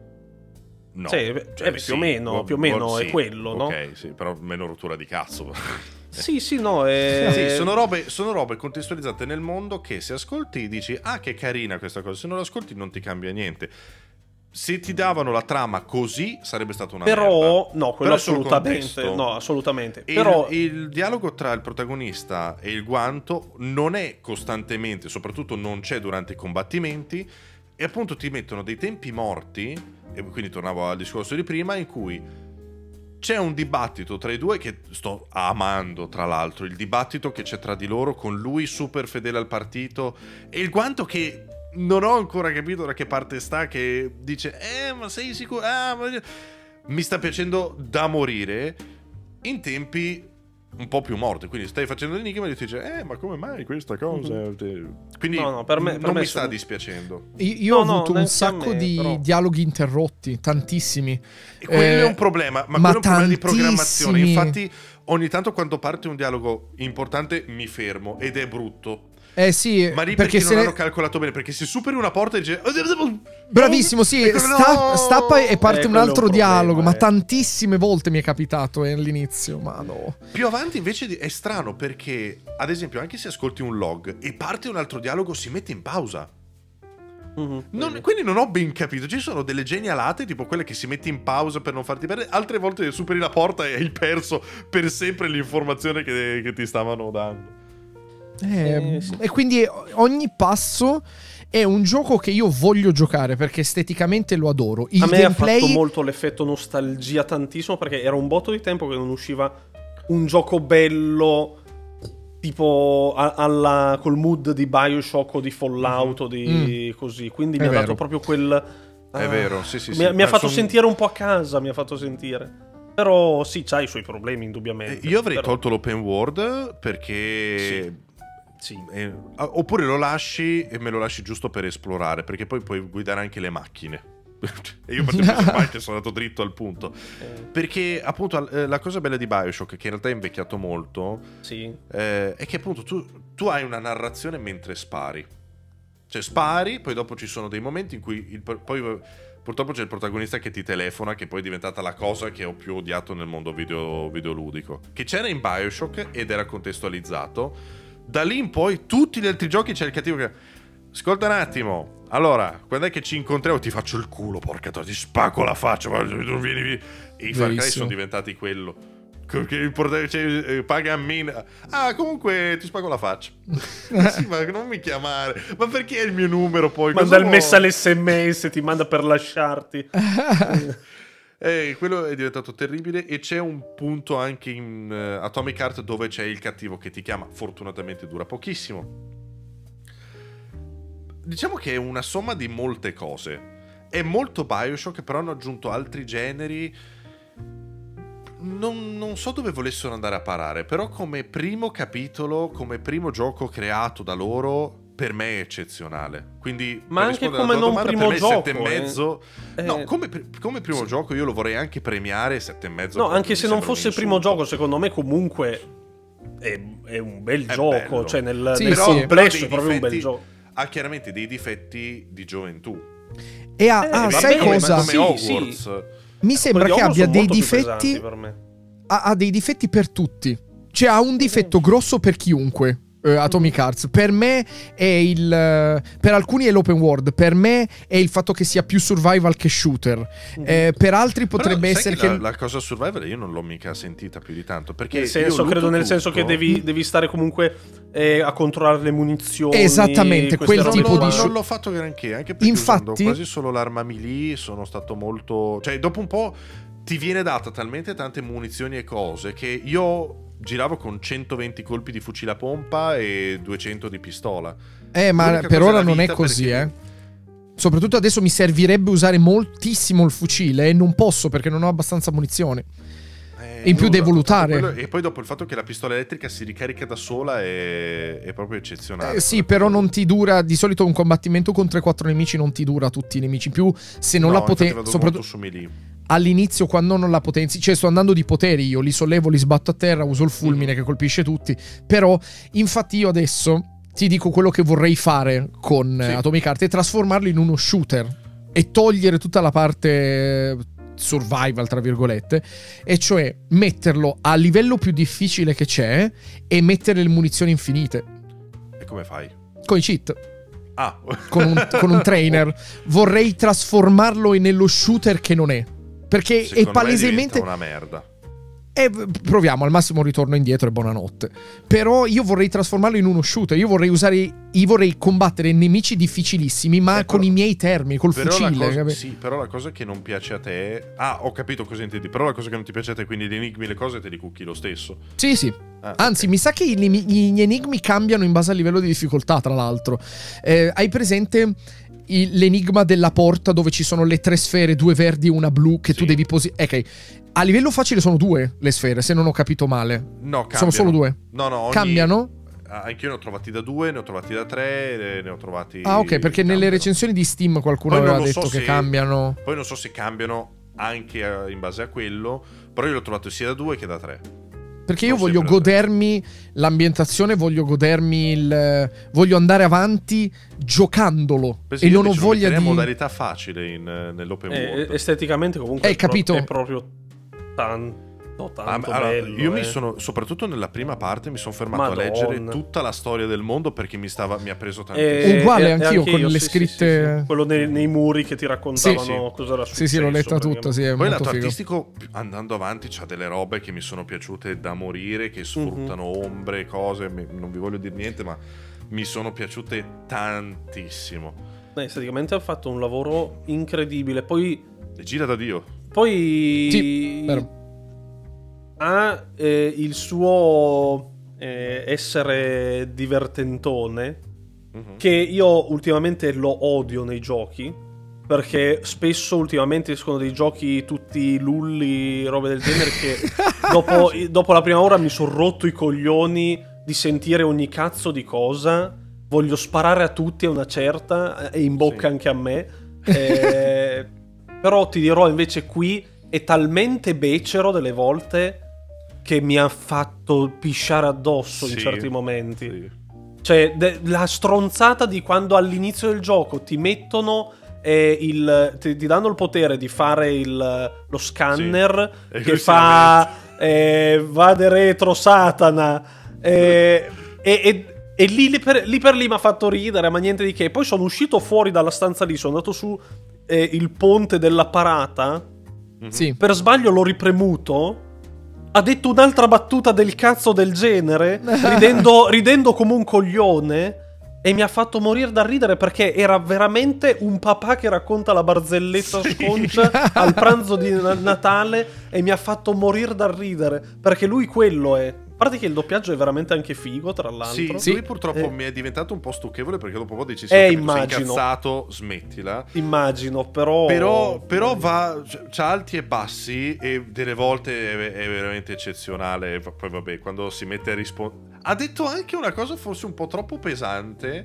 No, Cioè, eh, beh, più o meno, più o meno è quello, no? Ok, sì, però meno rottura di cazzo. Sì, sì, no, è... Sì, sono robe, sono robe contestualizzate nel mondo che se ascolti dici ah che carina questa cosa, se non ascolti non ti cambia niente. Se ti davano la trama così sarebbe stata una merda. Però, no, quello Però sul assolutamente, contesto- no, assolutamente. Il, Però, il dialogo tra il protagonista e il guanto non è costantemente, soprattutto non c'è durante i combattimenti, e appunto ti mettono dei tempi morti, e quindi tornavo al discorso di prima, in cui c'è un dibattito tra i due che sto amando, tra l'altro, il dibattito che c'è tra di loro, con lui super fedele al partito e il guanto che non ho ancora capito da che parte sta, che dice eh ma sei sicuro? Ah, ma... mi sta piacendo da morire. in tempi un po' più morti. Quindi stai facendo l'enigma e ti dice eh ma come mai questa cosa? Mm-hmm. Quindi no, no, per me, per non me mi sono... sta dispiacendo. Io, io no, ho avuto no, un sacco me, di però... dialoghi interrotti, tantissimi. E quello eh, è un problema, ma, ma quello è un problema di programmazione. tantissimi. Infatti ogni tanto quando parte un dialogo importante mi fermo ed è brutto. Eh sì, ma lì perché perché se non ne... hanno calcolato bene, perché se superi una porta e dice bravissimo, sì, e sta, no! stappa e parte Eh, un quello è altro un problema, dialogo, eh. ma tantissime volte mi è capitato eh, all'inizio, ma no. Più avanti invece è strano perché, ad esempio, anche se ascolti un log e parte un altro dialogo si mette in pausa. Mm-hmm. Non, quindi non ho ben capito. Ci sono delle genialate, tipo quelle che si mette in pausa per non farti perdere. Altre volte superi la porta e hai perso per sempre l'informazione che, che ti stavano dando. Eh, Eh, sì. E quindi ogni passo è un gioco che io voglio giocare perché esteticamente lo adoro. Il A me gameplay... ha fatto molto l'effetto nostalgia tantissimo, perché era un botto di tempo che non usciva un gioco bello tipo a- alla, col mood di Bioshock o di Fallout o di così. Quindi È mi ha vero. dato proprio quel... È ah, vero, sì, sì, mi, sì. mi ha Ma fatto son- sentire un po' a casa, mi ha fatto sentire. Però sì, c'ha i suoi problemi indubbiamente. Eh, Io avrei Però- tolto l'open world perché... Sì. eh, oppure lo lasci e me lo lasci giusto per esplorare, perché poi puoi guidare anche le macchine. E io per esempio mai che sono andato dritto al punto. Eh, Perché appunto eh, la cosa bella di Bioshock, che in realtà è invecchiato molto, sì. eh, è che appunto tu, tu hai una narrazione mentre spari. Cioè spari, poi dopo ci sono dei momenti in cui il, poi purtroppo c'è il protagonista che ti telefona, che poi è diventata la cosa che ho più odiato nel mondo video, videoludico, che c'era in Bioshock ed era contestualizzato. Da lì in poi tutti gli altri giochi c'è il cattivo che ascolta un attimo, allora quando è che ci incontriamo ti faccio il culo, porca tua, ti spacco la faccia, ma non vieni via. E i Far Cry Verissimo. sono diventati quello. Che il porta- cioè, eh, paga a me. Ah, comunque ti spago la faccia. Sì, ma non mi chiamare. Ma perché è il mio numero poi? Manda Cosa il vuoi? messa l'esse emme esse, ti manda per lasciarti. Eh, quello è diventato terribile. E c'è un punto anche in uh, Atomic Heart dove c'è il cattivo che ti chiama. Fortunatamente dura pochissimo. Diciamo che è una somma di molte cose. È molto Bioshock, però hanno aggiunto altri generi. Non, non so dove volessero andare a parare, però come primo capitolo, come primo gioco creato da loro, per me è eccezionale. Quindi, Ma per anche rispondere come alla tua non domanda, primo per me gioco, sette e eh. mezzo. Eh, No, come, come primo sì. gioco io lo vorrei anche premiare sette e mezzo. No, proprio anche mi se non sembra un fosse il primo insulto. gioco, secondo me comunque è, è un bel È gioco. bello. Cioè nel, Sì, nel sì. complesso dei è proprio un bel difetti- gioco. Ha chiaramente dei difetti di gioventù. E ha, Eh, ah, va sai bene, cosa? ma Come sì, Hogwarts. Mi sembra Quelli che Hogwarts abbia sono dei molto più pesanti difetti. per me. Ha, ha dei difetti per tutti. Cioè ha un difetto grosso per chiunque. eh, Atomic Hearts. Per me è il eh, per alcuni è l'open world, per me è il fatto che sia più survival che shooter. Eh, per altri potrebbe Però, essere sai che, che la, la cosa survival io non l'ho mica sentita più di tanto, perché Nel senso, io credo lutto nel senso tutto. che devi, devi stare comunque eh, a controllare le munizioni. Esattamente, queste quel robe tipo qua. di non l'ho fatto granché, anche perché Infatti- usando quasi solo l'arma melee sono stato molto, cioè dopo un po' ti viene data talmente tante munizioni e cose che io giravo con centoventi colpi di fucile a pompa e duecento di pistola. eh, ma L'unica per cosa ora è la non è vita, così, perché- eh. Soprattutto adesso mi servirebbe usare moltissimo il fucile e non posso perché non ho abbastanza munizioni. Eh, E in più nulla, devo lootare. quello- E poi dopo il fatto che la pistola elettrica si ricarica da sola è, è proprio eccezionale. Eh, sì, però non ti dura. Di solito un combattimento con tre quattro nemici non ti dura tutti i nemici. In più, se non No, la infatti potenzi. vado Soprattutto molto su melee. all'inizio, quando non la potenzi. Cioè, sto andando di poteri. Io li sollevo, li sbatto a terra. Uso il fulmine che colpisce tutti. Però, infatti, io adesso ti dico quello che vorrei fare con Sì. eh, Atomic Heart: è trasformarlo in uno shooter e togliere tutta la parte eh, survival, tra virgolette, e cioè metterlo a livello più difficile che c'è e mettere le munizioni infinite E come fai? con i cheat, Ah, con un, con un trainer. Vorrei trasformarlo in- nello shooter che non è, perché Secondo è me palesemente diventa una merda. eh, proviamo, al massimo ritorno indietro e buonanotte. Però io vorrei trasformarlo in uno shooter. Io vorrei usare. Io vorrei combattere nemici difficilissimi, ma Eh, con però- i miei termini, col Però la, fucile. cosa, capi- sì, però la cosa che non piace a te. Ah, ho capito cosa intendi. Però la cosa che non ti piace a te, quindi gli enigmi, le cose, te li cucchi lo stesso. Sì, sì. Ah, Anzi, ok. mi sa che i nemi- gli enigmi cambiano in base al livello di difficoltà, tra l'altro. Eh, hai presente il- l'enigma della porta dove ci sono le tre sfere, due verdi e una blu, che tu Sì. devi posizionare. Ok, a livello facile sono due le sfere, se non ho capito male. No, cambiano. Sono solo due. No, no, ogni... Cambiano? Ah, anch'io ne ho trovati da due, ne ho trovati da tre, eh, ne ho trovati... Ah, ok, perché nelle cambiano. recensioni di Steam qualcuno Poi non aveva lo detto so che se- cambiano. Poi non so se cambiano anche eh, in base a quello, però io l'ho trovato sia da due che da tre. Perché io Non voglio sempre da tre. godermi l'ambientazione, voglio godermi il. Voglio andare avanti giocandolo. Penso E io non ho invece lo voglia metterei di. a modalità facile in, eh, nell'open Eh, world. esteticamente comunque Eh, è, pro- capito. è proprio tanto, Ah, tanto allora, bello. io mi eh. sono, soprattutto nella prima parte, mi sono fermato Madonna. a leggere tutta la storia del mondo perché mi, stava, mi ha preso Eh, tantissimo. Uguale eh, anch'io, con le sì, sì, scritte- sì, sì. Quello nei, nei muri che ti raccontavano Sì, sì. cosa era successo. Sì, sì, l'ho letta perché- tutta, sì, è Poi molto lato figo. artistico, andando avanti, c'ha delle robe che mi sono piaciute da morire, che sfruttano ombre, cose, mi- non vi voglio dire niente, ma mi sono piaciute tantissimo. Eh, esteticamente ha fatto un lavoro incredibile. Poi, E gira da Dio. poi Sì, vero. ha eh, il suo eh, essere divertentone, Mhm. che io ultimamente lo odio nei giochi, perché spesso ultimamente escono dei giochi tutti lulli, robe del genere, che dopo, dopo la prima ora mi sono rotto i coglioni di sentire ogni cazzo di cosa. Voglio sparare a tutti a una certa, e in bocca Sì. anche a me. Eh, però ti dirò, invece qui è talmente becero delle volte che mi ha fatto pisciare addosso in Sì, certi momenti. sì. Cioè, de- la stronzata di quando all'inizio del gioco ti mettono eh, il. Ti, ti danno il potere di fare il, lo scanner Sì. E che lui si fa. Eh, vade retro Satana. Eh, e, e- e lì, lì per, lì per lì mi ha fatto ridere, ma niente di che. Poi sono uscito fuori dalla stanza lì, sono andato su eh, il ponte della parata. Mhm. Sì. Per sbaglio l'ho ripremuto. Ha detto un'altra battuta del cazzo del genere, ridendo, ridendo come un coglione. E mi ha fatto morire da ridere perché era veramente un papà che racconta la barzelletta sconcia al pranzo di na- Natale. E mi ha fatto morire da ridere perché lui quello è. A parte che il doppiaggio è veramente anche figo, tra l'altro. Sì, lui purtroppo Eh. mi è diventato un po' stucchevole perché dopo un po' dici: Eh, "Sì, ho capito, sei immagino. incazzato, smettila." Immagino, però. Però, però va, c'ha alti e bassi e delle volte è, è veramente eccezionale. Poi vabbè, quando si mette a rispondere... Ha detto anche una cosa forse un po' troppo pesante.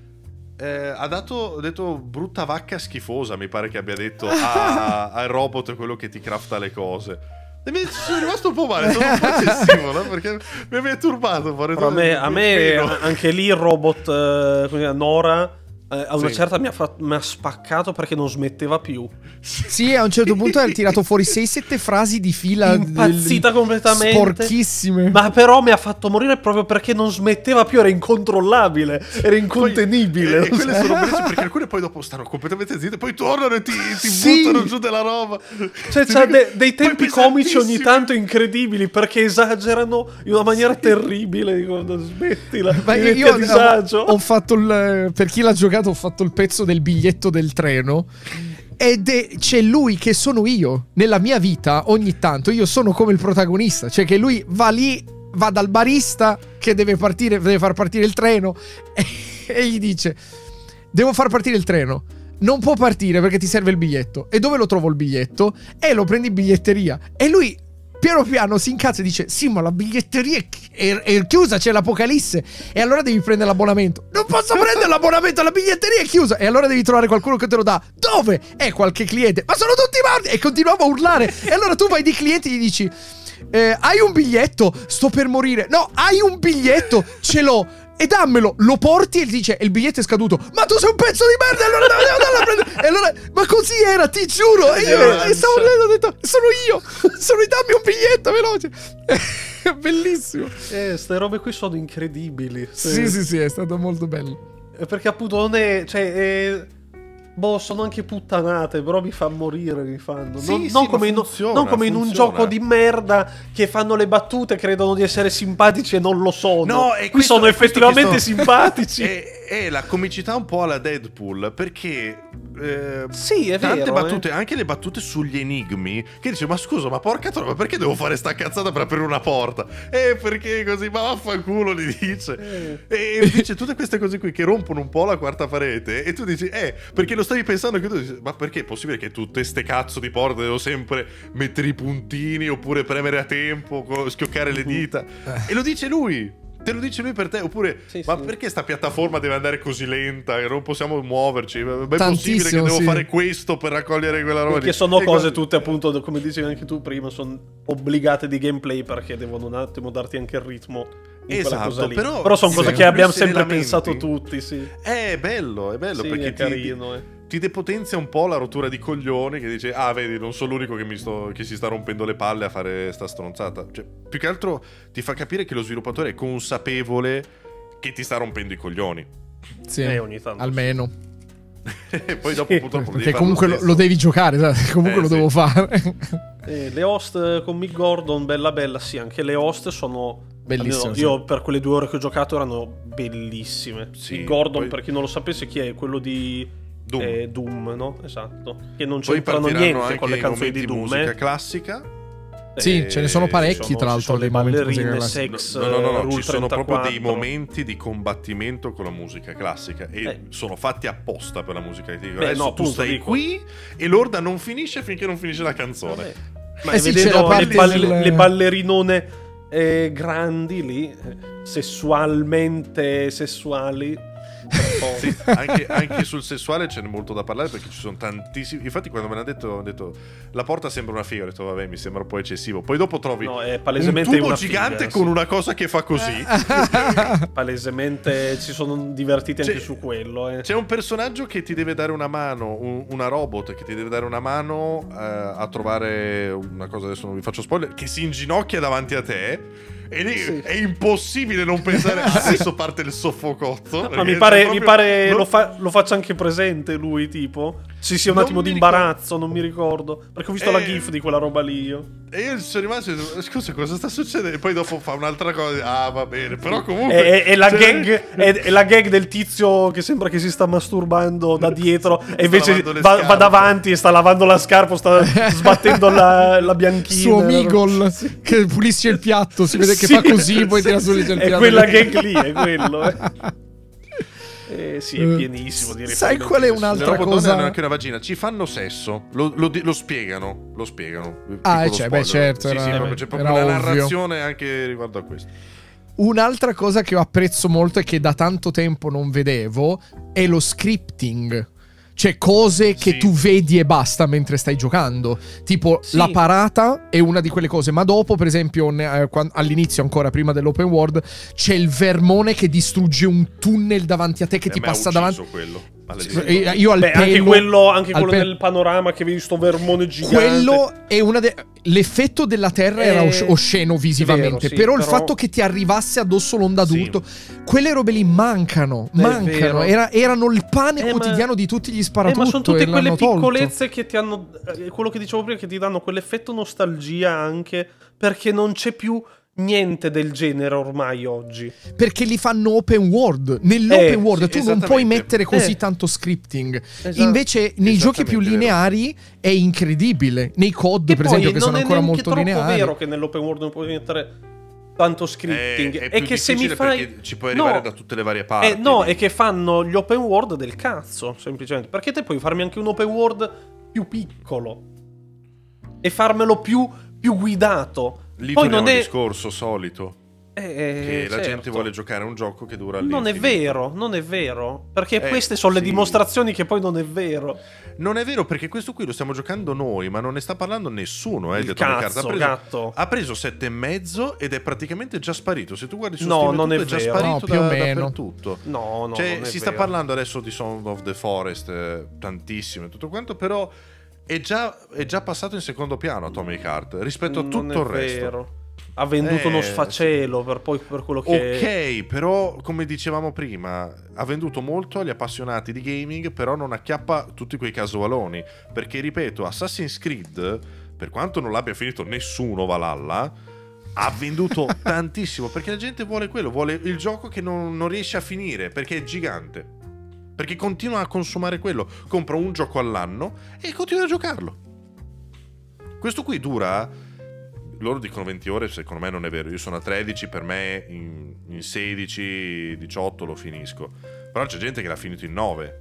Eh, ha dato, ha detto brutta vacca schifosa, mi pare che abbia detto a- al robot, quello che ti crafta le cose. E mi sono rimasto un po' male, sono un po' eccessivo, no? Perché mi aveva turbato. Però a me, a me anche lì il robot eh, come Nora eh, a una Sì. certa mi ha, fatto- mi ha spaccato perché non smetteva più. Sì, a un certo punto ha tirato fuori sei sette frasi di fila. Impazzita del- completamente. Sporchissime. Ma però mi ha fatto morire proprio perché non smetteva più, era incontrollabile, era incontenibile. E, e quelle sono bellissime perché alcune poi dopo stanno completamente zitte, poi tornano e ti, ti Sì. buttano giù della roba. Cioè, Ti c'ha dico- de- dei poi tempi comici ogni pesantissimi. tanto incredibili perché esagerano in una maniera terribile. Dico, "No, smettila, Ma mi io, metti io a disagio." ho, ho fatto il. Per chi l'ha giocato, ho fatto il pezzo del biglietto del treno. Ed è, c'è lui che sono io. Nella mia vita, ogni tanto, io sono come il protagonista. Cioè, che lui va lì, va dal barista che deve partire, deve far partire il treno. E, e gli dice: devo far partire il treno. Non può partire perché ti serve il biglietto. E dove lo trovo il biglietto? E lo prendi in biglietteria. E lui piano piano si incazza e dice: sì, ma la biglietteria è, è- è chiusa, c'è l'apocalisse. E allora devi prendere l'abbonamento. Non posso prendere l'abbonamento, la biglietteria è chiusa. E allora devi trovare qualcuno che te lo dà. Dove? È qualche cliente. Ma sono tutti morti. E continuava a urlare. E allora tu vai di clienti e gli dici: eh, hai un biglietto? Sto per morire. No, hai un biglietto? Ce l'ho. E dammelo, lo porti e gli dice: il biglietto è scaduto. Ma tu sei un pezzo di merda. Allora devo andarlo a prendere. E allora, ma così era, ti giuro. E io e stavo lì, ho detto: sono io. Sono io, dammi un biglietto veloce. È bellissimo. Eh, ste robe qui sono incredibili. Sì, sì, sì, è stato molto bello. Eh, Perché appunto non è. Cioè, è- boh, sono anche puttanate, però mi fa morire, mi fanno. Sì, non, sì, non ma come, in, funziona, non come in un funziona. gioco di merda che fanno le battute, credono di essere simpatici e non lo sono. No, e qui questo- sono è questo effettivamente che sto- simpatici. E, è la comicità un po' alla Deadpool, perché eh, sì, è tante vero, battute, eh. anche le battute sugli enigmi, che dice ma scusa, ma porca troia, ma perché devo fare sta cazzata per aprire una porta? Eh, perché così, ma vaffanculo, gli dice. Eh. E dice tutte queste cose qui che rompono un po' la quarta parete, e tu dici eh, perché lo stavi pensando, che tu dici, ma perché è possibile che tutte ste cazzo di porte devo sempre mettere i puntini oppure premere a tempo, schioccare le dita? E lo dice lui. Te lo dice lui per te, oppure sì, ma sì. perché sta piattaforma deve andare così lenta che non possiamo muoverci? Ma è Tantissimo, possibile che devo sì. fare questo per raccogliere quella roba? Perché lì? sono E cose qua- tutte, appunto, come dicevi anche tu prima, sono obbligate di gameplay, perché devono un attimo darti anche il ritmo in quella Esatto, cosa lì. però- Però sono sì, cose più che abbiamo se ne sempre lamenti. pensato tutti, sì. Eh, è bello, è bello Sì, perché è ti, carino, eh. ti depotenzia un po' la rottura di coglioni, che dice ah vedi, non sono l'unico che, mi sto, che si sta rompendo le palle a fare sta stronzata. Cioè, più che altro ti fa capire che lo sviluppatore è consapevole che ti sta rompendo i coglioni. Sì, Eh, ogni tanto, almeno. E poi dopo Sì. purtroppo lo devi Perché fare comunque lo, stesso. lo devi giocare, sai? Comunque Eh, lo sì. devo fare. Eh, le host con Mick Gordon, bella bella, sì, anche le host sono Bellissime, almeno sì. io per quelle due ore che ho giocato erano bellissime. Sì, Mick Gordon, poi- per chi non lo sapesse, chi è? Quello di Doom. eh, Doom, no? Esatto. Che non Poi c'entrano partiranno niente anche con le i canzoni momenti di Doom, musica eh. classica. Sì, Eh, ce ne sono ci parecchi, sono- tra ci l'altro, sono dei le momenti ballerine, musicali. sex, No, no, no, no, Rule ci sono proprio dei trentaquattro. momenti di combattimento con la musica classica e Eh. sono fatti apposta per la musica. Ti dico, Beh, adesso no, tu appunto, stai dico. qui e l'orda non finisce finché non finisce la canzone. Vabbè. Ma Eh sì, vedendo c'è la parte le, balle- del- le ballerinone eh, grandi lì, eh, sessualmente sessuali. per poco. Sì, anche, anche sul sessuale ce n'è molto da parlare perché ci sono tantissimi. Infatti, quando me l'ha detto, ho detto la porta sembra una figa. Ho detto, vabbè, mi sembra un po' eccessivo. Poi dopo trovi No, è un palesemente tubo una gigante figa, con sì. una cosa che fa così. Palesemente ci sono divertiti anche C'è- su quello. Eh. C'è un personaggio che ti deve dare una mano, un- una robot che ti deve dare una mano eh, a trovare una cosa, adesso non vi faccio spoiler, che si inginocchia davanti a te. E lì Sì. è impossibile non pensare "Ah, adesso parte il soffocotto. Ma perché mi c'è pare, proprio- mi pare non- lo, fa- lo faccia anche presente lui, tipo. Sì, sì, un Non attimo mi di ricordo. imbarazzo, non mi ricordo. Perché ho visto la Eh. gif di quella roba lì io. E io ci sono rimasto e ho detto, scusa, cosa sta succedendo? E poi dopo fa un'altra cosa. Ah, va bene, però comunque È, è- è la cioè- gag, è, è la gag del tizio che sembra che si sta masturbando da dietro Sta e invece lavando le va, va scarpe. davanti e sta lavando la scarpa, sta sbattendo la, la bianchina. Suo Migol che pulisce il piatto, si vede che Sì, fa così, poi sì, tira su il è piatto. quella gag lì, è quello. Eh. Eh, sì, è pienissimo di Sai riferimenti qual è sessuali. un'altra le robot donne cosa? hanno anche una vagina, ci fanno sesso, lo, lo di- lo spiegano, lo spiegano. Ah, Piccolo cioè, beh, spoiler. certo, Sì, era- sì, proprio- c'è proprio era una ovvio. narrazione anche riguardo a questo. Un'altra cosa che io apprezzo molto e che da tanto tempo non vedevo è lo scripting. Cioè cose che Sì. tu vedi e basta mentre stai giocando. Tipo Sì. la parata è una di quelle cose. Ma dopo, per esempio, ne- eh, quan- all'inizio ancora prima dell'open world, c'è il vermone che distrugge un tunnel davanti a te che Eh, ti me ha passa ucciso davanti. quello. maledetto. E Io al Beh, pelo, anche quello, anche al quello pe- nel panorama che vedi sto vermone gigante. Quello è una de- l'effetto della terra era Eh, os- osceno visivamente, vero, sì, però il però- fatto che ti arrivasse addosso l'onda Sì. d'urto, quelle robe lì mancano, È mancano, vero. Era- erano il pane Eh, ma- quotidiano di tutti gli Eh, sparatutto ma sono tutte e quelle l'hanno tolto. piccolezze che ti hanno. eh, Quello che dicevo prima, che ti danno quell'effetto nostalgia anche. Perché non c'è più niente del genere ormai oggi. Perché li fanno open world. Nell'open Eh, world sì, tu non puoi esattamente. mettere così Eh. tanto scripting. Esatto. Invece nei giochi più Esattamente vero. lineari è incredibile. Nei C O D, Che per poi esempio, che non sono è ancora neanche molto troppo lineari. vero che nell'open world non puoi mettere tanto scripting. È, È, più che se mi difficile fai. perché ci puoi arrivare No. da tutte le varie parti. Eh, no, è che fanno gli open world del cazzo, semplicemente. Perché te puoi farmi anche un open world più piccolo e farmelo più, più guidato. Lì Poi torniamo non al è. discorso solito. Eh, Che la certo. gente vuole giocare a un gioco che dura Non è all'infinito. vero, non è vero. Perché Eh, queste sono le sì. dimostrazioni che poi non è vero. Non è vero, perché questo qui lo stiamo giocando noi, ma non ne sta parlando nessuno. Eh, Il di Atomic Heart. cazzo, ha preso, gatto. ha preso sette e mezzo ed è praticamente già sparito. Se tu guardi su No, Steam e non tutto, è già vero. sparito No, più da- o meno. dappertutto. No, no, Cioè, non è si sta vero. parlando adesso di Song of the Forest eh, tantissimo e tutto quanto, però è già, è già passato in secondo piano Atomic Heart rispetto a Non tutto è il resto. vero. Ha venduto Eh, uno sfacelo per poi per quello che. Ok, però come dicevamo prima, ha venduto molto agli appassionati di gaming, però non acchiappa tutti quei casualoni. Perché ripeto, Assassin's Creed, per quanto non l'abbia finito nessuno Valhalla, ha venduto tantissimo perché la gente vuole quello, vuole il gioco che non, non riesce a finire perché è gigante, perché continua a consumare quello, compra un gioco all'anno e continua a giocarlo. Questo qui dura, loro dicono venti ore, secondo me non è vero, io sono a tredici, per me in, in sedici diciotto lo finisco, però c'è gente che l'ha finito in nove.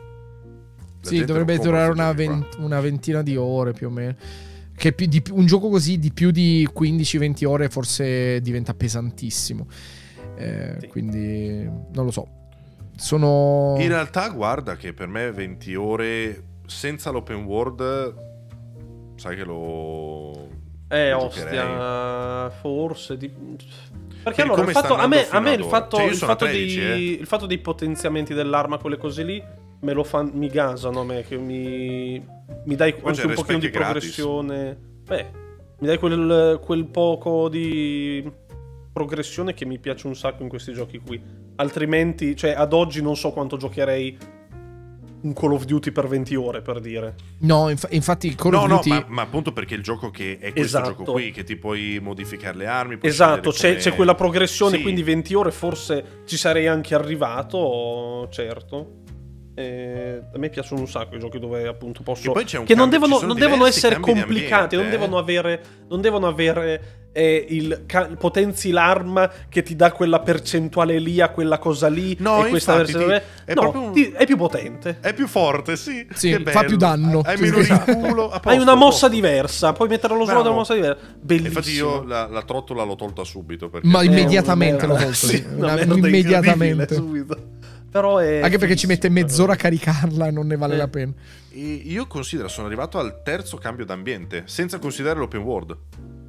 La sì, gente dovrebbe non compra durare questi una, giochi qua. vent- una ventina di ore più o meno. Che più di, un gioco così di più di quindici venti ore forse diventa pesantissimo. Eh, Sì. Quindi non lo so. Sono. In realtà guarda che per me venti ore senza l'open world, sai che lo... Eh, lo ostia, giocherei. forse. Di... Per Perché allora, come il sta fatto, a andando me, fino a me ad il ora. fatto, Cioè, io il, sono a fatto tredici, di, eh. il fatto dei potenziamenti dell'arma, quelle cose lì, me lo fan, mi gasano a me, che mi, mi dai Poi anche c'è un il pochino di respect gratis. progressione. Beh, mi dai quel, quel poco di progressione che mi piace un sacco in questi giochi qui. Altrimenti, cioè, ad oggi non so quanto giocherei un Call of Duty per venti ore, per dire. No, inf- infatti Call No, of no, Duty. ma, ma appunto perché il gioco che è questo Esatto. gioco qui, che ti puoi modificare le armi, puoi Esatto, scegliere c'è, come- c'è quella progressione, Sì. quindi venti ore forse ci sarei anche arrivato, certo. E a me piacciono un sacco i giochi dove appunto posso... E poi c'è un che non cambio- devono, ci sono non devono diversi essere cambi di complicati, ambiente, non eh. devono avere, non devono avere eh, il ca- potenzi l'arma che ti dà quella percentuale lì a quella cosa lì No, e questa infatti, versione... ti- è no, proprio un- ti- è più potente. È più forte, sì. Sì, Che fa bello. più danno. Hai Sì, meno sì. rinculo. a posto, Hai una a mossa posto. diversa, puoi mettere allo sguardo Bravo. una mossa diversa. Bellissimo. Infatti io la, la trottola l'ho tolta subito. Perché Ma È immediatamente una l'ho merda. tolto. Sì, sì. una Una- merda immediatamente. incredibile, subito. Però è Anche perché ci mette fighissimo. mezz'ora a caricarla e non ne vale Eh. la pena. E io considero, sono arrivato al terzo cambio d'ambiente, senza considerare l'open world.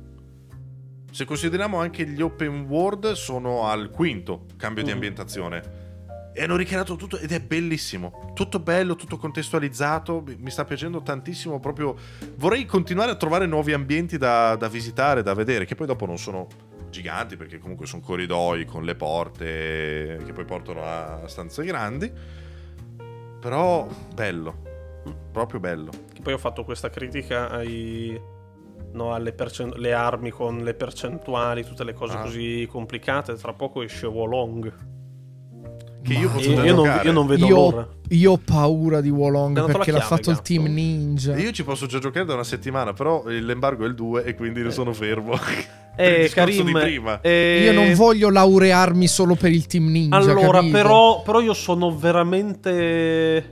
Se consideriamo anche gli open world, sono al quinto cambio di Mm. ambientazione. E hanno ricreato tutto ed è bellissimo. Tutto bello, tutto contestualizzato. Mi mi sta piacendo tantissimo. Proprio vorrei continuare a trovare nuovi ambienti da, da visitare, da vedere. Che poi dopo non sono giganti, perché comunque sono corridoi con le porte che poi portano a stanze grandi. Però bello. Proprio bello. Che poi ho fatto questa critica ai no, alle percent- le armi con le percentuali, tutte le cose Ah. così complicate. Tra poco esce Wolong. Che io Ma- posso Io, già io non, giocare. io non vedo l'ora. Io, io ho paura di Wolong Mi ha dato perché la l'ha chiave, fatto il gatto. Team Ninja. Io ci posso già giocare da una settimana, però l'embargo è il due e quindi ne sono fermo. Per il Eh, discorso Karim, di prima. eh, Io non voglio laurearmi solo per il Team Ninja. Allora, capito? però, però io sono veramente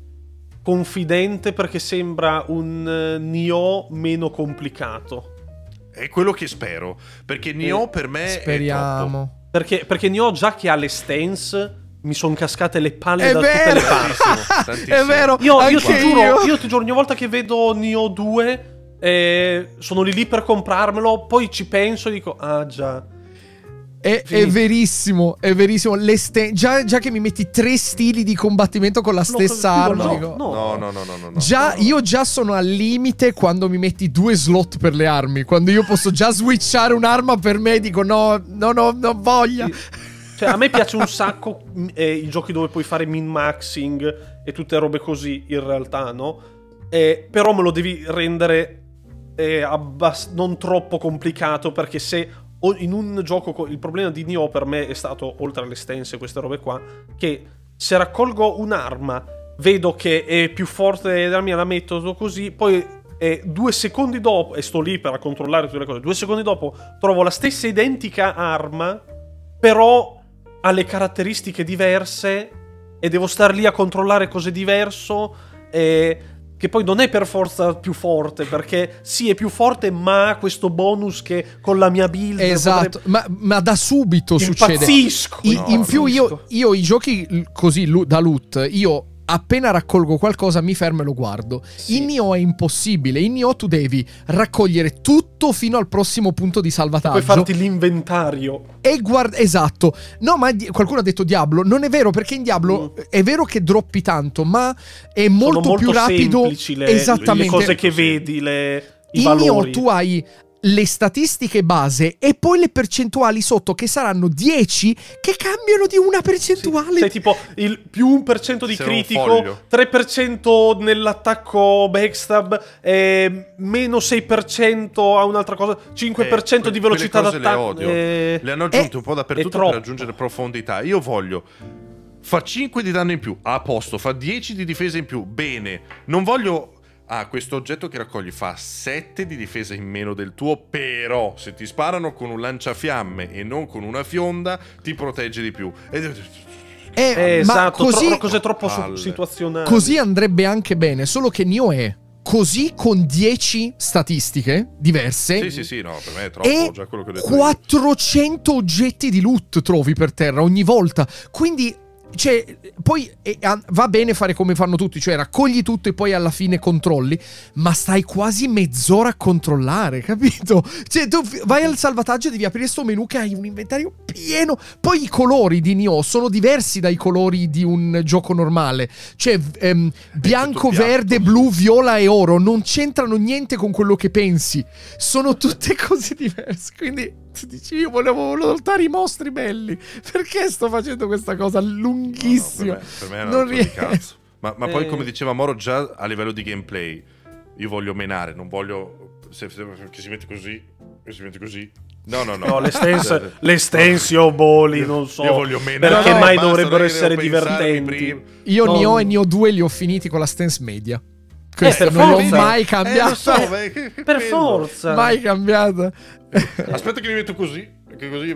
confidente perché sembra un eh, Nioh meno complicato. È quello che spero. Perché Nioh per me è troppo. Speriamo. Perché, perché Nioh, già che ha le stance, mi sono cascate le palle È da vero! tutte le parti. Tantissimo, tantissimo. È vero, Io, io anche ti giuro, io. io ti giuro, ogni volta che vedo Nioh due, eh, sono lì lì per comprarmelo, poi ci penso e dico, ah già. È, è Finito. verissimo, è verissimo. Le ste- già, già che mi metti tre stili di combattimento con la stessa no, arma, no, dico- no. No, no, no, no, no, no. Già, io già sono al limite quando mi metti due slot per le armi. Quando io posso già switchare un'arma per me, dico no, no, no, non voglia. Cioè, a me piace un sacco mh, eh, i giochi dove puoi fare min-maxing e tutte robe così, in realtà, no? Eh, però me lo devi rendere eh, abbast- non troppo complicato, perché se o in un gioco... co- il problema di Nioh per me è stato, oltre alle stance e queste robe qua, che se raccolgo un'arma, vedo che è più forte della mia, la metto così, poi eh, due secondi dopo, e sto lì per controllare tutte le cose, due secondi dopo trovo la stessa identica arma, però ha le caratteristiche diverse e devo star lì a controllare cose diverso, e che poi non è per forza più forte, perché sì, è più forte, ma ha questo bonus che con la mia build Esatto, ma, ma da subito potrebbe... succede. Impazzisco! I- No, in più io, impazzisco. io i giochi l- così lu- da loot, io appena raccolgo qualcosa mi fermo e lo guardo. Sì. In Nioh è impossibile. In Nioh tu devi raccogliere tutto fino al prossimo punto di salvataggio. Puoi farti l'inventario. E guarda, esatto. No, ma di- qualcuno ha detto Diablo. Non è vero, perché in Diablo Mm. è vero che droppi tanto, ma è molto, Sono molto più rapido. semplici le, Esattamente. le cose che vedi, le, i In valori. Nioh tu hai le statistiche base e poi le percentuali sotto che saranno dieci che cambiano di una percentuale. Sì, cioè tipo il più uno per cento di Serve un critico, foglio. tre per cento nell'attacco backstab, eh, meno sei per cento a un'altra cosa, cinque per cento Eh, di que- velocità quelle cose d'attacco. le odio. eh, Le hanno aggiunte è- un po' è dappertutto troppo. per aggiungere profondità. Io voglio fa cinque di danno in più, a posto, fa dieci di difesa in più, bene. Non voglio ah, questo oggetto che raccogli fa sette di difesa in meno del tuo, però se ti sparano con un lanciafiamme e non con una fionda, ti protegge di più. E... Eh, eh, ma esatto, così, tro- cose troppo su- Palle. situazionali. così andrebbe anche bene, solo che Nioh è così con dieci statistiche diverse. Sì, sì, sì, no, per me è troppo, E già quello che ho detto io. quattrocento oggetti di loot trovi per terra ogni volta. Quindi, cioè, poi eh, ah, va bene fare come fanno tutti, cioè raccogli tutto e poi alla fine controlli, ma stai quasi mezz'ora a controllare, capito? Cioè, tu f- vai al salvataggio e devi aprire sto menu che hai un inventario pieno. Poi i colori di Nioh sono diversi dai colori di un gioco normale. Cioè, v- ehm, bianco, piatto. verde, blu, viola e oro non c'entrano niente con quello che pensi. Sono tutte cose diverse. Quindi ti dici, io volevo lottare i mostri belli. Perché sto facendo questa cosa lunghissima? No, no, per me, per me è una Non rottura di riesco. cazzo. Ma, ma poi, Eh. come diceva Moro, già a livello di gameplay, io voglio menare, non voglio. Se, se, che si mette così, che si mette così. No, no, no. No, le stens- le stensioboli, non so. Io voglio menare. Perché No, mai basta, dovrebbero non è che essere devo pensarmi divertenti? prima. Io No. Nioh e Nioh due li ho finiti con la stance media. Questa per non l'ho forza. mai Eh, cambiata. lo so, beh, che- che Per bello. forza. Mai cambiata. Aspetta che mi metto così. Che così.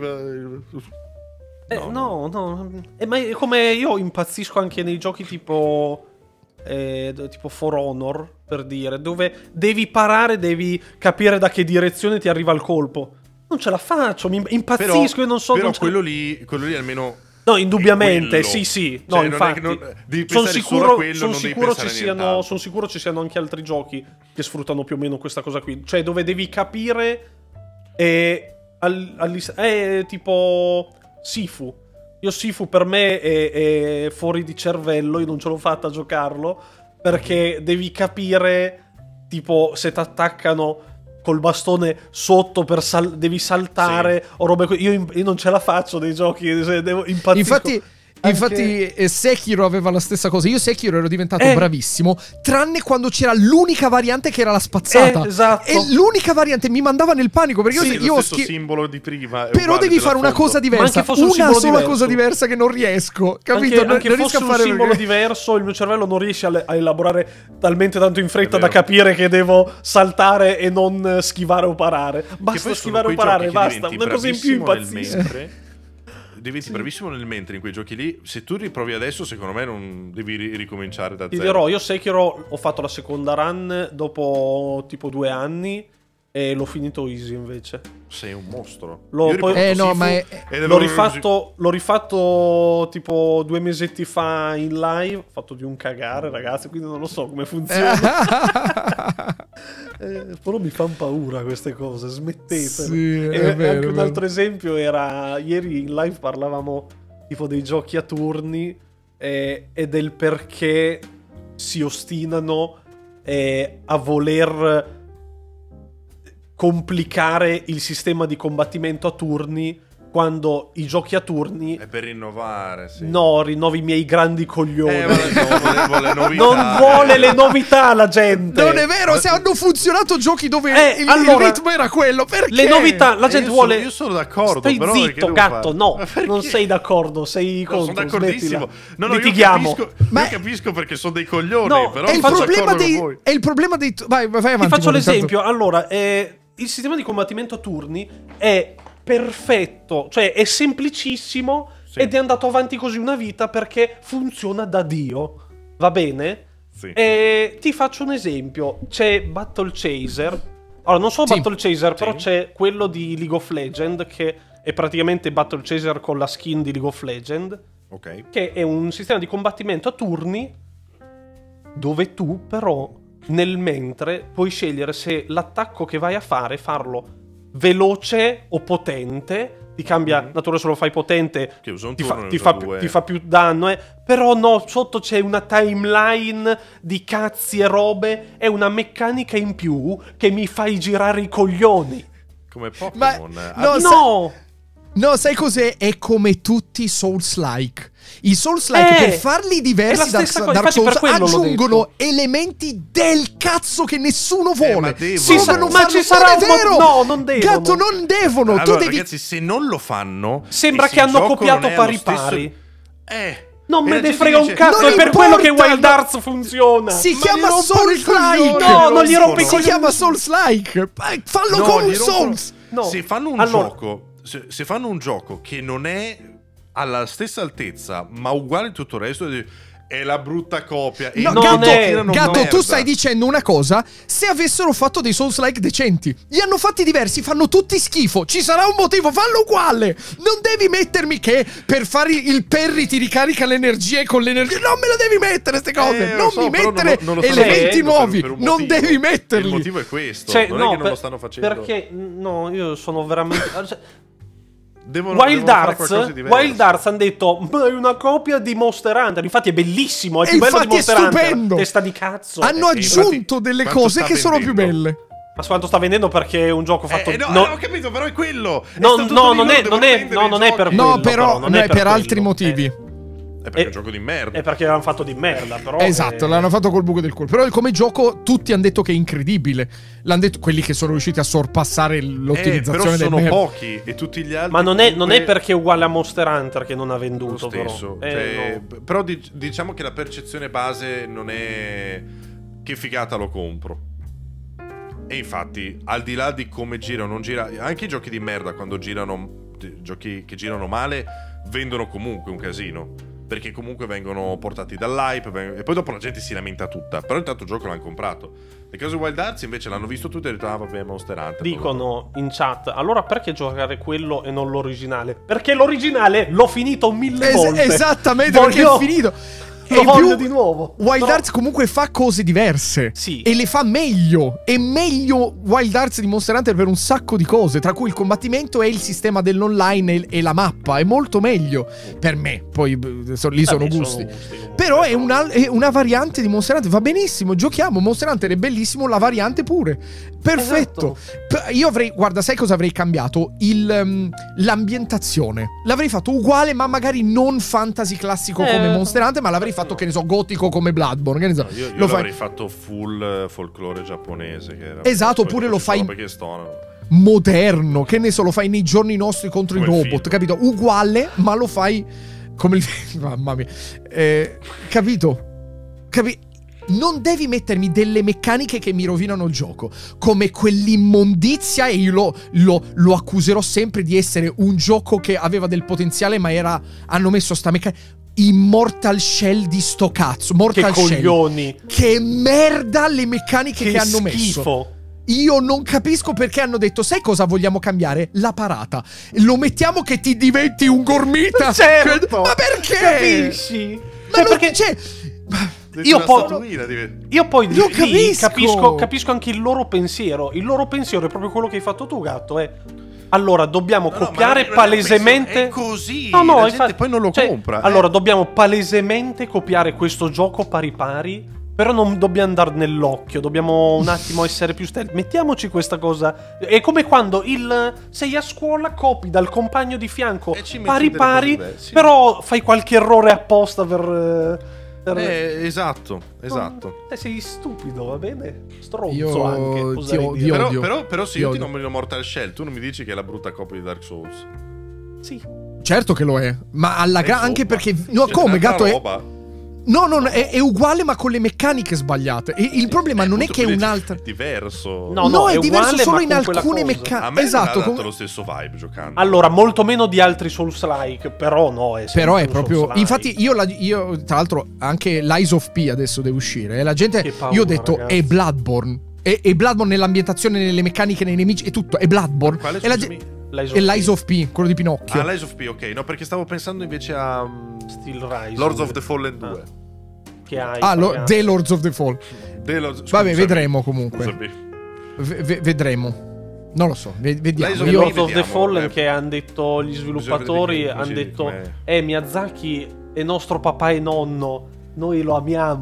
Eh, no, no. Eh, ma è come io impazzisco anche nei giochi tipo. Eh, tipo For Honor, per dire, dove devi parare, devi capire da che direzione ti arriva il colpo. Non ce la faccio, mi impazzisco e non so. Però non ce la- quello lì, quello lì almeno. No, indubbiamente, quello. sì, sì. Cioè, No, non è infatti. che non- devi Sono pensare solo a sicuro, quello, son non devi sicuro ci pensare a siano, nient'altro. son sicuro ci siano anche altri giochi che sfruttano più o meno questa cosa qui. Cioè, dove devi capire. E al, all'is- è tipo Sifu. Io Sifu per me è, è fuori di cervello, io non ce l'ho fatta a giocarlo, perché devi capire, tipo, se ti attaccano col bastone sotto per sal- devi saltare o robe così. Io, io non ce la faccio nei giochi, se devo impazzisco. Infatti, Anche- infatti eh, Sekiro aveva la stessa cosa. Io Sekiro ero diventato Eh. bravissimo, tranne quando c'era l'unica variante che era la spazzata. Eh, esatto. E l'unica variante mi mandava nel panico perché io, Sì, se- lo io ho stesso schi- simbolo di prima. è Però uguale, devi te la fare una fondo. cosa Ma diversa, anche fosse un una simbolo sola diverso. cosa diversa che non riesco, capito? Anche, non, anche non fosse riesco a un fare simbolo perché- diverso, il mio cervello non riesce a, a elaborare talmente tanto in fretta È da vero. capire che devo saltare e non eh, schivare o parare. Che Basta poi sono schivare o quei parare, giochi che basta. diventi Una cosa in più bravissimo nel impazzisco. mentre. Diventi bravissimo nel mentre in quei giochi lì. Se tu riprovi adesso, secondo me non devi ri- ricominciare da Ti zero. dirò, io Sekiro ho fatto la seconda run dopo tipo due anni e l'ho finito easy invece. Sei un mostro. L'ho Io ho poi- riprovato Eh, no, Sifu ma è- ed L'ho avevo- rifatto, l'ho rifatto tipo due mesetti fa in live. Ho fatto di un cagare, ragazzi, quindi non lo so come funziona. Eh, però mi fanno paura queste cose, smettete. Sì, è e vero, anche è un vero. altro esempio era ieri in live parlavamo tipo dei giochi a turni eh, e del perché si ostinano eh, a voler complicare il sistema di combattimento a turni quando i giochi a turni È per rinnovare, sì. no, rinnovi i miei grandi coglioni. Eh, ma no, vuole, vuole novità, Non vuole eh. le novità la gente. Non è vero, se hanno funzionato giochi dove Eh, il, allora, il ritmo era quello, perché? Le novità, la Eh, gente io vuole. sono- io sono d'accordo, Stai però perché zitto, devo gatto. fare? No, Ma perché? non sei d'accordo. Sei No, contro. sono d'accordissimo. smettila. No, no, Litighiamo. Io capisco, Ma- io capisco perché sono dei coglioni, No, però È il, non faccio problema d'accordo dei, con voi. è il problema dei... Vai, vai avanti. Ti faccio Moro, intanto- l'esempio. Allora, eh, il sistema di combattimento a turni è perfetto, cioè è semplicissimo Sì. ed è andato avanti così una vita perché funziona da Dio. Va bene? Sì. E ti faccio un esempio. C'è Battle Chaser. Allora, non solo Sì. Battle Chaser, però Sì. c'è quello di League of Legends, che è praticamente Battle Chaser con la skin di League of Legends, Ok. che è un sistema di combattimento a turni dove tu però nel mentre puoi scegliere se l'attacco che vai a fare farlo veloce o potente. Ti cambia Mhm. natura se lo fai potente, Che usa un ti turno, fa, ne ti, usa fa, due. ti fa più danno, eh. Però no, sotto c'è una timeline di cazzi e robe e una meccanica in più che mi fai girare i coglioni. come Pokémon. Ma- Ah, no, No! No, sai cos'è? È come tutti i Souls-like. I Souls-like, Eh, per farli è diversi la da stessa cosa, Dark infatti Souls, per quello l'ho aggiungono detto. elementi del cazzo che nessuno Eh, vuole. ma devono. Sì, sa- Devono ma farlo- ci sarà non è un mo- vero! no, non devono. Gatto, non devono. Allora, tu devi... ragazzi, se non lo fanno, Sembra e se che il hanno gioco copiato non è pari allo stesso- pari. Eh. Non E me la ne gente frega un dice, cazzo, Non è per quello che importa, Wild no. Arts funziona. Si Ma chiama gli rompono i Souls-like. coglioni, No, non gli rompi i Si coglioni. chiama Souls-like. Eh, Fallo No, con gli un rompono- Souls. No. Se fanno un Allora- gioco, se, se fanno un gioco che non è alla stessa altezza, ma uguale a tutto il resto, è la brutta copia. E No, non Gatto, è- tirano Gatto, merda. tu stai dicendo una cosa. Se avessero fatto dei Souls-like decenti, li hanno fatti diversi, fanno tutti schifo. Ci sarà un motivo, fallo uguale. Non devi mettermi che per fare il Perry ti ricarica l'energia e con l'energia. Non me lo devi mettere queste cose. Eh, lo non so, mi però mettere non lo- non lo stanno elementi facendo per- nuovi. per un non motivo. devi metterli. Il motivo è questo. Cioè, non no, è che non per- lo stanno facendo. Perché, no, io sono veramente... cioè, Devono, Wild devono fare Arts, qualcosa di diverso. Wild Arts hanno detto, ma è una copia di Monster Hunter. Infatti è bellissimo, è E più bello di infatti è Monster Hunter. stupendo. Testa di cazzo. Hanno Eh, infatti, aggiunto delle quanto cose sta che sono più vendendo? belle. Ma su quanto sta vendendo perché è un gioco fatto... Eh, no, no, eh, ho capito, però è quello. È No, stato no, tutto non lì, è- loro non è- devono no, non è vendere per i No, quello, giochi. però, però, non no, è è per per altri quello. motivi. È perché è Eh, un gioco di merda. È perché l'hanno fatto di merda, però... Esatto, eh, l'hanno fatto col buco del culo. Però come gioco tutti hanno detto che è incredibile. L'hanno detto quelli che sono riusciti a sorpassare Eh, l'ottimizzazione però del sono merda. pochi e tutti gli altri. Ma non è, non è comunque perché è uguale a Monster Hunter che non ha lo venduto, stesso. però. Eh, Cioè, no. Però di- diciamo che la percezione base non è che figata lo compro. E infatti, al di là di come gira o non gira, anche i giochi di merda quando girano, giochi che girano male, vendono comunque un casino. Perché comunque vengono portati dall'hype veng- e poi dopo la gente si lamenta tutta. Però intanto il gioco l'hanno comprato. Nel caso di Wild Arts invece l'hanno visto tutti e hanno detto ah vabbè Monster Hunter. Dicono in chat, allora perché giocare quello e non l'originale? Perché l'originale l'ho finito mille Es- volte. esattamente, Voglio- perché è finito. Lo E voglio più, di nuovo. Wild Però- Arts comunque fa cose diverse. Sì. E le fa meglio. È meglio Wild Arts di Monster Hunter per un sacco di cose, tra cui il combattimento e il sistema dell'online e, e la mappa. È molto meglio per me. Poi b- so- lì sono Vabbè, gusti. gusti, comunque. Però è una, è una variante di Monster Hunter. Va benissimo, giochiamo. Monster Hunter è bellissimo, la variante pure. Perfetto. Esatto. P- Io avrei, guarda, sai cosa avrei cambiato? Il, um, l'ambientazione. L'avrei fatto uguale, ma magari non fantasy classico Eh, come Monster Hunter, ma l'avrei fatto, che ne so, gotico come Bloodborne. Che ne so. No, io io lo fai l'avrei fatto full eh, folklore giapponese. Che era Esatto, poi oppure ci lo sono fai- perché sto. moderno, che ne so, lo fai nei giorni nostri contro Come i il robot, film. capito? Uguale, ma lo fai come il mamma mia. Eh, capito? Capi- Non devi mettermi delle meccaniche che mi rovinano il gioco, come quell'immondizia, e io lo, lo- lo accuserò sempre di essere un gioco che aveva del potenziale, ma era hanno messo sta meccanica Immortal Shell di sto cazzo. Che Mortal Shell. coglioni. Che merda le meccaniche che, Che hanno messo. schifo. Io non capisco perché hanno detto, sai cosa vogliamo cambiare? La parata. Lo mettiamo che ti diventi un gormita. Certo. Ma perché? Capisci? Ma Cioè, non, perché... cioè, Io Una poi- statuina diventa- Io poi Lo lì capisco. capisco, capisco anche il loro pensiero. Il loro pensiero è proprio quello che hai fatto tu, gatto. È allora dobbiamo No, no, copiare ma non- non palesemente. penso- è così, No, no, la infatti- gente poi non lo cioè, compra, eh. Allora dobbiamo palesemente copiare questo gioco pari pari. Però non dobbiamo andare nell'occhio. Dobbiamo un attimo essere più stealth. Mettiamoci questa cosa. È come quando il sei a scuola, copi dal compagno di fianco E ci metti pari delle pari. cose diverse. Però fai qualche errore apposta per. eh, per- Eh, esatto, esatto. Eh, sei stupido, va bene? Stronzo Io anche. ti oserei odio. dire. Però, odio. però, però se Io io ti odio. nomino Mortal Shell, tu non mi dici che è la brutta copia di Dark Souls. Sì. certo che lo è. Ma alla Eh, gra- insomma. anche perché no, C'è come un'altra gatto è roba. No, no, no, è, è uguale ma con le meccaniche sbagliate. E il problema Eh, non è appunto, che è quindi un'altra No, diverso. No, no, è, è diverso uguale, solo ma in con quella alcune cosa. A meccaniche. me Esatto, mi ha dato com- lo stesso vibe giocando. Allora, molto meno di altri Souls-like, però no, è Però è sempre un proprio. Souls-like. Infatti, io, la- io, tra l'altro, anche l'Eyes of P adesso deve uscire. E la gente. Che paura, io ho detto, ragazzi. è Bloodborne. È, è Bloodborne nell'ambientazione, nelle meccaniche, nei nemici, è tutto. È Bloodborne. Quale, e la scusami? gente- L'Eyes of è l'Eyes P. of P, quello di Pinocchio. Ah, Lies of P, ok. No, perché stavo pensando invece a um, Steel Rising. Lords of the Fallen Ah. due. Che hai ah, lo- pagato. The Lords of the Fall. The Lords- Vabbè, scusami. vedremo comunque. Scusami. V- v- vedremo. Non lo so, ve- vediamo. Lies of The Io- Lords of the vediamo, Fallen eh. che hanno detto gli sviluppatori, vedere hanno così, detto come- eh Miyazaki è nostro papà e nonno, noi lo amiamo,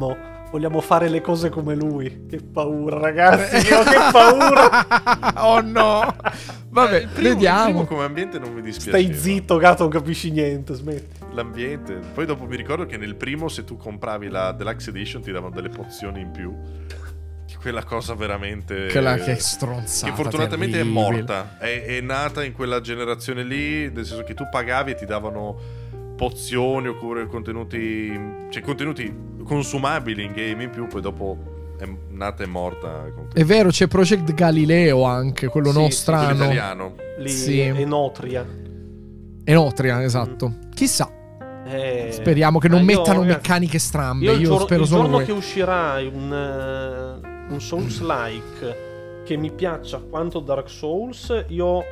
Vogliamo fare le cose come lui. Che paura, ragazzi. Io che paura. Oh no. Vabbè, Eh, il primo, vediamo. il primo come ambiente non mi dispiace. Stai zitto, gatto, non capisci niente, smetti. L'ambiente. Poi dopo mi ricordo che nel primo, se tu compravi la Deluxe Edition, ti davano delle pozioni in più. Quella cosa veramente. Quella che è stronzata. Che fortunatamente terribile. è morta. È, è nata in quella generazione lì. Nel senso che tu pagavi e ti davano pozioni oppure contenuti. Cioè contenuti consumabili in game in più. Poi dopo è nata e morta. È vero, c'è Project Galileo anche, quello Sì, no sì, strano. Quello italiano. Lì Sì. Enotria. Enotria, esatto. Chissà. Eh, Speriamo che non eh, io, mettano ragazzi, meccaniche strambe. Io Io, il, giorno, spero il solo giorno voi. che uscirà un, uh, un Souls-like che mi piaccia quanto Dark Souls, io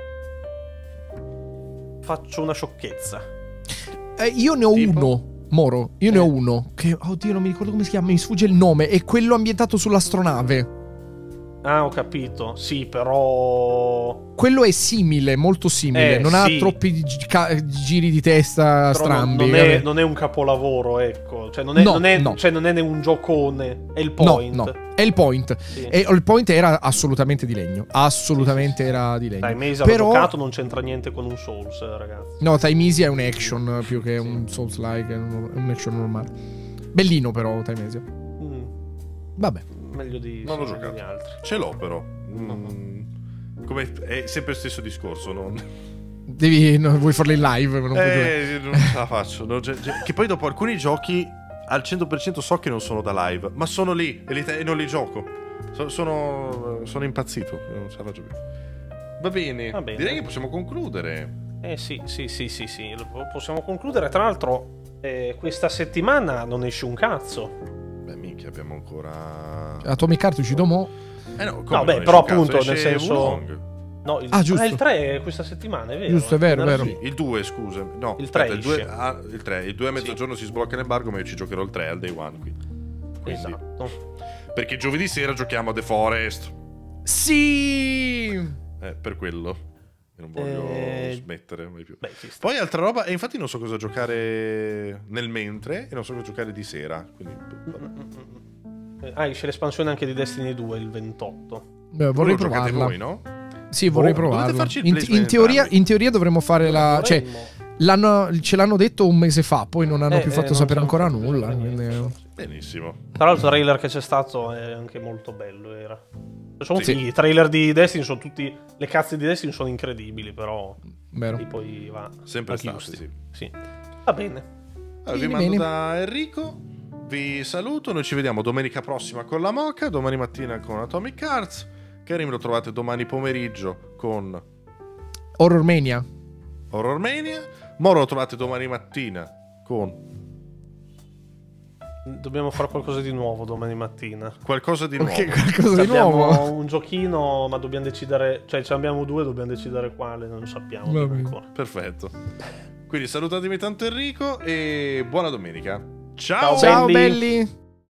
faccio una sciocchezza. Eh, io ne ho Tipo? uno, Moro. Io ne Eh. ho uno. Che, oddio, non mi ricordo come si chiama. Mi sfugge il nome. È quello ambientato sull'astronave. Ah, ho capito. Sì, però... Quello è simile, molto simile. Eh, non ha sì. troppi gi- ca- giri di testa però non, strambi. non, è, vabbè. non è un capolavoro, ecco. Cioè, non è, No, non è, no. cioè, non è un giocone. È il No, point. no, è il point. Sì. E il point era assolutamente di legno. Assolutamente Sì, sì, sì. era di legno. Dai, Mesa Però- l'ho giocato, non c'entra niente con un Souls, ragazzi. No, Time Easy è un action più che Sì. un Souls-like. È un, è un action normale. Bellino, però, Time Easy. Mm, Vabbè. meglio di, Non l'ho sì, meglio giocato. di altri. Ce l'ho però. Mm, come è sempre lo stesso discorso. Non... Devi, no, vuoi farlo in live? Non puoi giocare. Eh, non ce la faccio. non c'è- c'è- Che poi dopo alcuni giochi al cento per cento so che non sono da live, ma sono lì e, li te- e non li gioco. So- sono, sono impazzito. Non ce la faccio più. Va bene. Va bene. Direi che possiamo concludere. Eh sì, sì, sì, sì, sì. Lo possiamo concludere. Tra l'altro, eh, questa settimana non esce un cazzo. Beh, minchia, abbiamo ancora. Atomic Heart è uscito mo. Eh no, come No, beh, non però esce un appunto, cazzo, nel esce senso- Wulong. No, il, Ah, giusto. il tre è questa settimana, è vero. Giusto, è vero, venerdì. vero. Il due, scusa. No, Il tre aspetta, il due, esce. ah, il tre, il due a mezzogiorno si sblocca l'embargo, ma io ci giocherò il tre al day one qui. Quindi, Esatto. perché giovedì sera giochiamo a The Forest. Sì! Eh, per quello. Io non voglio Eh, smettere mai più. Beh, ci sta. Poi altra roba, e infatti non so cosa giocare nel mentre e non so cosa giocare di sera. Quindi, Eh, Ah, esce l'espansione anche di Destiny due il ventotto. Beh, vorrei Quello giocate provarla. voi, no? Sì, vorrei Oh, dovete provarla. farci il In, placement in teoria, entrambi. in teoria dovremmo fare la. Cioè, Dovremmo. l'hanno, ce l'hanno detto un mese fa, poi non hanno Eh, più eh, fatto non sapere so, ancora non so nulla. niente. quindi- Benissimo. Tra l'altro il trailer che c'è stato è anche molto bello, era. Sono Sì. sì, i trailer di Destiny sono tutti. Le cazze di Destiny sono incredibili, però. Vero. Lì poi va. Sempre a stati, chiusti. sì. Sì. Va bene. Allora, vi Bene, mando bene. da Enrico. Vi saluto. Noi ci vediamo domenica prossima con la Mocha. Domani mattina con Atomic Hearts. Karim lo trovate domani pomeriggio con Horror Mania. Horror Mania. Moro lo trovate domani mattina con Dobbiamo fare qualcosa di nuovo domani mattina. qualcosa di nuovo. Ok, qualcosa di Abbiamo nuovo. un giochino, ma dobbiamo decidere. Cioè, ce ne abbiamo due, dobbiamo decidere quale, non sappiamo Va prima bene. ancora. Perfetto. Quindi salutatemi tanto Enrico e buona domenica. Ciao. Ciao. Ciao belli. belli.